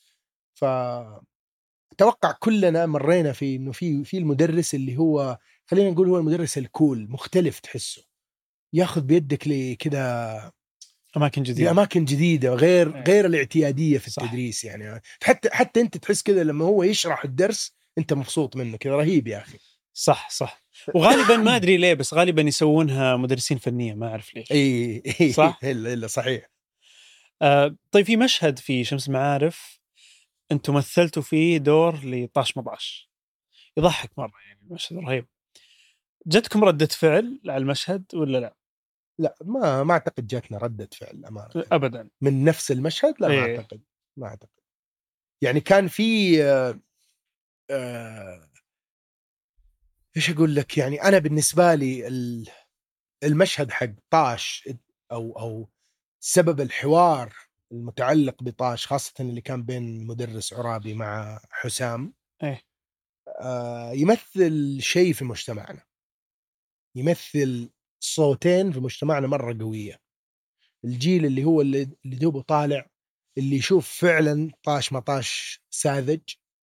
فأتوقع كلنا مرينا في إنه في في المدرس اللي هو، خلينا نقول هو المدرس الكول، مختلف، تحسه ياخذ بيدك لكذا أماكن جديدة، لأماكن جديدة غير أيه. غير الاعتيادية في صح. التدريس يعني. حتى حتى أنت تحس كذا لما هو يشرح الدرس أنت مبسوط منه كذا، رهيب يا أخي. صح صح. وغالبا ما أدري ليه بس غالبا يسوونها مدرسين فنية، ما أعرف ليش. اي اي صح. الا الا صحيح. آه طيب في مشهد في شمس المعارف أنتم مثلتوا فيه دور لطاش مطاش، يضحك مرة يعني، مشهد رهيب. جتكم ردة فعل على المشهد ولا لا؟ لا ما ما اعتقد جاتنا ردة فعل امانه ابدا من نفس المشهد، لا ما إيه. اعتقد ما اعتقد يعني كان في آه آه ايش اقول لك، يعني انا بالنسبه لي المشهد حق طاش، او او سبب الحوار المتعلق بطاش، خاصه اللي كان بين مدرس عرابي مع حسام، إيه. آه يمثل شيء في مجتمعنا، يمثل صوتين في مجتمعنا مرة قوية. الجيل اللي هو اللي اللي دوبه طالع، اللي يشوف فعلا طاش مطاش ساذج،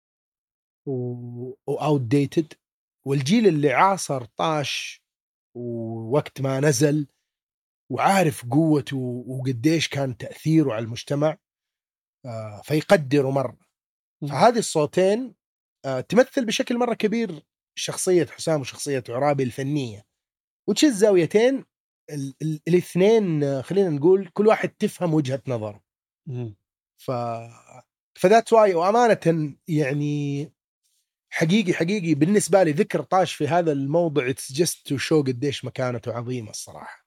واوت ديتد، والجيل اللي عاصر طاش ووقت ما نزل وعارف قوته وقديش كان تأثيره على المجتمع، فيقدروا مرة. فهذه الصوتين تمثل بشكل مرة كبير شخصية حسام وشخصية عرابي الفنية، وتشي الزاويتين الاثنين خلينا نقول كل واحد تفهم وجهة نظره. ف فذات واي. وأمانة يعني حقيقي حقيقي بالنسبة لي ذكر طاش في هذا الموضع it's just to show قديش مكانته عظيمة الصراحة.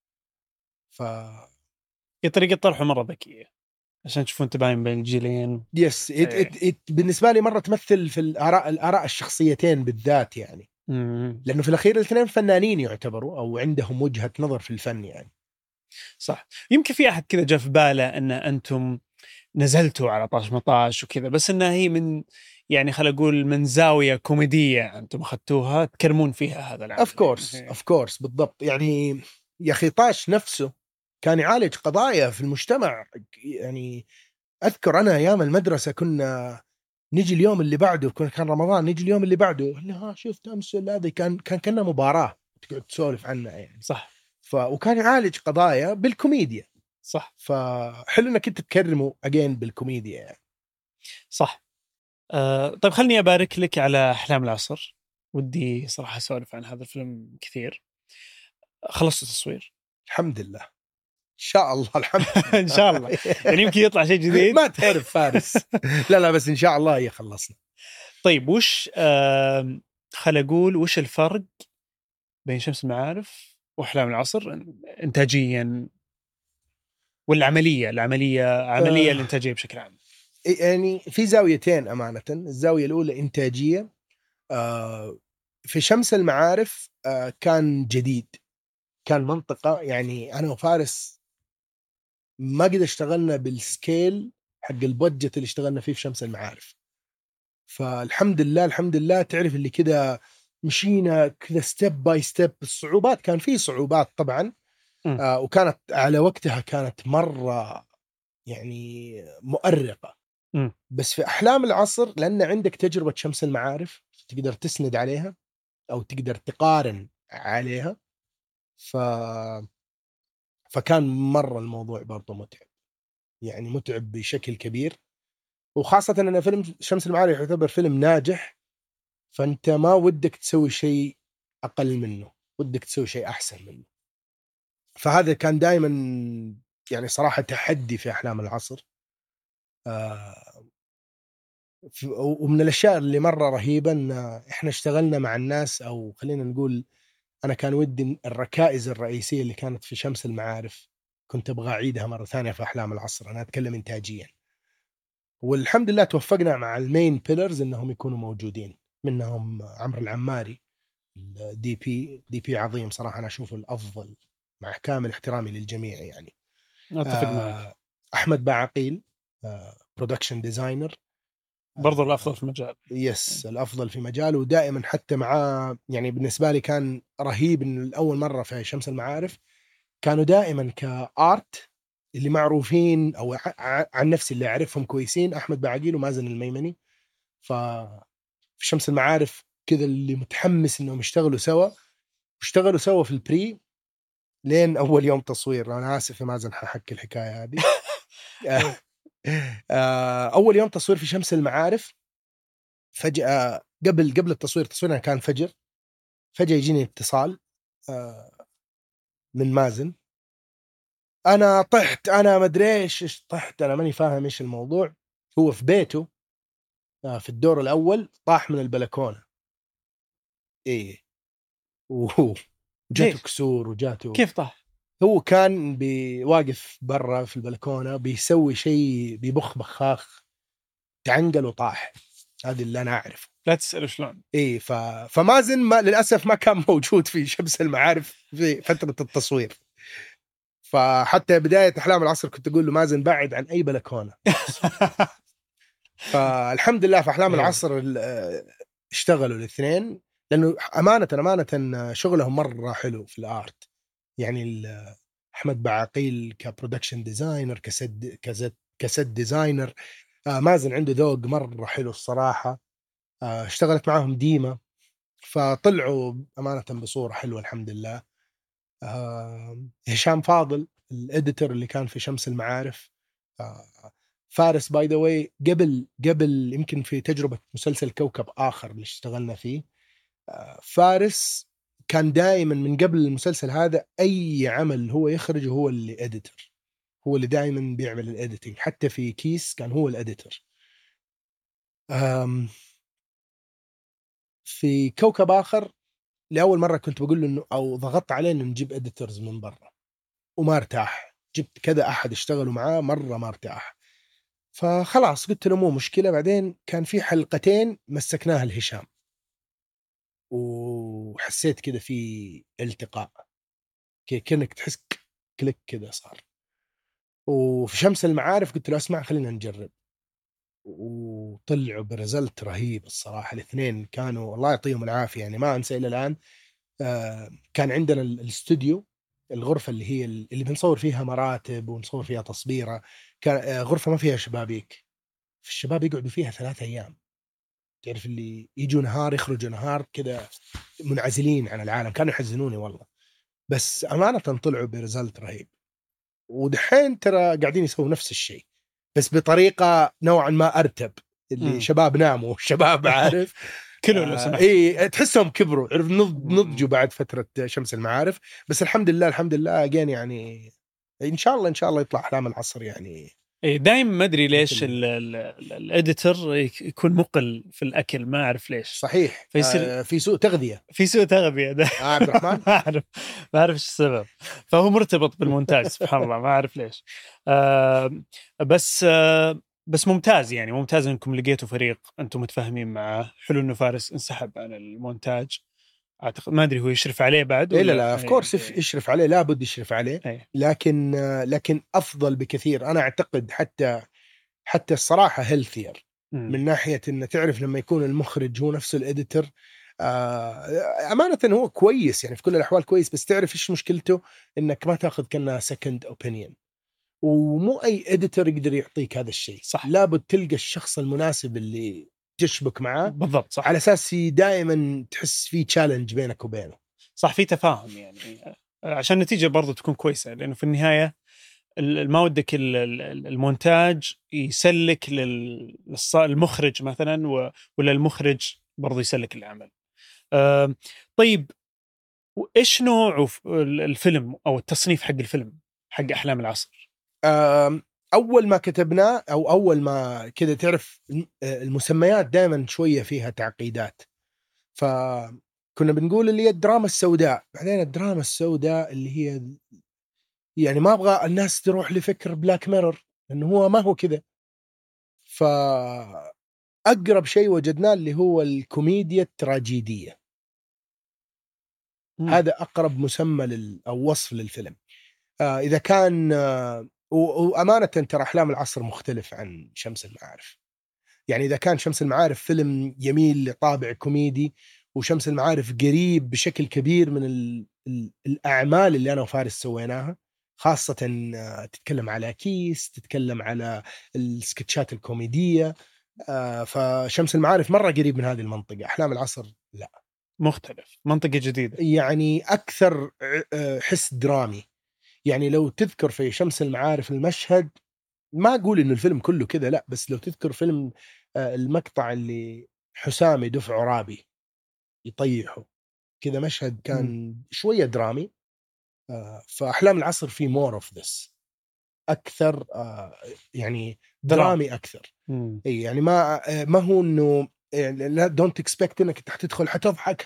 ف طريقة طرحه مرة ذكية عشان تشوفون تباين بين الجيلين. يس إت إت إت بالنسبة لي مرة تمثل في الآراء الآراء الشخصيتين بالذات يعني. مم. لأنه في الأخير الاثنين فنانين يعتبروا أو عندهم وجهة نظر في الفن يعني. صح. يمكن في أحد كذا جاء في باله أن أنتم نزلتوا على طاش مطاش وكذا، بس إنها هي من يعني خل أقول من زاوية كوميدية أنتم أخذتوها تكرمون فيها هذا العمل. of course يعني. of course بالضبط. يعني يا أخي طاش نفسه كان يعالج قضايا في المجتمع. يعني أذكر أنا أيام المدرسة كنا نجي اليوم اللي بعده، كان رمضان نجي اليوم اللي بعده ها شفت أمس هذا كان كان كنا مباراة تقعد تسولف عنها يعني. صح. ف وكان يعالج قضايا بالكوميديا. صح. فحلو انك انت تكرمه اجين بالكوميديا يعني. صح. أه طيب خلني أبارك لك على أحلام العصر. ودي صراحة أسولف عن هذا الفيلم كثير. خلصت التصوير الحمد لله ان شاء الله. الحمد لله ان شاء الله. يعني يمكن يطلع شيء جديد ما تعرف فارس. لا لا بس ان شاء الله هي خلصنا. طيب وش آه خل اقول وش الفرق بين شمس المعارف واحلام العصر انتاجيا والعمليه العمليه عمليه آه الانتاجيه بشكل عام؟ يعني في زاويتين امانه. الزاويه الاولى انتاجيه. آه في شمس المعارف آه كان جديد، كان منطقه يعني انا وفارس ما قد اشتغلنا بالسكيل حق البودجت اللي اشتغلنا فيه في شمس المعارف. فالحمد لله الحمد لله تعرف اللي كده مشينا كذا ستيب باي ستيب. الصعوبات كان فيه صعوبات طبعا آه وكانت على وقتها كانت مرة يعني مؤرقة. م. بس في أحلام العصر لأن عندك تجربة شمس المعارف تقدر تسند عليها أو تقدر تقارن عليها. ف... فكان مرة الموضوع برضو متعب، يعني متعب بشكل كبير. وخاصة أن فيلم شمس المعارف يعتبر فيلم ناجح، فأنت ما ودك تسوي شيء أقل منه، ودك تسوي شيء أحسن منه. فهذا كان دائما يعني صراحة تحدي في أحلام العصر. آه ومن الأشياء اللي مرة رهيبة أن إحنا اشتغلنا مع الناس، أو خلينا نقول أنا كان ودي الركائز الرئيسية اللي كانت في شمس المعارف كنت أبغى أعيدها مرة ثانية في أحلام العصر. أنا أتكلم إنتاجيا، والحمد لله توفقنا مع المين بيلرز إنهم يكونوا موجودين، منهم عمرو العماري الدي بي دي بي عظيم صراحة، أنا أشوفه الأفضل مع كامل احترامي للجميع يعني. أتفق آه معك. أحمد باعقيل آه برودكشن ديزاينر برضو الأفضل في المجال. يس الأفضل في مجاله، ودائما حتى معاه يعني بالنسبة لي كان رهيب إن الأول مرة في شمس المعارف كانوا دائما كآرت اللي معروفين أو عن نفسي اللي أعرفهم كويسين أحمد باعقيل ومازن الميمني. ففي شمس المعارف كذا اللي متحمس إنهم يشتغلوا سوا، اشتغلوا سوا في البري لين أول يوم تصوير. أنا آسف يا مازن ححكي الحكاية هذه. أول يوم تصوير في شمس المعارف فجأة قبل قبل التصوير تصويرنا كان فجر، فجأة يجيني اتصال من مازن، أنا طحت أنا مدري إيش طحت أنا ماني فاهم إيش الموضوع. هو في بيته في الدور الأول طاح من البلكونة. إيه وهو جاته كسور وجاته. كيف طاح؟ هو كان بيواقف برا في البلكونة بيسوي شيء بيبخ بخاخ تعنقل وطاح. هذا اللي أنا أعرفه. لا تسأله شلون. إيه ف... فمازن ما للأسف ما كان موجود في شمس المعارف في فترة التصوير. فحتى بداية أحلام العصر كنت أقول له مازن بعد عن أي بلكونة. فالحمد لله في أحلام العصر اشتغلوا الاثنين، لأنه أمانة أمانة شغلهم مرة حلو في الآرت. يعني أحمد باعقيل كبرودكشن ديزاينر كسد كسد كسد ديزاينر. آه مازن عنده ذوق مرة حلو الصراحة. اشتغلت معاهم ديما، فطلعوا أمانة بصورة حلوة الحمد لله. هشام فاضل الإديتور اللي كان في شمس المعارف. فارس باي ذا واي قبل قبل يمكن في تجربة مسلسل كوكب آخر اللي اشتغلنا فيه، فارس كان دائما من قبل المسلسل هذا أي عمل هو يخرج هو اللي إديتور، هو اللي دائما بيعمل الإديتنج. حتى في كيس كان هو الإديتور. في كوكب آخر لأول مرة كنت بقول له إنه أو ضغطت عليه إنه نجيب إديتورز من برا، وما ارتاح. جبت كذا أحد اشتغلوا معاه مرة ما ارتاح، فخلاص قلت له مو مشكلة. بعدين كان في حلقتين مسكناها الهشام، وحسيت كذا في التقاء، كأنك تحس كليك كذا صار. وفي شمس المعارف قلت له اسمع خلينا نجرب، وطلعوا برزلت رهيب الصراحة. الاثنين كانوا الله يعطيهم العافية، يعني ما أنسى إلى الآن. آه كان عندنا الاستوديو، الغرفة اللي هي اللي بنصور فيها مراتب ونصور فيها تصبيرة، كان آه غرفة ما فيها شبابيك. في الشباب يقعدوا فيها ثلاثة أيام، تعرف اللي يجوا نهار يخرجوا نهار كذا، منعزلين عن العالم. كانوا يحزنوني والله، بس أمانة طلعوا برزلت رهيب. ودحين ترى قاعدين يسووا نفس الشيء بس بطريقة نوعا ما أرتب، اللي م. شباب ناموا شباب عارف كله لو سمحت. اي تحسهم كبروا، عرف نضجوا بعد فترة شمس المعارف. بس الحمد لله الحمد لله جين يعني ان شاء الله ان شاء الله يطلع احلام العصر يعني. اي دائما ما ادري ليش الاديتور يكون مقل في الاكل، ما اعرف ليش. صحيح فيصير آه في سوء تغذية في سوء تغذية ده آه عبد الرحمن ما اعرف ما اعرف ايش السبب. فهو مرتبط بالمونتاج سبحان الله، ما اعرف ليش. آه بس آه بس ممتاز، يعني ممتاز انكم لقيتوا فريق انتم متفاهمين معه. حلو انه فارس انسحب عن المونتاج، اعتقد ما ادري هو يشرف عليه بعد ولا لا لا اوف كورس يشرف عليه، لابد يشرف عليه. أي. لكن لكن افضل بكثير انا اعتقد، حتى حتى الصراحه هيلثير من ناحيه انه تعرف لما يكون المخرج هو نفسه الاديتور. امانه هو كويس يعني في كل الاحوال كويس، بس تعرف ايش مشكلته؟ انك ما تاخذ كنا سكند اوبينيون، ومو اي اديتور يقدر يعطيك هذا الشيء. صح. لابد تلقى الشخص المناسب اللي تشبك معاه بالضبط. صح. على اساس دائما تحس في تشالنج بينك وبينه. صح، في تفاهم يعني عشان النتيجه برضو تكون كويسه، لانه في النهايه ما ودك المونتاج يسلك للمخرج مثلا، ولا المخرج برضو يسلك العمل. طيب ايش نوع الفيلم او التصنيف حق الفيلم حق احلام العصر؟ اول ما كتبناه او اول ما كذا تعرف المسميات دائما شويه فيها تعقيدات، فكنا بنقول اللي هي الدراما السوداء. بعدين الدراما السوداء اللي هي يعني ما ابغى الناس تروح لفكر بلاك ميرور لانه هو ما هو كذا. فاقرب شيء وجدناه اللي هو الكوميديا التراجيديه. م. هذا اقرب مسمى لل او وصف للفيلم. آه اذا كان آه وامانه ترى احلام العصر مختلف عن شمس المعارف. يعني اذا كان شمس المعارف فيلم يميل لطابع كوميدي، وشمس المعارف قريب بشكل كبير من ال ال الاعمال اللي انا وفارس سويناها، خاصه تتكلم على كيس، تتكلم على السكتشات الكوميديه. آه فشمس المعارف مره قريب من هذه المنطقه. احلام العصر لا، مختلف، منطقه جديده، يعني اكثر حس درامي. يعني لو تذكر في شمس المعارف المشهد، ما أقول إنه الفيلم كله كذا لا، بس لو تذكر فيلم المقطع اللي حسام يدفع عرابي يطيحه كذا، مشهد كان م. شوية درامي. فأحلام العصر في more of this أكثر، يعني درامي أكثر. أي يعني ما ما هو إنه لا دونت اكسبكت انك تدخل حتضحك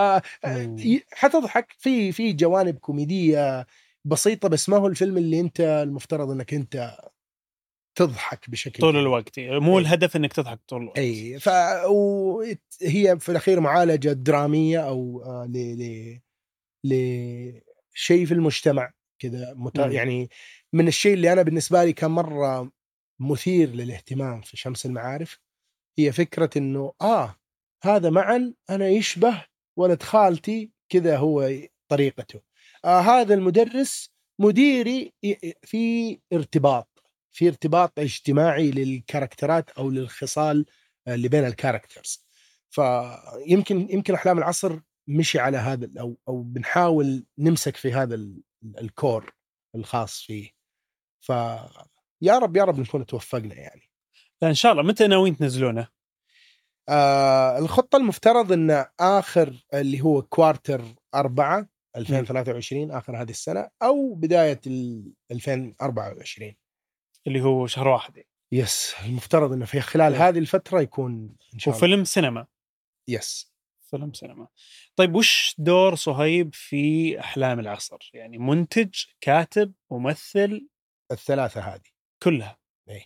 حتضحك في في جوانب كوميديه بسيطه، بس ما هو الفيلم اللي انت المفترض انك انت تضحك بشكل طول الوقت. مو أي. الهدف انك تضحك طول الوقت. اي فهي في الاخير معالجه دراميه او ل ل لشيء في المجتمع كذا مت... يعني من الشيء اللي انا بالنسبه لي كان مره مثير للاهتمام في شمس المعارف، هي فكرة إنه آه هذا معا أنا يشبه ولد خالتي كذا، هو طريقته. آه هذا المدرس مديري، في ارتباط في ارتباط اجتماعي للكاركترات أو للخصال اللي بين الكاركترز. فيمكن يمكن أحلام العصر مشي على هذا أو أو بنحاول نمسك في هذا الكور الخاص فيه. فيا رب يا رب نكون توفقنا يعني. لا إن شاء الله. متى ناويين تنزلونه؟ آه الخطة المفترض أن آخر اللي هو كوارتر أربعة ألفين وثلاثة وعشرين، آخر هذه السنة أو بداية ألفين وأربعة وعشرين اللي هو شهر واحد. يس المفترض أنه في خلال إيه. هذه الفترة يكون إن شاء الله. وفيلم سينما. يس فيلم سينما. طيب وش دور صهيب في أحلام العصر؟ يعني منتج، كاتب، ممثل؟ الثلاثة هذه كلها. إيه.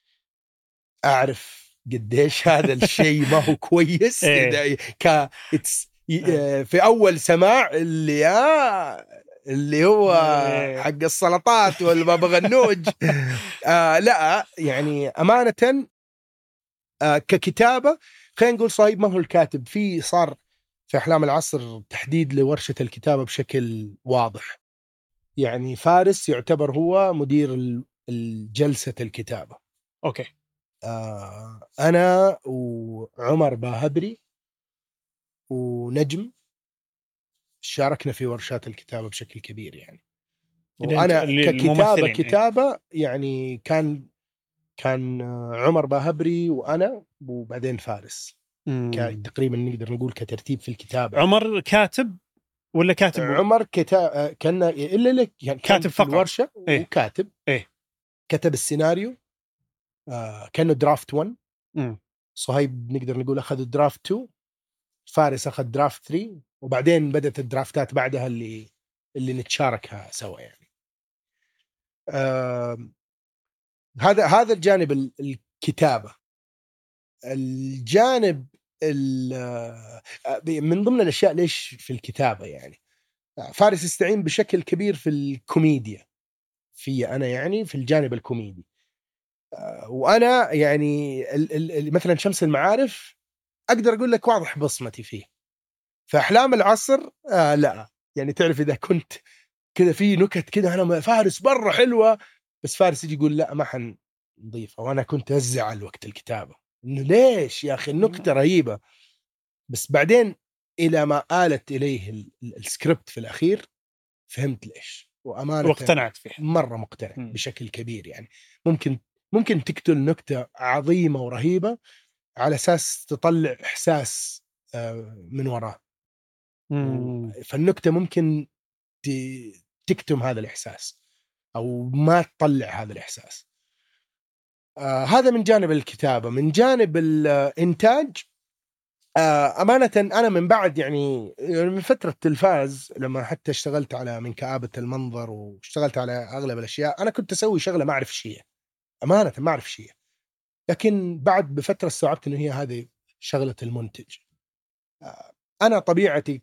أعرف قديش هذا الشيء ما هو كويس. إيه. ك في أول سماع اللي آه اللي هو إيه. حق السلطات والبابا غنوج. آه لا يعني أمانة آه ككتابة خلينا نقول صهيب ما هو الكاتب. في صار في أحلام العصر تحديد لورشة الكتابة بشكل واضح. يعني فارس يعتبر هو مدير الجلسة الكتابة. أوكي. آه أنا وعمر باهبري ونجم شاركنا في ورشات الكتابة بشكل كبير يعني. وأنا ككتابة كتابة يعني كان كان عمر باهبري وأنا وبعدين فارس. تقريبا نقدر نقول كترتيب في الكتابة. عمر كاتب ولا كاتب؟ عمر كتاب كان إلا لك يعني كاتب فقط الورشة. إيه؟ وكاتب إيه؟ كتب السيناريو. آه كانه درافت واحد. م. صهيب نقدر نقول أخذ درافت اثنين. فارس أخذ درافت ثلاثة. وبعدين بدأت الدرافتات بعدها اللي اللي نتشاركها سوا يعني. آه هذا هذا الجانب الكتابة. الجانب من ضمن الأشياء ليش في الكتابة يعني فارس يستعين بشكل كبير في الكوميديا في أنا يعني في الجانب الكوميدي. وأنا يعني ال ال مثلا شمس المعارف أقدر أقول لك واضح بصمتي فيه. في أحلام العصر آه لا يعني تعرف إذا كنت كذا في نكت كذا أنا فارس برا حلوة بس فارس يجي يقول لا ما حنضيفها. وأنا كنت أزعل وقت الكتابة إنه ليش يا أخي النكتة رهيبة. بس بعدين إلى ما آلت إليه السكريبت في الأخير فهمت ليش. وأمانة واقتنعت فيه مرة مقتنع م. بشكل كبير يعني. ممكن ممكن تقتل نكتة عظيمة ورهيبة على أساس تطلع إحساس من وراه. فالنكتة ممكن تكتم هذا الإحساس أو ما تطلع هذا الإحساس. آه هذا من جانب الكتابة. من جانب الإنتاج آه أمانة أنا من بعد يعني من فترة التلفاز لما حتى اشتغلت على من كآبة المنظر واشتغلت على أغلب الأشياء أنا كنت أسوي شغلة ما أعرف شيء. أمانة ما أعرف شيء. لكن بعد بفترة استوعبت إنه هي هذه شغلة المنتج. آه أنا طبيعتي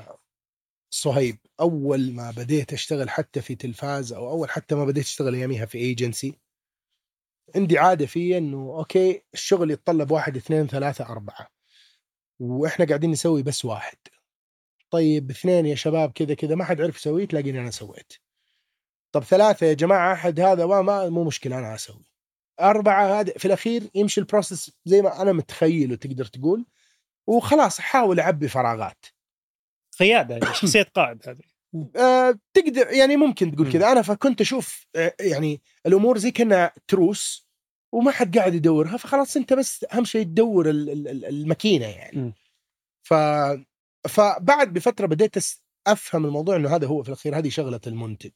كصهيب أول ما بديت أشتغل حتى في تلفاز أو أول حتى ما بديت أشتغل يوميها في ايجنسي عندي عادة فيه إنه أوكي الشغل يتطلب واحد اثنين ثلاثة أربعة وإحنا قاعدين نسوي بس واحد. طيب اثنين يا شباب كذا كذا ما حد عرف يسويه تلاقيني أنا سويت. طب ثلاثة يا جماعة أحد هذا ما مو مشكلة أنا أسوي. أربعة هذا في الأخير يمشي البروسيس زي ما أنا متخيل وتقدر تقول وخلاص أحاول أعبي فراغات. قيادة شخصية قائد هذه. أه تقدر يعني ممكن تقول كذا. أنا فكنت أشوف يعني الأمور زي كأنها تروس وما حد قاعد يدورها فخلاص أنت بس أهم شيء تدور الماكينة يعني. م. ف فبعد بفترة بديت أفهم الموضوع إنه هذا هو في الأخير هذه شغلة المنتج.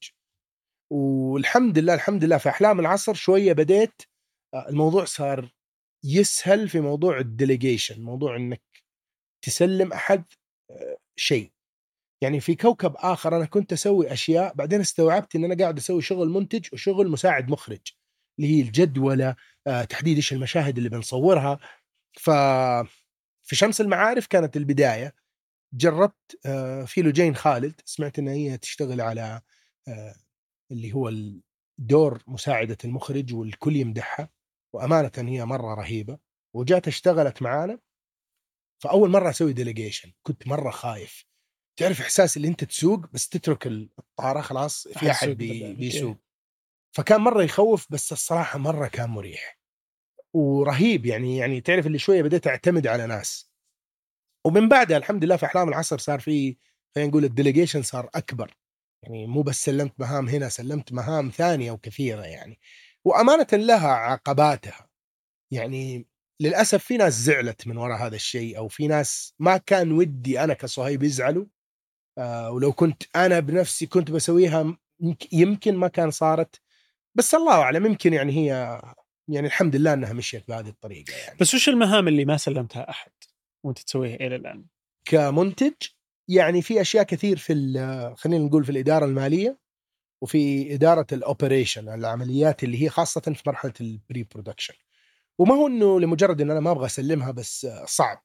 والحمد لله الحمد لله في أحلام العصر شوية بديت الموضوع صار يسهل في موضوع الديليجيشن. موضوع إنك تسلم أحد شيء. يعني في كوكب آخر أنا كنت أسوي أشياء بعدين استوعبت إن أنا قاعد أسوي شغل منتج وشغل مساعد مخرج اللي هي الجدولة تحديد إيش المشاهد اللي بنصورها. ففي شمس المعارف كانت البداية. جربت في لجين خالد سمعت إن هي تشتغل على اللي هو الدور مساعدة المخرج والكل يمدحها وأمانة هي مرة رهيبة وجات اشتغلت معانا. فأول مرة أسوي ديليجيشن كنت مرة خايف. تعرف إحساس اللي أنت تسوق بس تترك الطارة خلاص في أحد بي بيسوق. فكان مرة يخوف بس الصراحة مرة كان مريح ورهيب يعني. يعني تعرف اللي شوية بديت أعتمد على ناس ومن بعدها الحمد لله في أحلام العصر صار في خلينا نقول الديليجيشن صار أكبر، يعني مو بس سلمت مهام هنا، سلمت مهام ثانية وكثيرة يعني، وأمانة لها عقباتها. يعني للأسف في ناس زعلت من وراء هذا الشيء، أو في ناس ما كان ودي أنا كصهيب يزعلوا، آه ولو كنت أنا بنفسي كنت بسويها يمكن ما كان صارت، بس الله أعلم، يمكن يعني هي يعني الحمد لله أنها مشيت بهذه الطريقة يعني. بس وش المهام اللي ما سلمتها أحد وأنت تسويها إلى الآن؟ كمنتج يعني في أشياء كثير في خلينا نقول في الإدارة المالية وفي إدارة الأوبريشن، العمليات اللي هي خاصة في مرحلة البري برودكشن. وما هو إنه لمجرد إن أنا ما أبغى أسلمها، بس صعب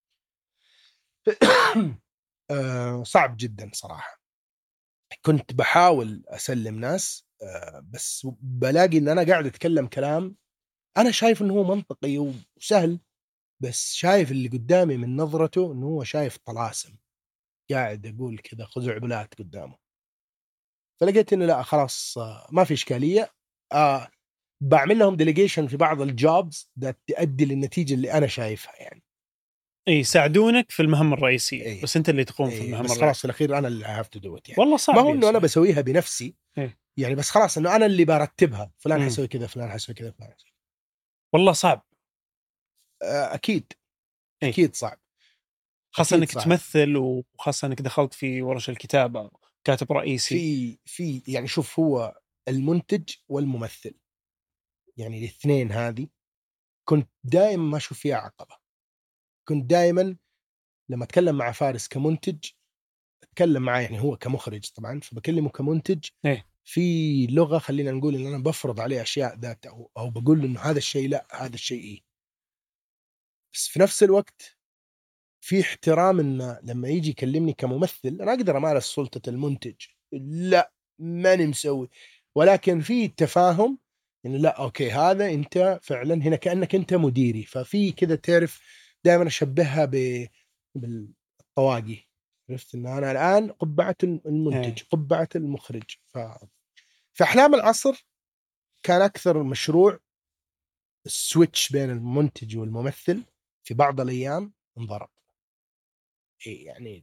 صعب جدا صراحة. كنت بحاول أسلم ناس بس بلاقي إن أنا قاعد أتكلم كلام أنا شايف إنه هو منطقي وسهل، بس شايف اللي قدامي من نظرته إنه هو شايف طلاسم، قاعد أقول كذا خزعبلات قدامه. فلقيت إنه لا خلاص ما في إشكالية، آه بعمل لهم ديليجيشن في بعض الجوبز ده تؤدي للنتيجة اللي أنا شايفها يعني. اي يساعدونك في المهام الرئيسيه، إيه. بس انت اللي تقوم إيه. في المهام بس الرئيسيه. خلاص في الاخير انا اللي هاف تو دو ات يعني. والله صعب، ما هو انه انا بسويها بنفسي. إيه. يعني بس خلاص انه انا اللي برتبها، فلان حيسوي كذا، فلان حيسوي كذا، فلان حيسوي. والله صعب. اكيد إيه. اكيد صعب، خاصه انك صعب. تمثل، وخاصه انك دخلت في ورش الكتابه، كاتب رئيسي. في في يعني شوف، هو المنتج والممثل يعني الاثنين هذه كنت دائما ما اشوف فيها عقبه. كنت دائما لما اتكلم مع فارس كمنتج اتكلم معاه، يعني هو كمخرج طبعا، فبكلمه كمنتج. إيه. في لغه خلينا نقول ان انا بفرض عليه اشياء ذات، او او بقول انه هذا الشيء لا، هذا الشيء إيه. بس في نفس الوقت في احترام انه لما يجي يكلمني كممثل انا اقدر امارس سلطه المنتج، لا ماني مسوي، ولكن في تفاهم انه لا اوكي هذا انت فعلا هنا كانك انت مديري. ففي كذا تعرف دائما اشبهها ب بالطواقي، عرفت ان انا الان قبعه المنتج، قبعه المخرج. ف في احلام العصر كان اكثر مشروع السويتش بين المنتج والممثل في بعض الايام انضرب. يعني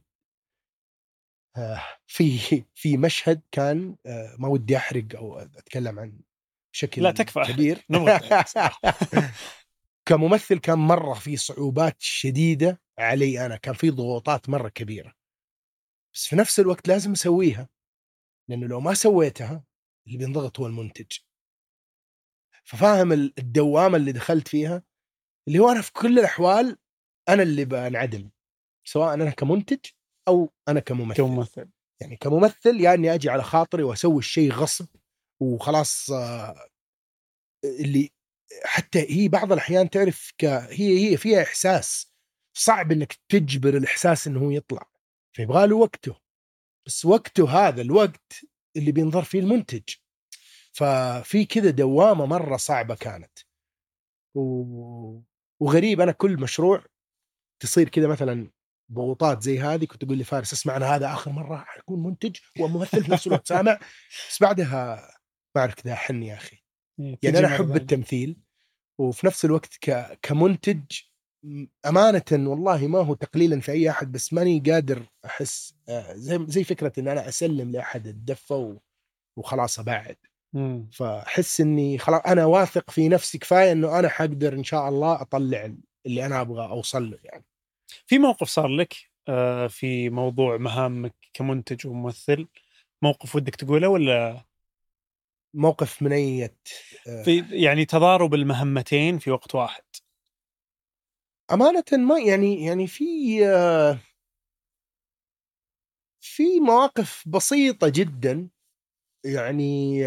في في مشهد كان ما ودي احرق او اتكلم عن بشكل لا تكفى كبير كممثل كان مره في صعوبات شديده علي، انا كان في ضغوطات مره كبيره، بس في نفس الوقت لازم اسويها، لانه لو ما سويتها اللي بينضغط هو المنتج. ففاهم الدوامه اللي دخلت فيها، اللي هو انا في كل الاحوال انا اللي بنعدم، سواء انا كمنتج او انا كممثل. كممثل يعني كممثل يعني اجي على خاطري واسوي الشيء غصب وخلاص. اللي حتى هي بعض الاحيان تعرف ك هي هي فيها احساس صعب انك تجبر الاحساس انه هو يطلع، فيبغى له وقته، بس وقته هذا الوقت اللي بينظر فيه المنتج. ففي كذا دوامه مره صعبه كانت و... وغريب. انا كل مشروع تصير كذا مثلا ضغوطات زي هذه كنت اقول لي فارس اسمع، انا هذا اخر مره حكون منتج وممثل في نفس الوقت سامع، بس بعدها ما اعرف كذا احن يا اخي. يعني انا احب التمثيل وفي نفس الوقت ك... كمنتج امانه والله ما هو تقليلا في اي احد، بس ماني قادر احس زي زي فكره ان انا اسلم لاحد الدفه و... وخلاص ابعد. فاحس اني خلاص انا واثق في نفسي كفايه انه انا حقدر ان شاء الله اطلع اللي انا ابغى اوصل له. يعني في موقف صار لك في موضوع مهامك كمنتج وممثل، موقف ودك تقوله ولا موقف من أي في يعني تضارب المهمتين في وقت واحد؟ أمانة ما يعني يعني في في مواقف بسيطة جدا، يعني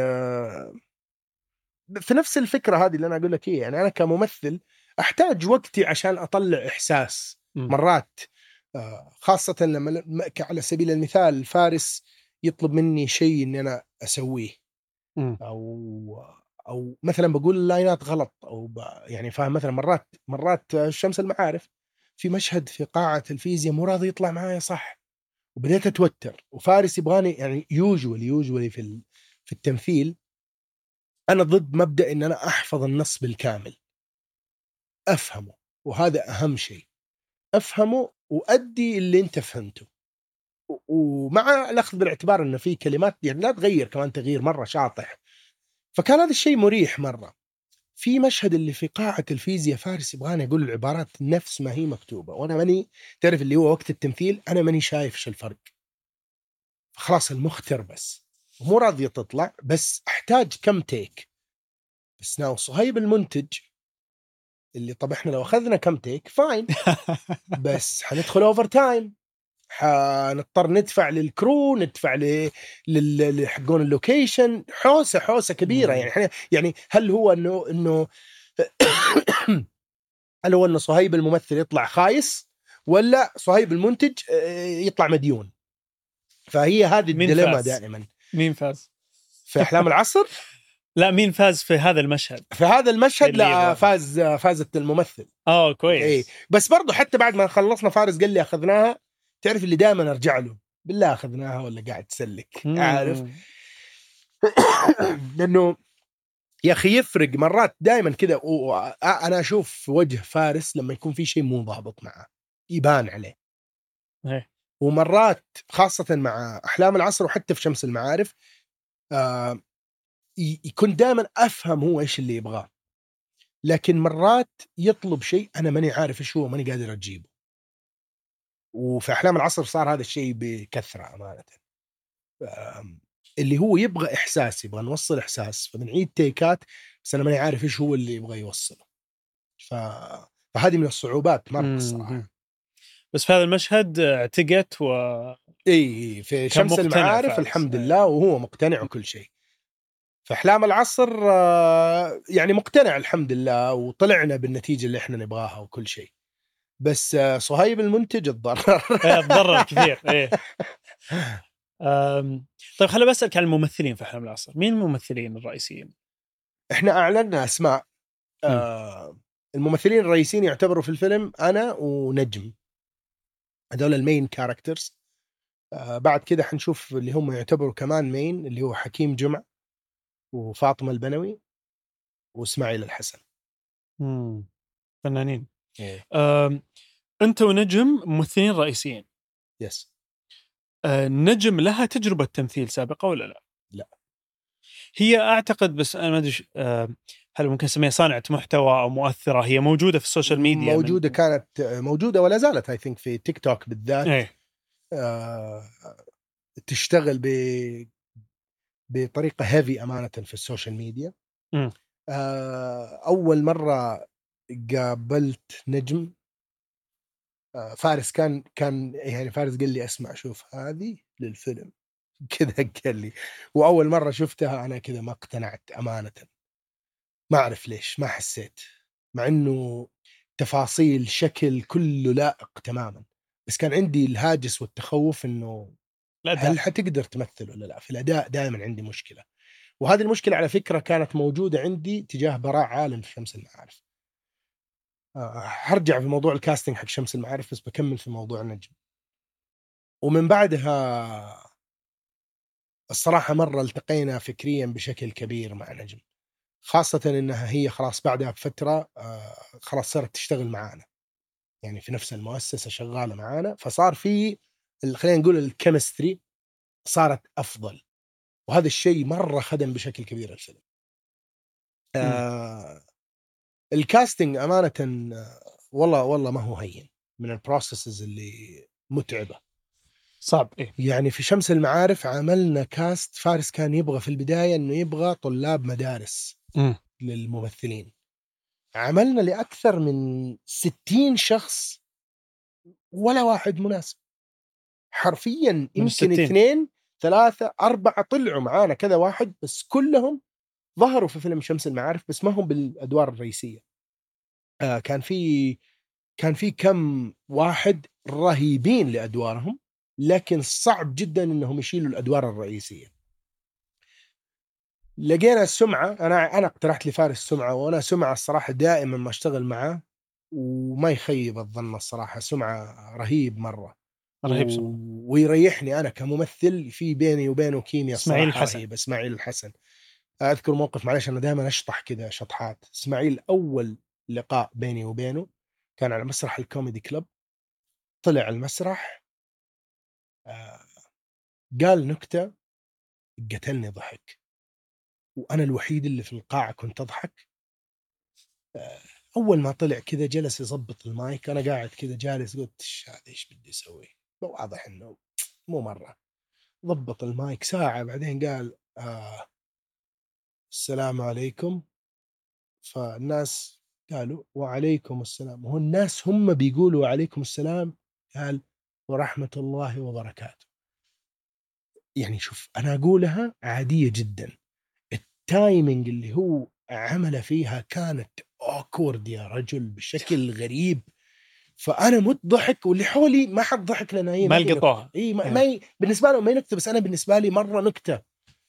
في نفس الفكرة هذه اللي أنا أقول لك إيه. يعني أنا كممثل أحتاج وقتي عشان أطلع إحساس مرات، خاصة لما على سبيل المثال فارس يطلب مني شيء إني أنا أسويه، أو أو مثلا بقول اللاينات غلط، أو يعني فاهم مثلا مرات مرات الشمس المعارف في مشهد في قاعة الفيزياء مو راضي يطلع معايا صح، وبديت أتوتر، وفارس يبغاني يعني يوجولي يوجولي في في التمثيل أنا ضد مبدأ إن أنا أحفظ النص بالكامل، أفهمه، وهذا أهم شيء. افهمه وادي اللي انت فهمته، ومع الاخذ بالاعتبار انه في كلمات يعني لا تغير كمان تغيير مره شاطح. فكان هذا الشيء مريح مره. في مشهد اللي في قاعه الفيزياء فارس يبغاني اقول العبارات نفس ما هي مكتوبه، وانا ماني تعرف اللي هو وقت التمثيل انا ماني شايف شو الفرق. خلاص المخ تربس ومو راضيه تطلع، بس احتاج كم تيك. بس ناو صهيب المنتج اللي طب احنا لو اخذنا كم تيك فاين، بس حندخل اوفر تايم، حنضطر ندفع للكرو، ندفع ل لل حقون اللوكيشن، حوسه حوسه كبيره. يعني احنا يعني هل هو انه انه هل هو انه صهيب الممثل يطلع خايس ولا صهيب المنتج يطلع مديون؟ فهي هذه الديليما دائما. مين فاز في احلام العصر؟ لا مين فاز في هذا المشهد؟ في هذا المشهد لا فاز فازت الممثل. اه كويس. ايه بس برضو حتى بعد ما خلصنا فارس قال لي اخذناها. تعرف اللي دائما ارجع له بالله اخذناها ولا قاعد تسلك؟ عارف لانه يا اخي يفرق مرات دائما كذا. انا اشوف في وجه فارس لما يكون في شيء مو ضابط معه يبان عليه. ايه ومرات خاصه مع احلام العصر وحتى في شمس المعارف آه يكون دائما افهم هو ايش اللي يبغاه، لكن مرات يطلب شيء انا ماني عارف ايش هو، ماني قادر اجيبه. وفي احلام العصر صار هذا الشيء بكثره امانه. اللي هو يبغى احساس، يبغى نوصل احساس، فبنعيد تيكات بس انا ماني عارف ايش هو اللي يبغى يوصله. ف... فهذه من الصعوبات مره الصراحه. بس في هذا المشهد اعتقت و اي في شمس المعارف الحمد لله وهو مقتنع وكل شيء. في احلام العصر يعني مقتنع الحمد لله وطلعنا بالنتيجه اللي احنا نبغاها وكل شيء. بس صهيب المنتج اتضرر اتضرر كثير. ايه طيب خليني بسألك عن الممثلين في أحلام العصر. مين الممثلين الرئيسيين؟ احنا اعلنا اسماء. آه الممثلين الرئيسيين يعتبروا في الفيلم انا ونجم، هذول المين كاركترز. آه بعد كده حنشوف اللي هم يعتبروا كمان مين، اللي هو حكيم جمع وفاطمة البنوي واسماعيل الحسن. امم فنانين. إيه. انت ونجم ممثلين رئيسيين. يس. آه نجم لها تجربة تمثيل سابقة ولا لا؟ لا. هي اعتقد بس انا ما ادري آه هل ممكن نسميها صانعة محتوى او مؤثرة. هي موجودة في السوشيال ميديا، موجودة من... كانت موجودة ولا زالت اي ثينك في تيك توك بالذات. ايه. آه تشتغل ب بطريقة هيفي امانة في السوشيال ميديا. آه اول مرة قابلت نجم آه فارس كان كان يعني فارس قال لي اسمع شوف هذه للفيلم كذا قال لي، واول مرة شفتها انا كذا ما اقتنعت امانة، ما اعرف ليش ما حسيت، مع انه تفاصيل شكل كله لائق تماما، بس كان عندي الهاجس والتخوف انه هل حتقدر تمثل ولا لا. في الاداء دائما عندي مشكلة، وهذه المشكلة على فكرة كانت موجودة عندي تجاه براء عالم في شمس المعارف. أه هرجع في موضوع الكاستنج حق شمس المعارف بس بكمل في موضوع النجم. ومن بعدها الصراحة مرة التقينا فكريا بشكل كبير مع نجم، خاصة إنها هي خلاص بعدها بفترة آه خلاص صارت تشتغل معانا، يعني في نفس المؤسسة شغالة معانا، فصار في خلينا نقول الكيمستري صارت أفضل، وهذا الشيء مرة خدم بشكل كبير الفيلم. آه الكاستنج أمانة والله والله ما هو هين، من البروسيسز اللي متعبة صعب. إيه؟ يعني في شمس المعارف عملنا كاست، فارس كان يبغى في البداية إنه يبغى طلاب مدارس م. للممثلين، عملنا لأكثر من ستين شخص ولا واحد مناسب حرفيا. يمكن اثنين ثلاثة أربعة طلعوا معانا كذا واحد، بس كلهم ظهروا في فيلم شمس المعارف بس ما هم بالأدوار الرئيسية. آه كان في كان في كم واحد رهيبين لأدوارهم، لكن صعب جدا إنهم يشيلوا الأدوار الرئيسية. لقينا السمعة، أنا أنا اقترحت لفارس سمعة، وأنا سمعة الصراحة دائما ما اشتغل معاه وما يخيب الظن الصراحة، سمعة رهيب مرة رهيب و... ويريحني أنا كممثل، في بيني وبينه كيمياء إسماعيل الحسن. رهيب. إسماعيل الحسن أذكر موقف، معلش أنا دائما أشطح كذا شطحات. إسماعيل أول لقاء بيني وبينه كان على مسرح الكوميدي كلب، طلع المسرح، آه قال نكتة قتلني ضحك، وأنا الوحيد اللي في القاعة كنت أضحك. آه أول ما طلع كذا جلس يضبط المايك، أنا قاعد كذا جالس قلت هذا إيش بدي أسوي، واضح إنه مو مرة. ضبط المايك ساعة بعدين قال آه السلام عليكم، فالناس قالوا وعليكم السلام، وهو الناس هم بيقولوا وعليكم السلام، قال ورحمة الله وبركاته. يعني شوف أنا أقولها عادية جدا، التايمينج اللي هو عمل فيها كانت أوكورد يا رجل بشكل غريب. فأنا مت ضحك واللي حولي ما حد ضحك لنا هي ما لقطوها. إيه ما, ما ي... بالنسبة له ما نكتة، بس أنا بالنسبة لي مرة نكتة.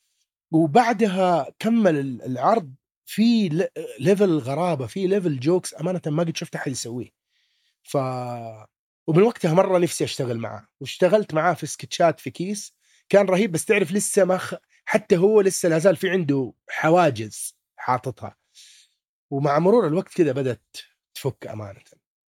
وبعدها كمل العرض في ليفل غرابة، في ليفل جوكس أمانة ما قد شفت أحد يسويه. ف ومن وقتها مرة نفسي أشتغل معاه، واشتغلت معاه في سكتشات في كيس كان رهيب. بس تعرف لسه ما خ... حتى هو لسه لازال في عنده حواجز حاططها، ومع مرور الوقت كده بدأت تفك أمانة.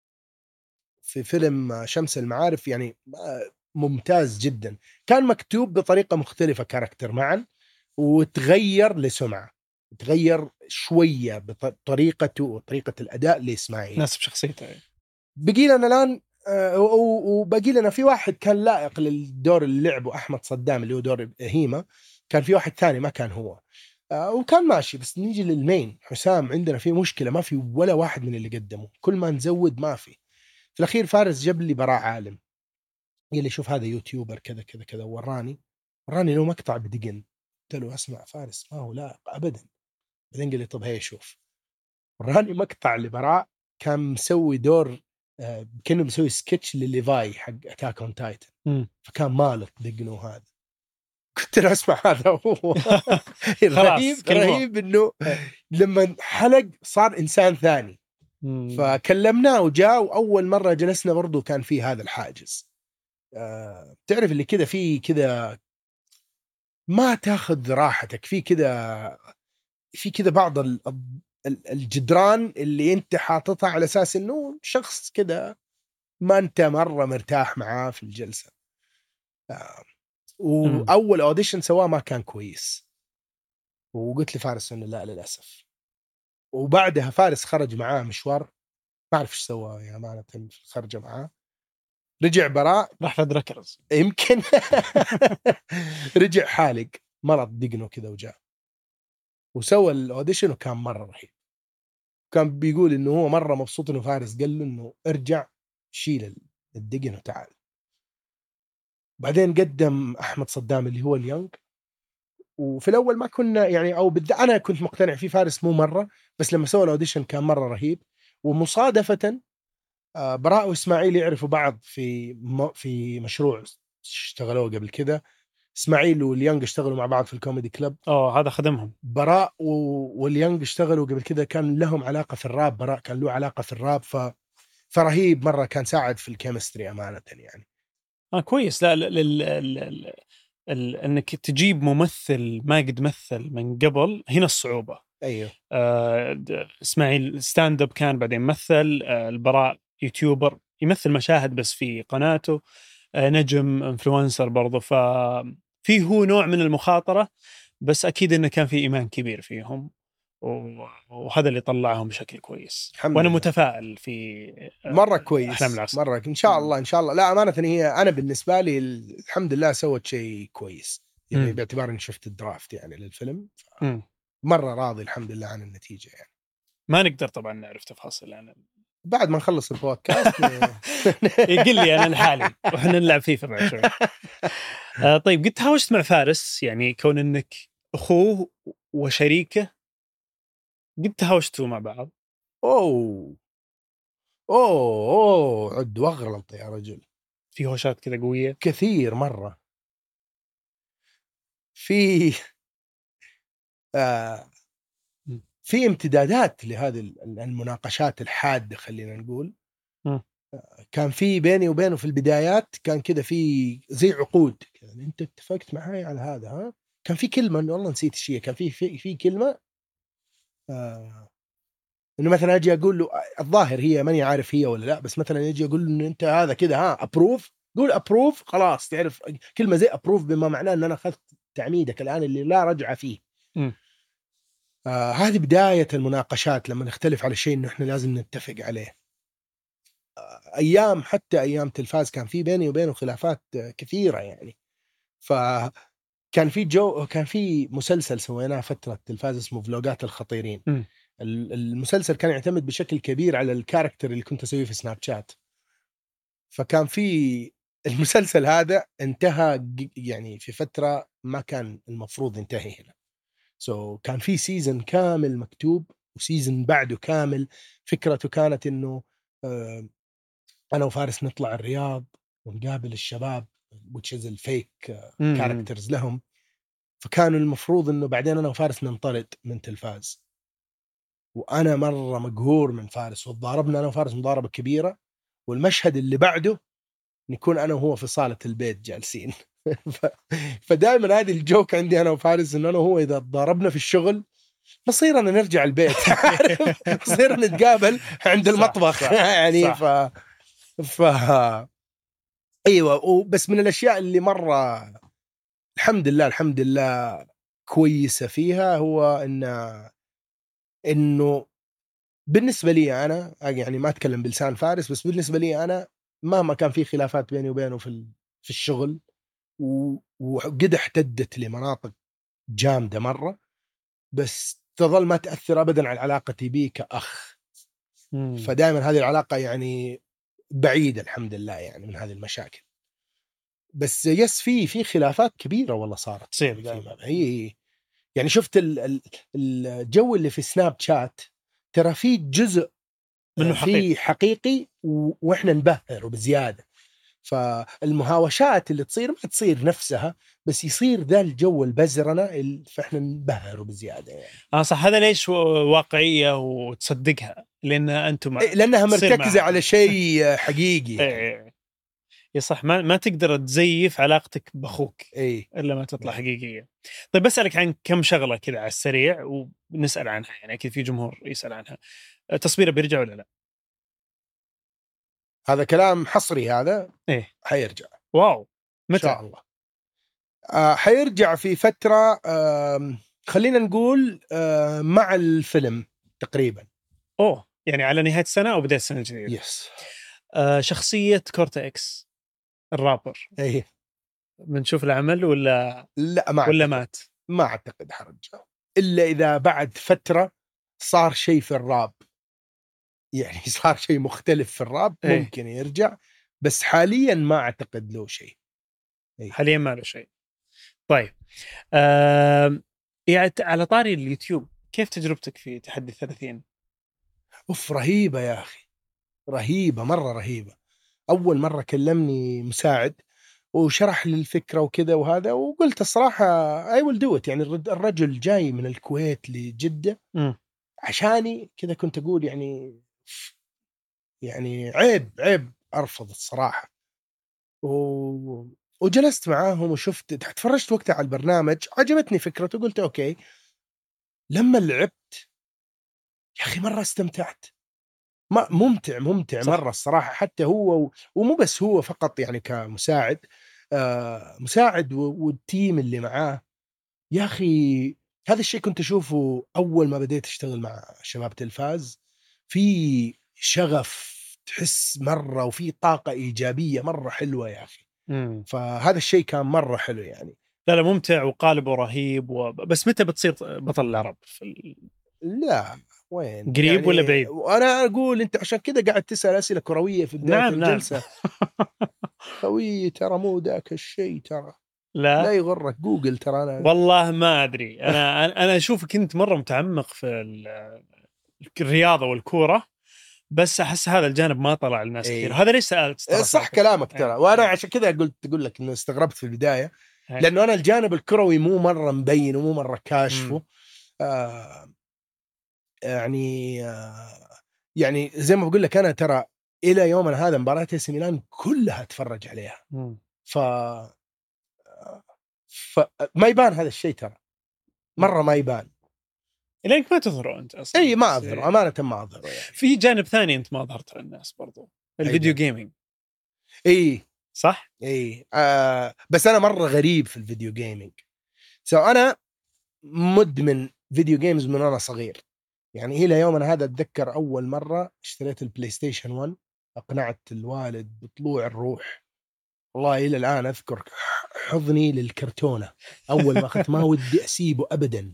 في فيلم شمس المعارف يعني ممتاز جدا، كان مكتوب بطريقة مختلفة كاركتر معا، وتغير لسمعة، تغير شوية بطريقته وطريقة الأداء لإسماعيل، ناسب شخصيته. بقي لنا الآن آه وبقي لنا في واحد كان لائق للدور اللي لعبه أحمد صدام اللي هو دور هيمة، كان في واحد ثاني ما كان هو آه وكان ماشي. بس نيجي للمين حسام، عندنا في مشكلة، ما في ولا واحد من اللي قدمه، كل ما نزود ما في. في الأخير فارس جاب لي براء عالم، قال لي شوف هذا يوتيوبر كذا كذا كذا، وراني وراني له مقطع بدقن. قلت له اسمع فارس ما هو لائق أبدا. بعدين قال لي طب هي شوف، وراني مقطع لبراء كان مسوي دور آه كأنه مسوي سكتش لليفاي حق أتاك أون تايتن، فكان مالط دقنه هذا. قلت له اسمع هذا هو رهيب رهيب انه لما حلق صار انسان ثاني. فكلمناه وجاء، واول مره جلسنا برضو كان في هذا الحاجز. آه تعرف اللي كذا في كذا ما تاخذ راحتك في كذا، في كذا بعض الجدران اللي انت حاططها على اساس انه شخص كذا ما انت مره مرتاح معاه في الجلسه. آه واول اوديشن سواه ما كان كويس، وقلت لفارس انه لا للاسف. وبعدها فارس خرج معاه مشوار ما اعرف ايش سوى يا امانه في الخرجه معاه. رجع براء راح فد ركرز يمكن رجع حالق مرض دقنه كذا وجاء وسوى الاوديشن وكان مره رهيب. كان بيقول انه هو مره مبسوط انه فارس قال له انه ارجع شيل الدقن وتعال. بعدين قدم احمد صدام اللي هو اليونغ، وفي الاول ما كنا يعني او بد... انا كنت مقتنع في فارس مو مره، بس لما سوى الاوديشن كان مره رهيب. ومصادفه براء واسماعيل يعرفوا بعض في م... في مشروع اشتغلوه قبل كده. اسماعيل واليونغ اشتغلوا مع بعض في الكوميدي كلب. اه هذا خدمهم. براء و... واليونغ اشتغلوا قبل كده، كان لهم علاقه في الراب، براء كان له علاقه في الراب، ف فرهيب مره، كان ساعد في الكيمستري امانه يعني. اه كويس. لا ل... ل... ل... ل... انك تجيب ممثل ما قد مثل من قبل هنا الصعوبه. ايوه آه اسماعيل ستاند اب كان بعدين مثل، آه البراء يوتيوبر يمثل مشاهد بس في قناته، آه نجم انفلونسر برضو. ففيه هو نوع من المخاطره، بس اكيد انه كان في ايمان كبير فيهم، وهذا اللي طلعهم بشكل كويس. وانا لله. متفائل في مره احلام كويس العصر. مره ان شاء الله ان شاء الله. لا امانه هي انا بالنسبه لي الحمد لله سوت شيء كويس يعني، باعتبار اني شفت الدرافت يعني للفيلم، مره راضي الحمد لله عن النتيجه يعني. ما نقدر طبعا نعرف تفاصيل يعني بعد ما نخلص البودكاست يقول لي انا لحالي واحنا نلعب فيفا بعد شوي. آه طيب قد تهاوشت مع فارس يعني كون انك اخوه وشريكه، قد تهاوشتوا مع بعض؟ اوه اوه اوه عد واغلط يا رجل. في هوشات كذا قويه كثير مره. في آه في امتدادات لهذه المناقشات الحاده خلينا نقول. م. كان في بيني وبينه في البدايات كان كذا في زي عقود يعني، انت اتفقت معي على هذا ها. كان في كلمه والله نسيت الشيء، كان في في, في كلمه آه انه مثلا اجي اقول له الظاهر هي ماني عارف هي ولا لا، بس مثلا اجي اقول له ان انت هذا كذا ها ابروف، قول ابروف خلاص، تعرف كلمه زي ابروف بما معناه ان انا اخذت تعميدك الان اللي لا رجعه فيه. م. آه هذه بدايه المناقشات لما نختلف على شيء انه احنا لازم نتفق عليه. آه ايام حتى ايام تلفاز كان في بيني وبينه خلافات كثيره يعني. فكان في جو كان في مسلسل سويناه فتره تلفاز اسمه فلوجات الخطيرين. م. المسلسل كان يعتمد بشكل كبير على الكاركتر اللي كنت اسويه في سناب شات. فكان في المسلسل هذا انتهى يعني في فترة ما كان المفروض ينتهي هنا. سو so كان في سيزن كامل مكتوب وسيزن بعده كامل. فكرته كانت انه آه انا وفارس نطلع الرياض ونقابل الشباب which is الفيك كاركترز لهم. فكانوا المفروض انه بعدين انا وفارس ننطرد من تلفاز، وانا مره مقهور من فارس، وضاربنا انا وفارس مضاربه كبيره. والمشهد اللي بعده نكون انا وهو في صاله البيت جالسين. فدائما هذه الجوك عندي انا وفارس انه انا وهو اذا ضاربنا في الشغل مصير انا نرجع البيت. مصير نتقابل عند المطبخ. صح يعني صح. ف ف ايوه. بس من الاشياء اللي مره الحمد لله الحمد لله كويسه فيها هو ان انه بالنسبة لي أنا يعني ما أتكلم بلسان فارس، بس بالنسبة لي أنا مهما كان في خلافات بيني وبينه في في الشغل وقد احتدت لمناطق جامدة مرة، بس تظل ما تأثر أبدا على علاقتي بي كأخ. فدائما هذه العلاقة يعني بعيدة الحمد لله يعني من هذه المشاكل. بس يس في في خلافات كبيرة والله صارت تصير. هي يعني شفت الجو اللي في سناب شات ترى في جزء منه حقيقي. حقيقي واحنا نبهر بزياده. فالمهاوشات اللي تصير ما تصير نفسها، بس يصير ذا الجو البزرنه فاحنا نبهر بزياده يعني. اه صح. هذا ليش واقعيه وتصدقها؟ لان انتم لانها مرتكزه على شيء حقيقي يعني. يا صح. ما ما تقدر تزيف علاقتك باخوك ايه الا ما تطلع ايه. حقيقيه. طيب بسالك عن كم شغله كذا على السريع ونسال عنها، يعني اكيد في جمهور يسال عنها. تصويره بيرجع ولا لا؟ هذا كلام حصري هذا. ايه حيرجع. واو متى؟ ان شاء الله. آه حيرجع في فتره آه خلينا نقول آه مع الفيلم تقريبا. اوه يعني على نهايه السنه او بدايه السنه الجديده. يس. آه شخصيه كورتا اكس الرابر ايه بنشوف العمل ولا لا؟ ما ولا أعتقد. مات؟ ما اعتقد حرجع الا اذا بعد فتره صار شيء في الراب، يعني صار شيء مختلف في الراب ايه. ممكن يرجع، بس حاليا ما اعتقد له شيء. ايه. حاليا ما له شيء. طيب آه يعني على طاري اليوتيوب، كيف تجربتك في تحدي الثلاثين؟ اوف رهيبه يا اخي، رهيبه مره رهيبه. اول مره كلمني مساعد وشرح لي الفكره وكذا وهذا، وقلت الصراحه اي ويل دو ات. يعني الرجل جاي من الكويت لجده م. عشاني كذا، كنت اقول يعني يعني عيب عيب ارفض الصراحه. و... وجلست معاهم وشفت تفرجت وقتها على البرنامج، عجبتني فكرته وقلت اوكي. لما لعبت يا اخي مره استمتعت، ما ممتع ممتع صح. مره الصراحه. حتى هو و... ومو بس هو فقط يعني كمساعد، آه مساعد و... والتيم اللي معاه يا اخي. هذا الشيء كنت اشوفه اول ما بديت اشتغل مع شباب تلفاز، في شغف تحس مره وفي طاقه ايجابيه مره حلوه يا اخي. مم. فهذا الشيء كان مره حلو يعني. لا لا ممتع وقالبه رهيب و... بس متى بتصير بطل العرب في ال... لا وين قريب يعني ولا بعيد؟ وانا اقول انت عشان كذا قاعد تسال اسئله كرويه في بدايه نعم الجلسه. نعم. خوي ترى مو ذاك الشيء ترى. لا لا يغرك جوجل ترى. انا والله ما ادري. انا انا اشوفك انت مره متعمق في الرياضه والكوره، بس احس هذا الجانب ما طلع للناس إيه. كثير. هذا ليش سالت صح كلامك ترى. إيه. وانا عشان كذا قلت اقول لك انه استغربت في البدايه، إيه. لانه انا الجانب الكروي مو مره مبين ومو مره كاشفه. آه يعني آه يعني زي ما بقول لك انا ترى الى يومنا هذا مباريات اي سي ميلان كلها اتفرج عليها. مم. ف فما يبان هذا الشيء ترى، مره ما يبان. لأنك ما تظهره أنت أصلا. اي ما اظهره امانه، ما اظهره يعني. في جانب ثاني أنت ما ظهرته للناس برضو، الفيديو جيمينج. اي صح. اي آه بس انا مره غريب في الفيديو جيمينج. سو انا مدمن فيديو جيمز من وانا صغير يعني. الى يومنا هذا اتذكر اول مره اشتريت البلاي ستيشن واحد، اقنعت الوالد بطلوع الروح. والله الى الان اذكر حضني للكرتونه اول ما اخذت، ما ودي اسيبه ابدا.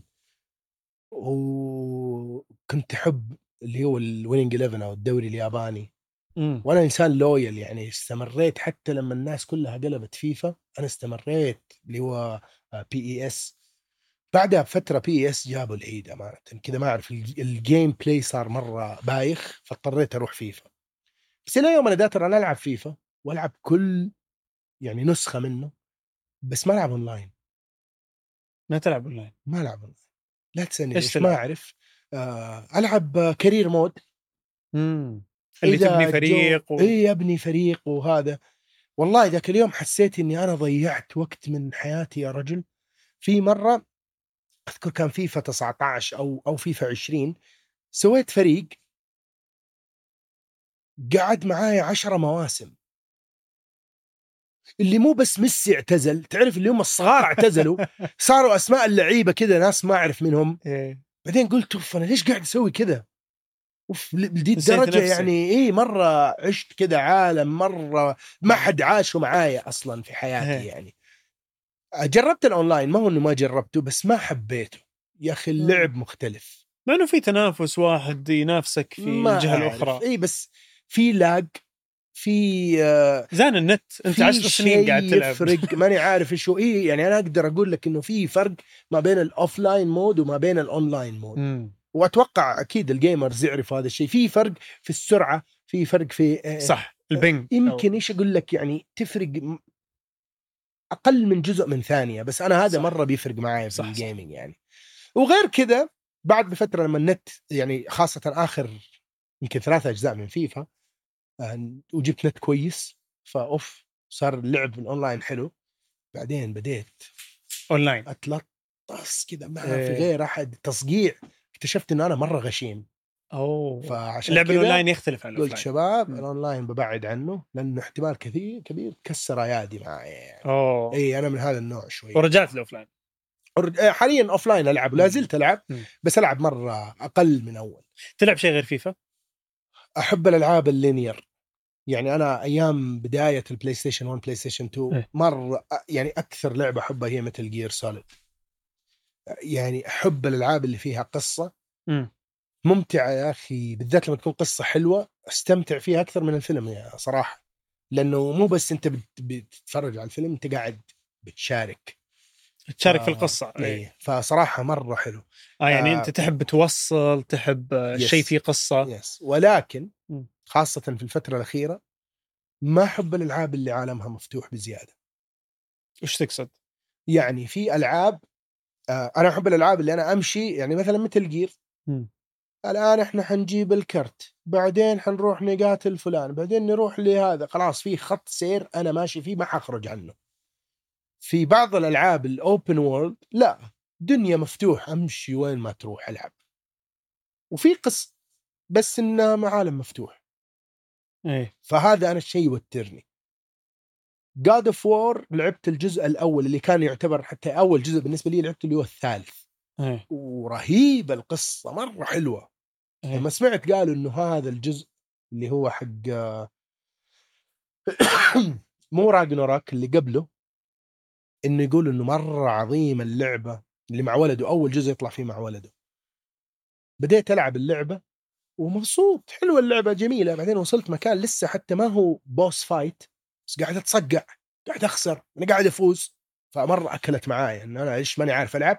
وكنت احب اللي هو الويننج إليفن او الدوري الياباني. مم. وانا انسان لويل يعني، استمريت حتى لما الناس كلها قلبت فيفا انا استمريت اللي هو بي اي اس. بعدها بفتره بي اي اس جابوا العيد امانه كذا، ما اعرف الجيم بلاي صار مره بايخ، فاضطريت اروح فيفا. بس الى يوم انا داتر انا العب فيفا والعب كل يعني نسخه منه، بس ما العب اونلاين. ما تلعب اونلاين؟ ما العب اونلاين، لا تسألني إيش ليش، تلعب؟ ما اعرف. آه العب كارير مود. امم اللي تبني فريق و... اي ابني فريق وهذا. والله ذاك اليوم حسيت اني انا ضيعت وقت من حياتي يا رجل. في مره اذكر كان فيفا تسعة عشر او او فيفا عشرين، سويت فريق قعد معايا عشرة مواسم. اللي مو بس ميسي اعتزل، تعرف اللي هم الصغار اعتزلوا صاروا اسماء اللعيبه كذا ناس ما اعرف منهم. بعدين قلت اوف انا ليش قاعد اسوي كذا؟ اوف لدي الدرجه يعني. ايه مره عشت كذا عالم مره ما حد عاشه معايا اصلا في حياتي يعني. جربت الاونلاين، ما هو انه ما جربته بس ما حبيته يا اخي. اللعب مختلف، ما انه في تنافس، واحد ينافسك في الجهه الاخرى. اي بس في لاج، في آه زين النت. انت عشر سنين قاعد تلعب. يفرق ماني عارف ايش هو. ايه يعني انا اقدر اقول لك انه في فرق ما بين الاوفلاين مود وما بين الاونلاين مود. م. واتوقع اكيد الجيمرز يعرفوا هذا الشيء. في فرق في السرعه، في فرق في آه صح البنج. يمكن أو... ايش اقول لك يعني تفرق اقل من جزء من ثانيه، بس انا هذا صح. مره بيفرق معايا في الجيمنج يعني. وغير كذا بعد بفتره لما النت يعني خاصه اخر يمكن ثلاثة اجزاء من فيفا وجبت نت كويس، فاوف صار اللعب من اونلاين حلو. بعدين بديت اونلاين اتلطس كذا ما في غير احد تصقيع. اكتشفت ان انا مره غشيم. اوه فعشان اللعب الاونلاين يختلف عن الاوفلاين. قلت شباب م. الاونلاين ببعد عنه لانه احتمال كثير كبير كسر ايادي معي يعني. اوه اي انا من هذا النوع شوي. ورجعت الاوفلاين حاليا اوفلاين العب، لا زلت العب بس العب مره اقل من اول. تلعب شيء غير فيفا؟ احب الالعاب اللينير يعني. انا ايام بدايه البلاي ستيشن واحد بلاي ستيشن اثنين مره يعني اكثر لعبه احبها هي مثل جير سوليد. يعني احب الالعاب اللي فيها قصه م. ممتعه يا اخي، بالذات لما تكون قصه حلوه استمتع فيها اكثر من الفيلم يا صراحه. لانه مو بس انت بتتفرج على الفيلم، انت قاعد بتشارك تشارك ف... في القصه. ايه فصراحه مره حلو. اه يعني آه انت تحب توصل، تحب الشيء فيه قصه. يس. ولكن م. خاصه في الفتره الاخيره ما أحب الألعاب اللي عالمها مفتوح بزيادة. وش تقصد؟ يعني في ألعاب آه أنا أحب الألعاب اللي أنا أمشي يعني مثلا مثل جير. م. الآن إحنا حنجيب الكرت، بعدين حنروح نقاتل فلان، بعدين نروح لهذا، خلاص في خط سير أنا ماشي فيه ما حخرج عنه. في بعض الألعاب الأوبن وورلد لا، دنيا مفتوح أمشي وين ما تروح ألعب، وفي قصة بس إنه عالم مفتوح. ايه فهذا أنا الشيء يوترني. God of War لعبت الجزء الأول اللي كان يعتبر حتى أول جزء بالنسبة لي، لعبت اللي هو الثالث. ايه ورهيب القصة مرة حلوة. ايه لما سمعت قالوا إنه هذا الجزء اللي هو حق مو راجنوراك اللي قبله، إنه يقول إنه مرة عظيم اللعبة اللي مع ولده، أول جزء يطلع فيه مع ولده. بديت ألعب اللعبة ومبسوط، حلوة اللعبة جميلة. بعدين وصلت مكان لسه حتى ما هو بوس فايت، بس قاعد أتصقع، قاعد أخسر، أنا قاعد أفوز. فمرة أكلت معايا إن أنا إيش ماني عارف ألعب.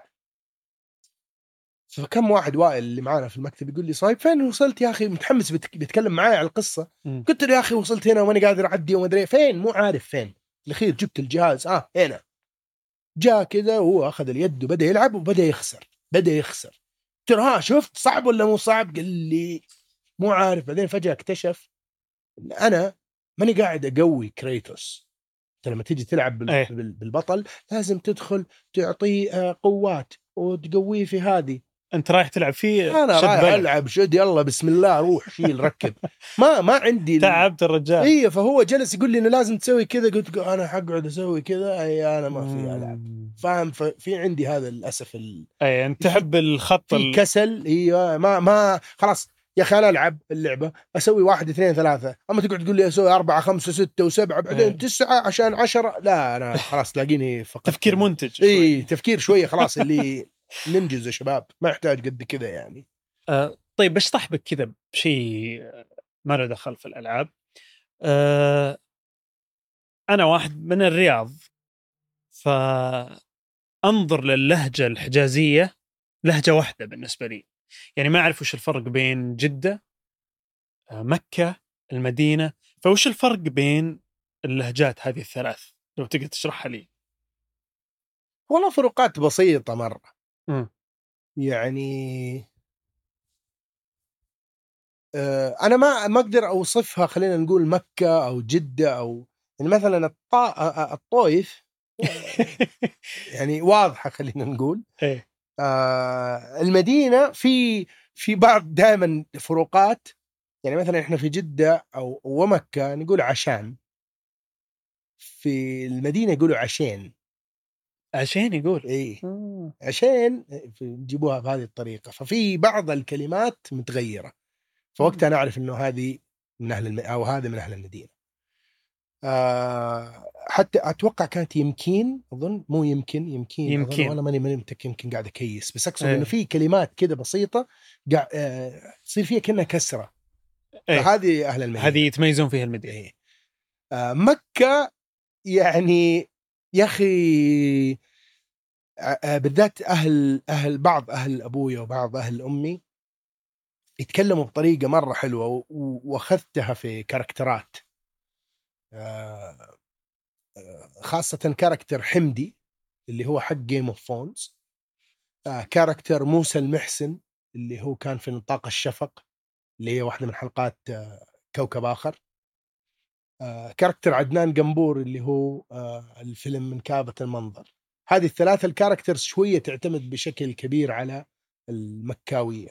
فكم واحد وائل اللي معانا في المكتب يقول لي صايب فين وصلت يا أخي، متحمس بيتكلم معايا على القصة. م. قلت له يا أخي وصلت هنا وماني قادر أعدي وما أدري فين، مو عارف فين. الأخير جبت الجهاز آه هنا، جاء كذا وهو أخذ اليد وبدأ يلعب وبدأ يخسر، بدأ يخسر. قلت له ها شفت صعب ولا مو صعب؟ قال لي مو عارف. بعدين فجأة اكتشف إن أنا ماني قاعد أقوي كريتوس. لما تيجي تلعب بالبطل لازم تدخل تعطيه قوات وتقويه في هذه، انت رايح تلعب فيه؟ انا رايح العب شد يلا بسم الله روح شيل ركب. ما ما عندي تعبت الرجال. ايه فهو جلس يقول لي انه لازم تسوي كذا، قلت انا حقعد اسوي كذا، اي انا ما في العب فاهم. في عندي هذا للاسف ال... اي انت تحب الخط في كسل. ايوه ما ما خلاص يا اخي انا العب اللعبه اسوي واحد اثنين ثلاثه، اما تقعد تقول لي اسوي أربعة خمسة ستة وسبعة بعدين أيه. تسعة عشان عشرة، لا انا خلاص تلاقيني فقط تفكير منتج. اي تفكير شويه خلاص اللي ننجز يا شباب ما يحتاج قد كذا يعني. آه طيب بشطح بك كذا بشيء ما له دخل في الالعاب. آه انا واحد من الرياض، فانظر للهجه الحجازيه لهجه واحده بالنسبه لي، يعني ما اعرف وش الفرق بين جده مكة المدينة، فوش الفرق بين اللهجات هذه الثلاث لو تقدر تشرحها لي؟ والله فروقات بسيطة مرة. م. يعني آه أنا ما ما أقدر أوصفها، خلينا نقول مكة أو جدة أو يعني مثلا الطا... الطائف يعني واضحة خلينا نقول. آه المدينة في في بعض دائما فروقات، يعني مثلا إحنا في جدة أو ومكة نقول عشان، في المدينة يقولوا عشان. عشان يقول إيه مم. عشان يجيبوها بهذه الطريقة، ففي بعض الكلمات متغيرة، فوقتها نعرف إنه هذه من أهل الم... أو هذا من أهل المدينة. آه حتى أتوقع كانت يمكن أظن مو يمكن يمكن, يمكن. أظن وأنا ماني ماني متأكد، يمكن قاعد أكيس، بس أقصد إنه في كلمات كده بسيطة قاعد آه تصير فيها كأنها كسرة. أيه. فهذه أهل المدينة، هذه يتميزون فيها المدينة. إيه. آه مكة يعني يا أخي بالذات أهل أهل بعض أهل أبويا وبعض أهل أمي يتكلموا بطريقة مرة حلوة، وأخذتها في كاركترات، خاصة كاركتر حمدي اللي هو حق جيم اوف ثرونز، كاركتر موسى المحسن اللي هو كان في نطاق الشفق اللي هي واحدة من حلقات كوكب آخر، كاركتر عدنان قنبور اللي هو الفيلم من كابة المنظر. هذه الثلاثة الكاركترز شوية تعتمد بشكل كبير على المكاوية.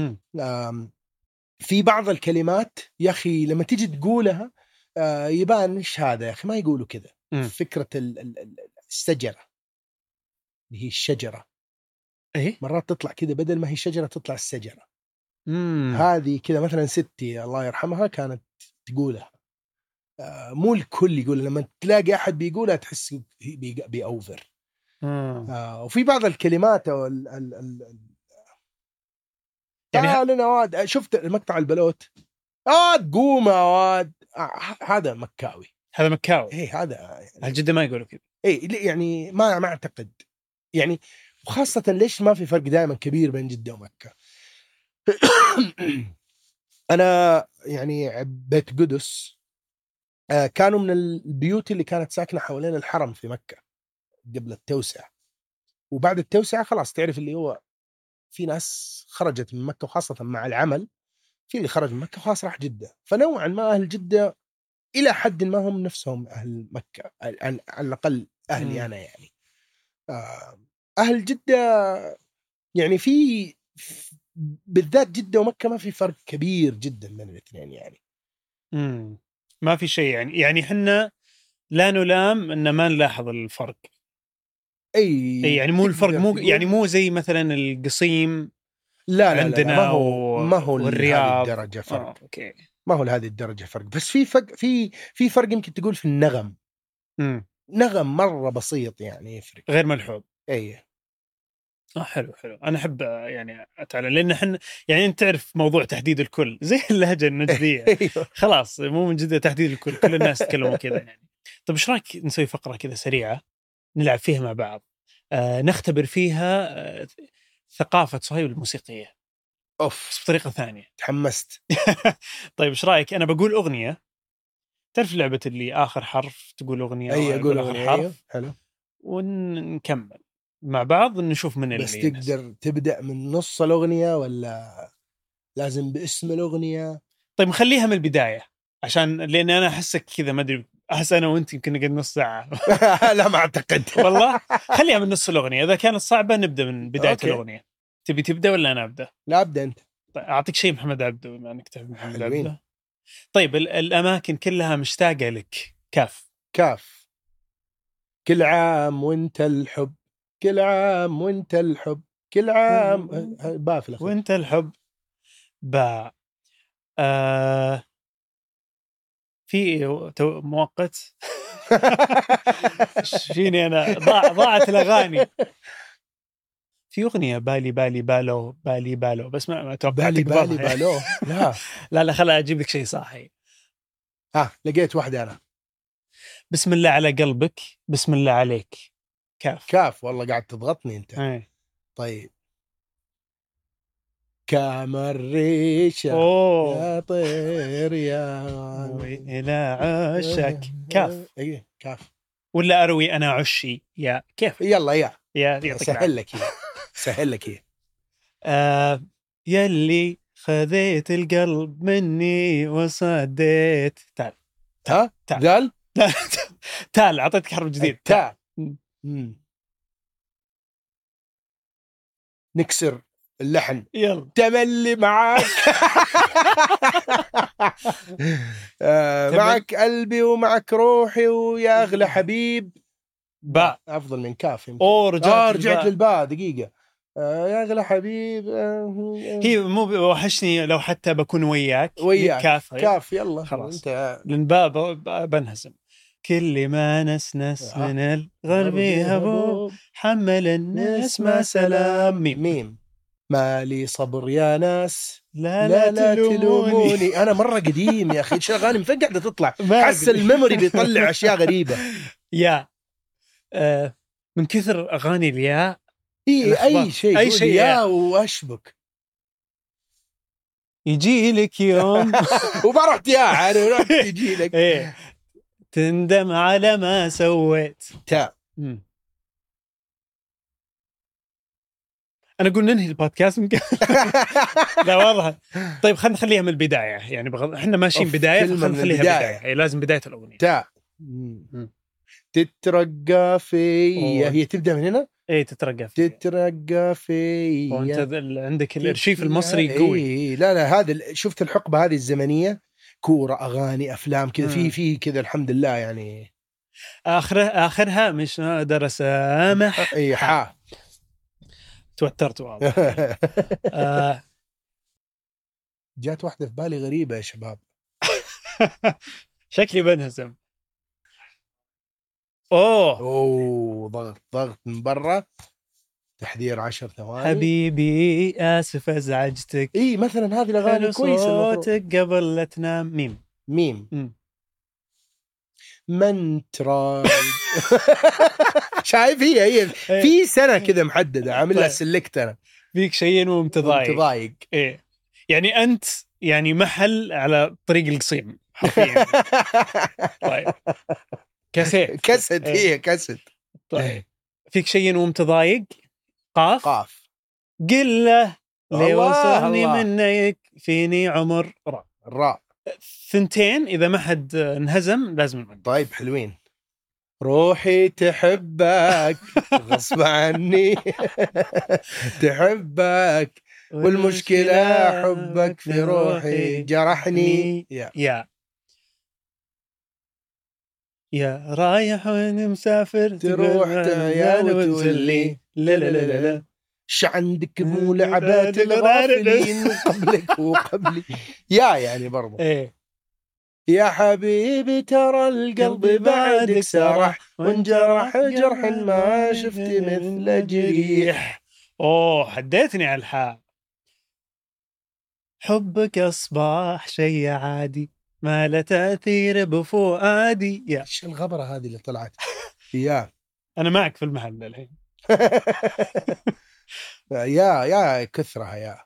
في بعض الكلمات يا أخي لما تيجي تقولها يبان إيش هذا يا أخي، ما يقولوا كذا. فكرة الشجرة اللي هي الشجرة إيه؟ مرات تطلع كذا بدل ما هي شجرة تطلع الشجرة. مم. هذه كذا مثلا ستي الله يرحمها كانت تقولها، مو الكل يقول، لما تلاقي أحد بيقولها تحس بيأوفر. آه وفي بعض الكلمات أو ال ال ال يعني تعال نواد، شفت مقطع البلوت آه قوم واد، آه هذا مكاوي، هذا مكاوي. إيه هذا يعني الجدة ما يقولوا كذا. إيه يعني ما ما أعتقد يعني، وخاصة ليش ما في فرق دائما كبير بين جدة ومكة. أنا يعني بيت قدس آه كانوا من البيوت اللي كانت ساكنة حوالين الحرم في مكة قبل التوسعة، وبعد التوسعة خلاص تعرف اللي هو في ناس خرجت من مكة وخاصة مع العمل، في اللي خرج من مكة وخلاص راح جدة، فنوعا ما أهل جدة إلى حد ما هم نفسهم أهل مكة على الأقل أهلي أنا يعني. أهل جدة يعني في بالذات جدة ومكة ما في فرق كبير جدا بين الاثنين يعني. مم. ما في شيء يعني يعني حنا لا نلام إن ما نلاحظ الفرق. أي, أي يعني مو الفرق مو يعني مو زي مثلا القصيم لا لا عندنا لا ما هو ما هو والرياض. هذه الدرجة فرق. آه، أوكي. ما هو لهذه الدرجة فرق، بس في فرق في في فرق يمكن تقول في النغم. مم. نغم مرة بسيط يعني يفرق غير ملحوظ. أي آه حلو حلو. أنا أحب يعني أتعلم لأن إحنا يعني أنت تعرف موضوع تحديد الكل زي اللهجة النجدية. خلاص مو من جدة تحديد الكل، كل الناس يتكلموا كذا يعني. طب إيش رأيك نسوي فقرة كذا سريعة نلعب فيها مع بعض، آه نختبر فيها آه ثقافة صهيب الموسيقية. أوف بس بطريقة ثانية. تحمست. طيب إيش رأيك أنا بقول أغنية، تعرف لعبة اللي آخر حرف تقول أغنية أي أقول آخر أغنية. حرف. حلو. ونكمل مع بعض نشوف من اللي بس تقدر ينس. تبدأ من نص الأغنية ولا لازم باسم الأغنية؟ طيب نخليها من البداية عشان لأن أنا أحسك كذا ما أدري، أحس أنا وأنت يمكن نقعد نص ساعة. لا ما أعتقد. والله خليها من نص الأغنية، إذا كانت صعبة نبدأ من بداية أوكي. الأغنية. تبي تبدا ولا انا ابدا؟ لا ابدا انت. طيب اعطيك شيء محمد عبده بما انك تحب محمد حلوين. عبده. طيب ال- الاماكن كلها مشتاقه لك. كاف. كاف. كل عام وانت الحب، كل عام وانت الحب، كل عام. باء في الاخير. وانت الحب. باء. آه في تو- مؤقت. فيني انا ضاع ضاعت الاغاني. في اغنيه بالي بالي بالو بالي بالو بس ما ما توقعت بالي بالي تقبلها. بالو. لا لا لا خليني اجيب لك شيء صاحي. ها لقيت واحده انا. بسم الله على قلبك، بسم الله عليك. كاف. كاف. والله قاعد تضغطني انت. ايه. طيب. كامل ريشه اوه يا طير يا الى عشك. كاف. ايه كاف. ولا اروي انا عشي يا كيف. يلا يا يا يعطيك سهل لك هي. سهل لك هي. آه يلي خذيت القلب مني وصديت. تعال ها تعال. ذال. تعال اعطيتك حرف جديد. تعال. نكسر اللحن. يلا تملي معك. آه معك قلبي ومعك روحي ويا اغلى حبيب. باء افضل من كاف يمكن. اوه رجعت, آه رجعت للباء دقيقه. آه يا اغلى حبيب. آه هي مو وحشني لو حتى بكون وياك. وياك كاف. كاف. يلا خلاص انت. لان باء بنهزم. كل ما نسنس آه. من الغربي هبوب حمل الناس ما سلام. ميم. ميم. مالي صبر يا ناس. لا لا لا, لا تلوموني. تلوموني. انا مره قديم يا اخي. ايش اغاني من قاعده تطلع. ما حس أدري. الميموري بيطلع اشياء غريبه. يا آه من كثر اغاني الياء. إيه اي شيء اي شيء يا واشبك. يجي لك يوم وما رحت يا انا رحت يجي لك. ايه تندم على ما سويت. تاء. مم. انا اقول ننهي البودكاست ممكن. لا واضح. طيب خلينا نخليها من البدايه يعني بغض... احنا ماشيين بدايه خلينا نخليها بدايه. بداية. لازم بدايه الاغنيه. تاء. تترقى فيا. هي تبدا من هنا. ايه تترقى فيا. تترقى فيا. وانت ال... عندك الارشيف المصري قوي. إيه لا لا هذا شفت الحقبه هذه الزمنيه. كوره اغاني افلام كذا في في كذا الحمد لله يعني. اخره اخرها مش قادر اسامح. اي حا. توترت والله. آه. جات واحدة في بالي غريبة يا شباب. شكلي بنهزم. أوه أوه ضغط ضغط من برا. تحذير عشر ثواني. حبيبي آسف أزعجتك. إيه مثلا هذه الأغاني كويسة. صوتك قبل لا تنام. ميم. ميم. م. من ترى. شايف هي هي في سنة كذا محددة عاملها طيب. سلكت أنا. فيك شيء ومتضايق. متضايق. إيه يعني أنت يعني محل على طريق القصيم حرفيا. طيب كسيت. كسد. إيه. هي كسد. طيب فيك شيء ومتضايق. قاف. قاف. قل له لي وصلني منك فيني عمر. راء. راء. ثنتين إذا ما حد انهزم لازم نمد. طيب حلوين. روحي تحبك غصب عني. تحبك والمشكلة حبك في روحي جرحني. يا يا يا رايح وين مسافر تروح تيال وتولي. لا لا لا لا ش عندك مو لعبات الغافلين قبلك وقبلي. يا يعني برضو. ايه يا حبيبي ترى القلب بعدك سرح وانجرح جرح ما شفت مثل جريح. اوه حديتني على الحال. حبك اصبح شيء عادي ما له تاثير بفؤادي. يا ايش الغبره هذه اللي طلعت. يا انا معك في المحل الحين. يا يا كثرها يا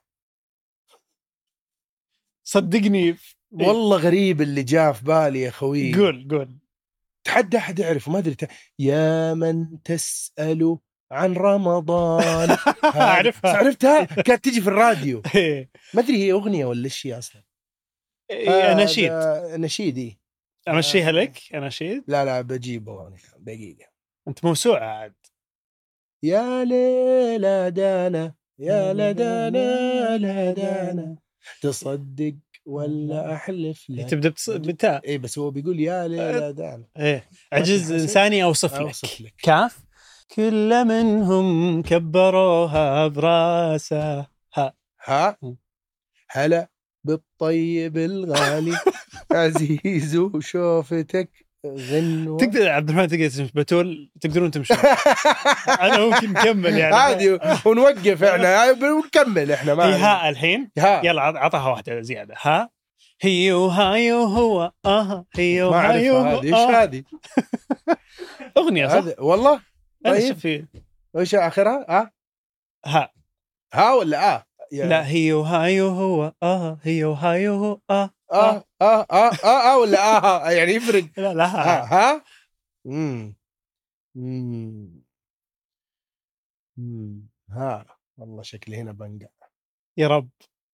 صدقني والله غريب اللي جاء في بالي يا خوي. قول قول. تحدى أحد يعرفه ما أدري. يا من تسأل عن رمضان. أعرفها. عرفتها كانت تجي في الراديو. ما أدري هي أغنية ولا شيء أصلا. نشيد. نشيدي. أمشيها لك أناشيد. لا لا بجيبه دقيقة. أنت موسوعة عاد. يا ليلى دانا يا لدانا لدانا تصدق ولا أحلف لك. تبدأ بص... بتاء. إيه بس هو بيقول يا لدانا. إيه عجز إنساني أوصف لك. أوصف لك. كاف. كل منهم كبروها براسه. ها ها هلا بالطيب الغالي عزيز وشوفتك غنوة. تقدر عبد الرحمن تقدر تمشي بتول تقدرون تمشون. أنا ممكن نكمل يعني عادي ونوقف إحنا ونكمل إحنا ما ها الحين ها. يلا عطها واحدة زيادة. ها هي وهاي وهو آه هي ما وهاي أعرفها وهو هذه. إيش آه. هذه أغنية صح هذه والله. أنا طيب شوف فيه وإيش آخرها آه ها ها ولا آه يعني. لا هي وهاي وهو آه هي وهاي وهو آه آه آه آه آه, آه ولا آه يعني يفرق. لا لا ها ها, ها مم. مم. مم. ها والله شكلي هنا بنقع. يا رب.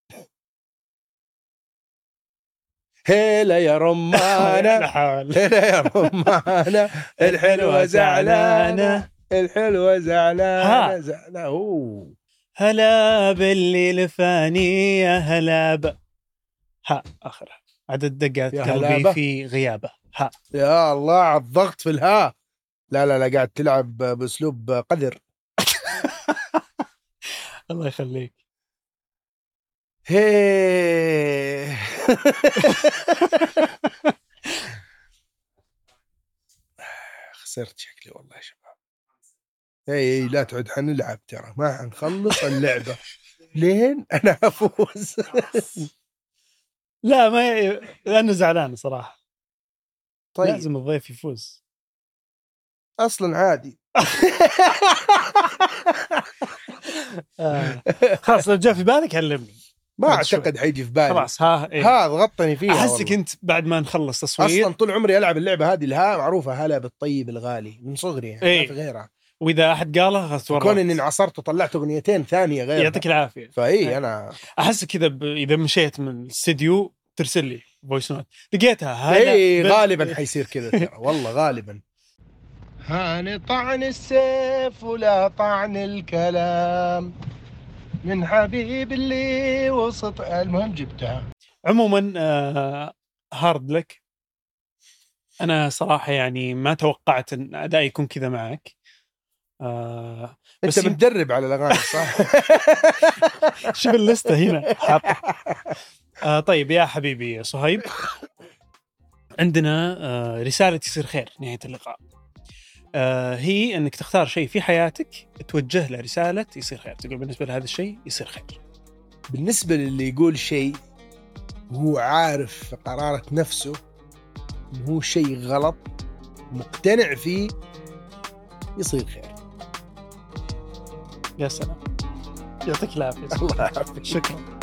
هلا يا رمانة هلا يا رمانة الحلوة زعلانة الحلوة زعلانة زعلانة. أوه. هلا باللي لفاني يا هلا ب ها آخرها عدد دقات قلبي في غيابه. ها يا الله على الضغط في الها. لا لا لا قاعد تلعب بأسلوب قذر. الله يخليك. هي خسرت شكلي والله يا شباب. اي لا تعد حنلعب ترى ما حنخلص اللعبة لين انا افوز. لا ما ي... لانه زعلان صراحة. طيب لازم الضيف يفوز اصلا عادي. آه. خلاص لو جاء في بالك علمني. ما اعتقد حيجي في بالي. خلاص ها إيه؟ ها ضغطني فيها. احسك انت بعد ما نخلص تصوير اصلا طول عمري العب اللعبه هذه. الها معروفه هلا بالطيب الغالي من صغري يعني. إيه؟ ما في غيرها. واذا احد قالها خلاص كون اني انعصرت وطلعت اغنيتين ثانيه غير. يعطيك العافيه. فاي إيه؟ انا احسك كذا ب... اذا مشيت من الاستديو ترسل لي فويس نوت لقيتها هلا اي ب... غالبا حيصير كذا ترى والله غالبا. هاني طعن السيف ولا طعن الكلام من حبيب اللي وسط. المهم جبتها. عموما آه هارد لك. انا صراحه يعني ما توقعت ان ادائي يكون كذا معك. آه انت بتدرب على الاغاني صح؟ شوف الليسته هنا حاط. آه طيب يا حبيبي صهيب عندنا آه رساله يصير خير نهايه اللقاء. آه هي انك تختار شيء في حياتك توجه له رساله يصير خير. تقول بالنسبه لهذا الشيء يصير خير. بالنسبه للي يقول شيء وهو عارف في قرارة نفسه إنه هو شيء غلط مقتنع فيه يصير خير. يا سلام يعطيك العافية. الله يعافيك. شكرا.